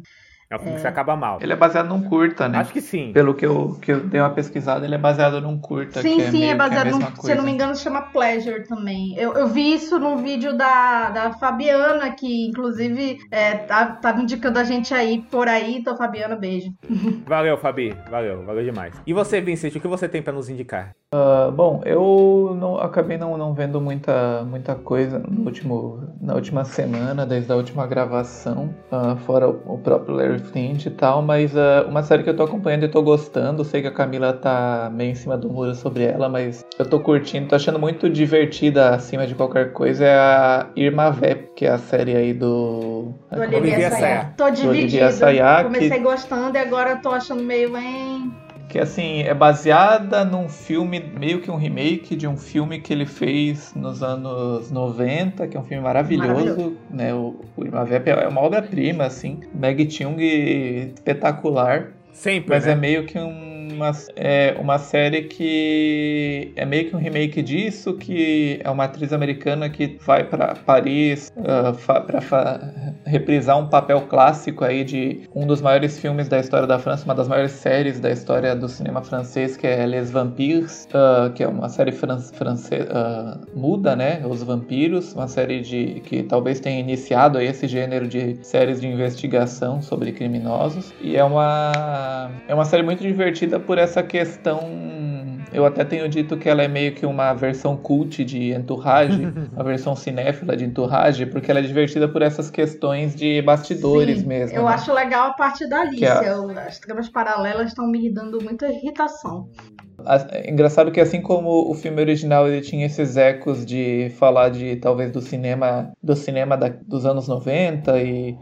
É um filme que se acaba mal. Ele é baseado num curta, né? Acho que sim. Pelo que eu dei uma pesquisada, ele é baseado num curta. Sim, é baseado num, se eu não me engano, se chama Pleasure também. Eu vi isso num vídeo da Fabiana, que inclusive tava indicando a gente aí por aí. Então, Fabiana, beijo. Valeu, Fabi. Valeu demais. E você, Vincent, o que você tem pra nos indicar? Bom, eu acabei não vendo muita coisa na última semana, desde a última gravação, fora o próprio Larry Flint e tal, mas uma série que eu tô acompanhando e tô gostando, sei que a Camila tá meio em cima do muro sobre ela, mas eu tô curtindo, tô achando muito divertida acima de qualquer coisa, é a Irma Vep, que é a série aí do Olivier Assayas. Tô dividida, comecei gostando e agora tô achando meio que assim, é baseada num filme, meio que um remake de um filme que ele fez nos anos 90, que é um filme maravilhoso. Né? O Irma Vep é uma obra-prima, assim, Maggie Cheung espetacular. Sempre, mas né? É meio que uma série que é meio que um remake disso, que é uma atriz americana que vai para Paris para reprisar um papel clássico aí de um dos maiores filmes da história da França, uma das maiores séries da história do cinema francês, que é Les Vampires, que é uma série francesa muda, né? Os Vampiros, uma série que talvez tenha iniciado aí esse gênero de séries de investigação sobre criminosos, e é uma série muito divertida por essa questão. Eu até tenho dito que ela é meio que uma versão cult de Entourage, uma versão cinéfila de Entourage, porque ela é divertida por essas questões de bastidores. Sim, mesmo. Eu acho legal a parte da Alicia. As tramas paralelas estão me dando muita irritação. Engraçado que assim como o filme original ele tinha esses ecos de falar de talvez do cinema dos anos 90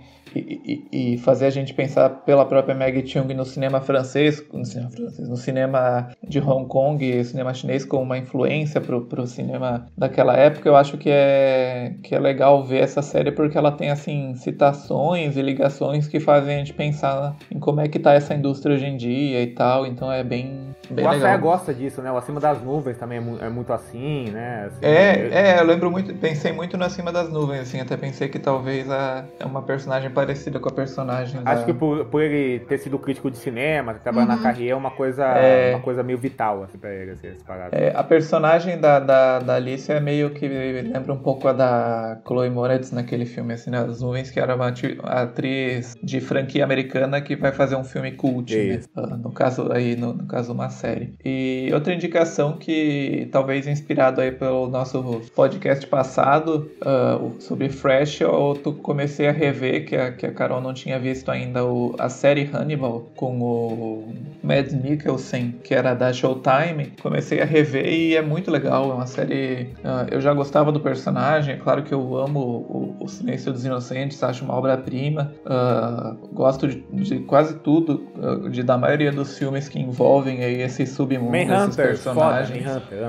e fazer a gente pensar pela própria Maggie Cheung no cinema francês, no cinema de Hong Kong e cinema chinês como uma influência pro cinema daquela época. Eu acho que é legal ver essa série porque ela tem assim citações e ligações que fazem a gente pensar em como é que tá essa indústria hoje em dia e tal, então é bem legal. O Assayas gosta disso, né? O Acima das Nuvens também é muito assim, né? Assim, eu lembro muito, pensei muito no Acima das Nuvens, assim, até pensei que talvez é uma personagem parecida com a personagem Acho que por ele ter sido crítico de cinema, trabalhar na carreira, é uma coisa meio vital, assim, pra ele, assim, esse parado. A personagem da Alicia é meio que lembra um pouco a da Chloe Moretz naquele filme, assim, As Nuvens, que era uma atriz de franquia americana que vai fazer um filme cult, né? No caso uma série. E outra indicação que talvez inspirado aí pelo nosso podcast passado sobre Fresh, eu comecei a rever, que a Carol não tinha visto ainda, a série Hannibal com o Mads Mikkelsen, que era da Showtime. Comecei a rever e é muito legal, é uma série... eu já gostava do personagem, é claro que eu amo o Silêncio dos Inocentes, acho uma obra-prima, gosto de quase tudo, da maioria dos filmes que envolvem aí esse submundo, esses personagens.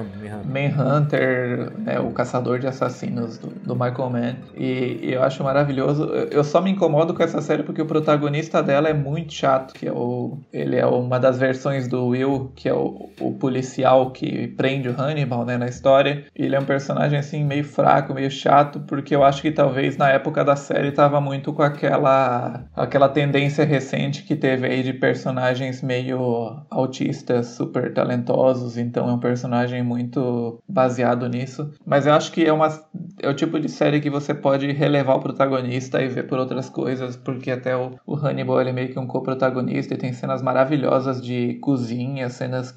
Manhunter, né, o caçador de assassinos do Michael Mann, e eu acho maravilhoso. Eu só me incomodo com essa série porque o protagonista dela é muito chato, que ele é uma das versões do Will, que é o policial que prende o Hannibal, né, na história. Ele é um personagem assim meio fraco, meio chato, porque eu acho que talvez na época da série tava muito com aquela tendência recente que teve aí de personagens meio autistas, super talentosos, então é um personagem muito baseado nisso. Mas eu acho que é o tipo de série que você pode relevar o protagonista e ver por outras coisas, porque até o Hannibal ele é meio que um co-protagonista e tem cenas maravilhosas de cozinha, cenas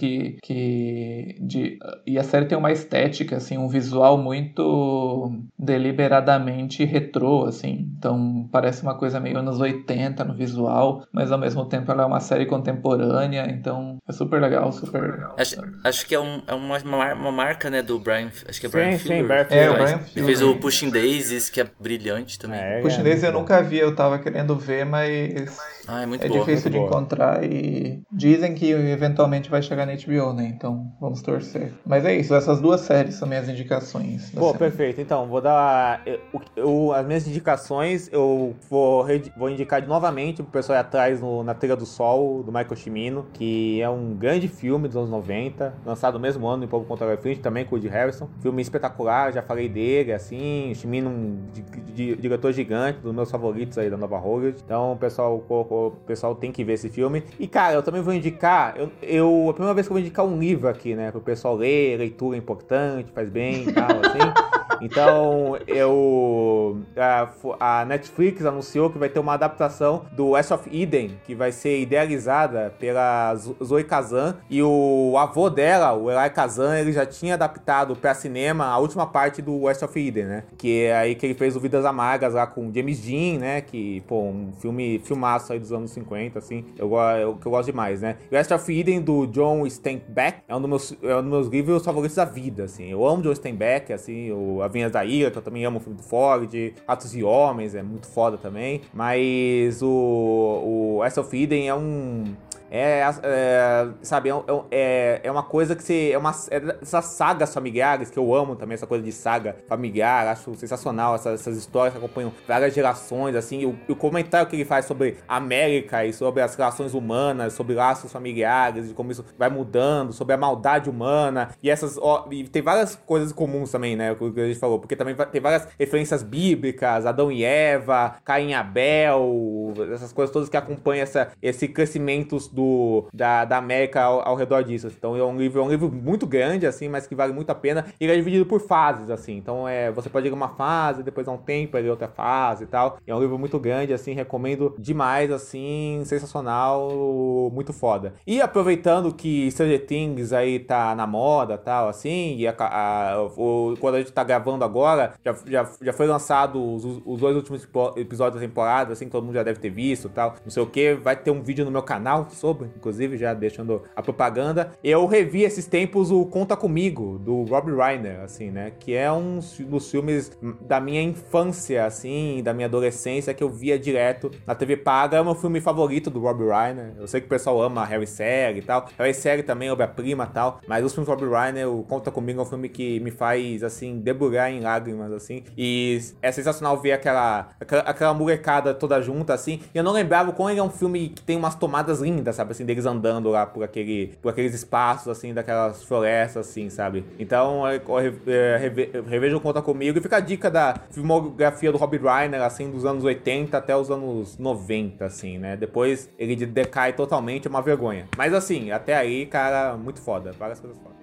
e a série tem uma estética, assim, um visual muito deliberadamente retrô, assim, então parece uma coisa meio anos 80 no visual, mas ao mesmo tempo ela é uma série contemporânea, então é super legal, super legal. Acho que é uma marca, né, do Brian, acho que é Brian Fuller. O Brian Fuller. Ele fez o Pushing Daisies, que é brilhante também. Pushing Daisies eu nunca vi, eu tava querendo ver, mas é muito difícil de encontrar e dizem que eventualmente vai chegar na HBO, né, então vamos torcer. Mas é isso, essas duas séries são minhas indicações. Pô, perfeito, então vou dar as minhas indicações, eu vou indicar novamente pro pessoal ir atrás na Trilha do Sol, do Michael Cimino, que é um grande filme dos anos 90, lançado no mesmo ano em Povo contra o Larry Flint, também com o Woody Harrelson. Filme espetacular, já falei dele, assim, o Cimino diretor gigante, dos meus favoritos aí da Nova Hollywood. Então o pessoal tem que ver esse filme. E cara, eu também vou indicar, a primeira vez que eu vou indicar um livro aqui, né, pro pessoal ler, leitura é importante, faz bem e tal, assim. Então, a Netflix anunciou que vai ter uma adaptação do West of Eden, que vai ser idealizada pela Zoe Kazan, e o avô dela, o Eli Kazan, ele já tinha adaptado pra cinema a última parte do West of Eden, né? Que é aí que ele fez o Vidas Amargas lá com James Dean, né? Que, pô, um filmaço aí dos anos 50, assim, que eu gosto demais, né? O West of Eden, do John Steinbeck, é um dos meus livros favoritos da vida, assim. Eu amo John Steinbeck, assim, A Vinhas da Ira, que eu também amo o filme do Ford, Atos e Homens, é muito foda também, mas o West of Eden é uma coisa que essas sagas familiares que eu amo também, essa coisa de saga familiar, acho sensacional, essas histórias que acompanham várias gerações, assim, o comentário que ele faz sobre a América e sobre as relações humanas, sobre laços familiares, de como isso vai mudando, sobre a maldade humana, e tem várias coisas comuns também, né, o que a gente falou, porque também tem várias referências bíblicas, Adão e Eva, Caim e Abel, essas coisas todas que acompanham esse crescimento da América ao redor disso. Então é um livro muito grande, assim, mas que vale muito a pena. Ele é dividido por fases, assim. Então você pode ler uma fase, depois dá um tempo, ler outra fase e tal. É um livro muito grande, assim, recomendo demais, assim, sensacional, muito foda. E aproveitando que Stranger Things aí tá na moda, tal, assim, e quando a gente tá gravando agora, já foi lançado os 2 últimos episódios da temporada, assim, que todo mundo já deve ter visto, tal, não sei o que. Vai ter um vídeo no meu canal sobre, inclusive, já deixando a propaganda. Eu revi esses tempos o Conta Comigo, do Rob Reiner, assim, né, que é um dos filmes da minha infância, assim, da minha adolescência, que eu via direto na TV paga. É o meu filme favorito do Rob Reiner. Eu sei que o pessoal ama Harry Série e tal, Harry Série também, obra-prima e tal, mas os filmes do Rob Reiner, o Conta Comigo é um filme que me faz, assim, debulhar em lágrimas, assim, e é sensacional ver aquela molecada toda junta, assim, e eu não lembrava como ele é um filme que tem umas tomadas lindas, sabe, assim, deles andando lá por aqueles espaços, assim, daquelas florestas, assim, sabe. Então, reveja o Conta Comigo, e fica a dica da filmografia do Rob Reiner, assim, dos anos 80 até os anos 90, assim, né. Depois ele decai totalmente, é uma vergonha. Mas, assim, até aí, cara, muito foda, várias coisas fodas.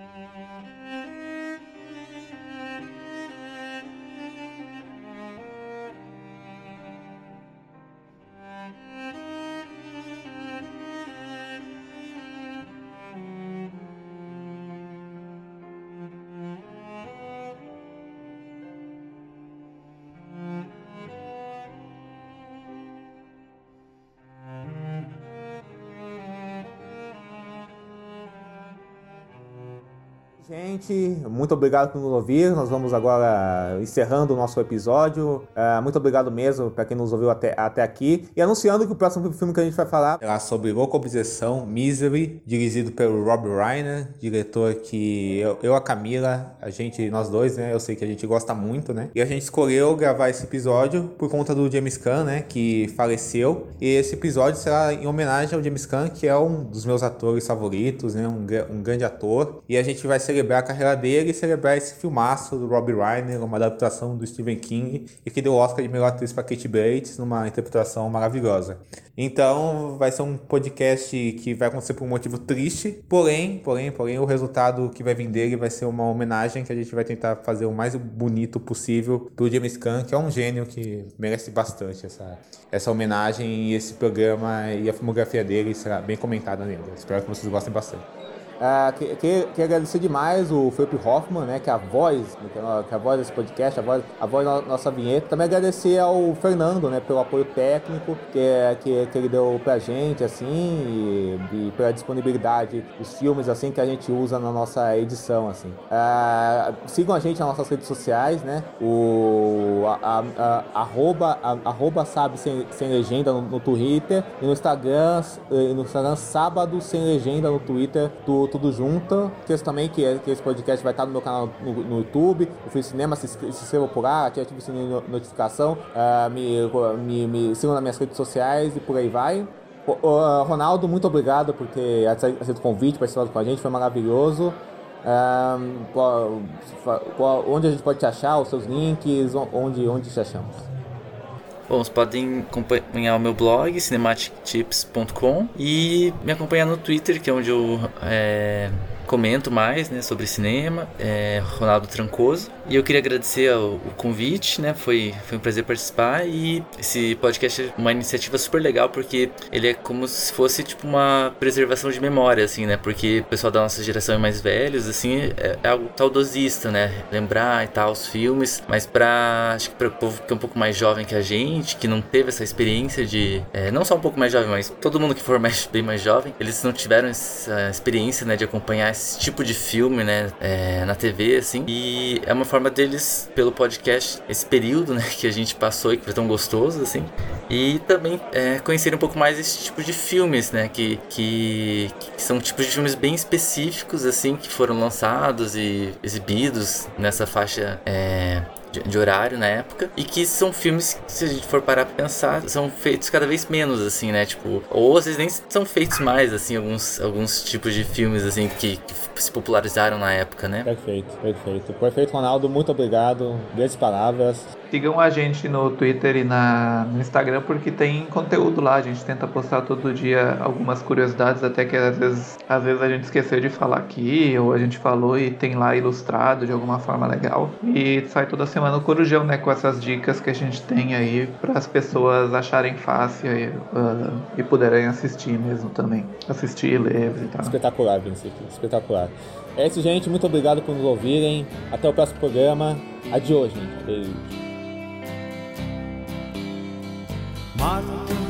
Gente, muito obrigado por nos ouvir. Nós vamos agora encerrando o nosso episódio. Muito obrigado mesmo para quem nos ouviu até aqui. E anunciando que o próximo filme que a gente vai falar é sobre Louca Obsessão, Misery, dirigido pelo Rob Reiner, diretor que eu a Camila, nós dois, né? Eu sei que a gente gosta muito, né? E a gente escolheu gravar esse episódio por conta do James Caan, né? Que faleceu. E esse episódio será em homenagem ao James Caan, que é um dos meus atores favoritos, né? Um grande ator. E a gente vai celebrar a carreira dele e celebrar esse filmaço do Rob Reiner, uma adaptação do Stephen King, e que deu o Oscar de melhor atriz para Kathy Bates, numa interpretação maravilhosa. Então vai ser um podcast que vai acontecer por um motivo triste, porém o resultado que vai vir dele vai ser uma homenagem que a gente vai tentar fazer o mais bonito possível pro James Caan, que é um gênio que merece bastante essa homenagem, e esse programa e a filmografia dele será bem comentada nele. Espero que vocês gostem bastante. Queria agradecer demais o Felipe Hoffman, né, que é a voz desse podcast, a voz da nossa vinheta. Também agradecer ao Fernando, né, pelo apoio técnico que ele deu pra gente, assim, e pela disponibilidade dos filmes, assim, que a gente usa na nossa edição, assim. Sigam a gente nas nossas redes sociais, né, arroba sabe sem legenda no Twitter, e no Instagram sábado sem legenda no Twitter, tudo junto. Esqueça também que esse podcast vai estar no meu canal no YouTube, o Free Cinema, se inscreva por lá, ative o sininho de notificação, me sigam nas minhas redes sociais e por aí vai. Ronaldo, muito obrigado por ter aceito o convite, participado com a gente, foi maravilhoso. Onde a gente pode te achar, os seus links, onde te achamos? Bom, vocês podem acompanhar o meu blog, cinematictips.com, e me acompanhar no Twitter, que é onde eu comento mais, né, sobre cinema, Ronaldo Trancoso. E eu queria agradecer o convite, né, foi um prazer participar, e esse podcast é uma iniciativa super legal, porque ele é como se fosse tipo uma preservação de memória, assim, né, porque o pessoal da nossa geração é mais velhos, assim, é algo saudosista, né, lembrar e tal, os filmes, mas acho que para o povo que é um pouco mais jovem que a gente, que não teve essa experiência de, não só um pouco mais jovem, mas todo mundo que for bem mais jovem, eles não tiveram essa experiência, né, de acompanhar esse tipo de filme, né, na TV, assim, e é uma forma deles, pelo podcast, esse período, né, que a gente passou e que foi tão gostoso, assim, e também conhecerem um pouco mais esse tipo de filmes, né, que são tipos de filmes bem específicos, assim, que foram lançados e exibidos nessa faixa de horário na época, e que são filmes que, se a gente for parar pra pensar, são feitos cada vez menos, assim, né, tipo, ou às vezes nem são feitos mais, assim, alguns tipos de filmes, assim, que se popularizaram na época, né. Perfeito, Ronaldo, muito obrigado, grandes palavras. Sigam a gente no Twitter e no Instagram, porque tem conteúdo lá. A gente tenta postar todo dia algumas curiosidades, até que às vezes a gente esqueceu de falar aqui, ou a gente falou e tem lá ilustrado de alguma forma legal. E sai toda semana o Corujão, né, com essas dicas que a gente tem aí para as pessoas acharem fácil e puderem assistir mesmo também. Assistir, ler e tal. Espetacular, Vinci, espetacular. É isso, gente. Muito obrigado por nos ouvirem. Até o próximo programa. Adiós, gente. Beijo.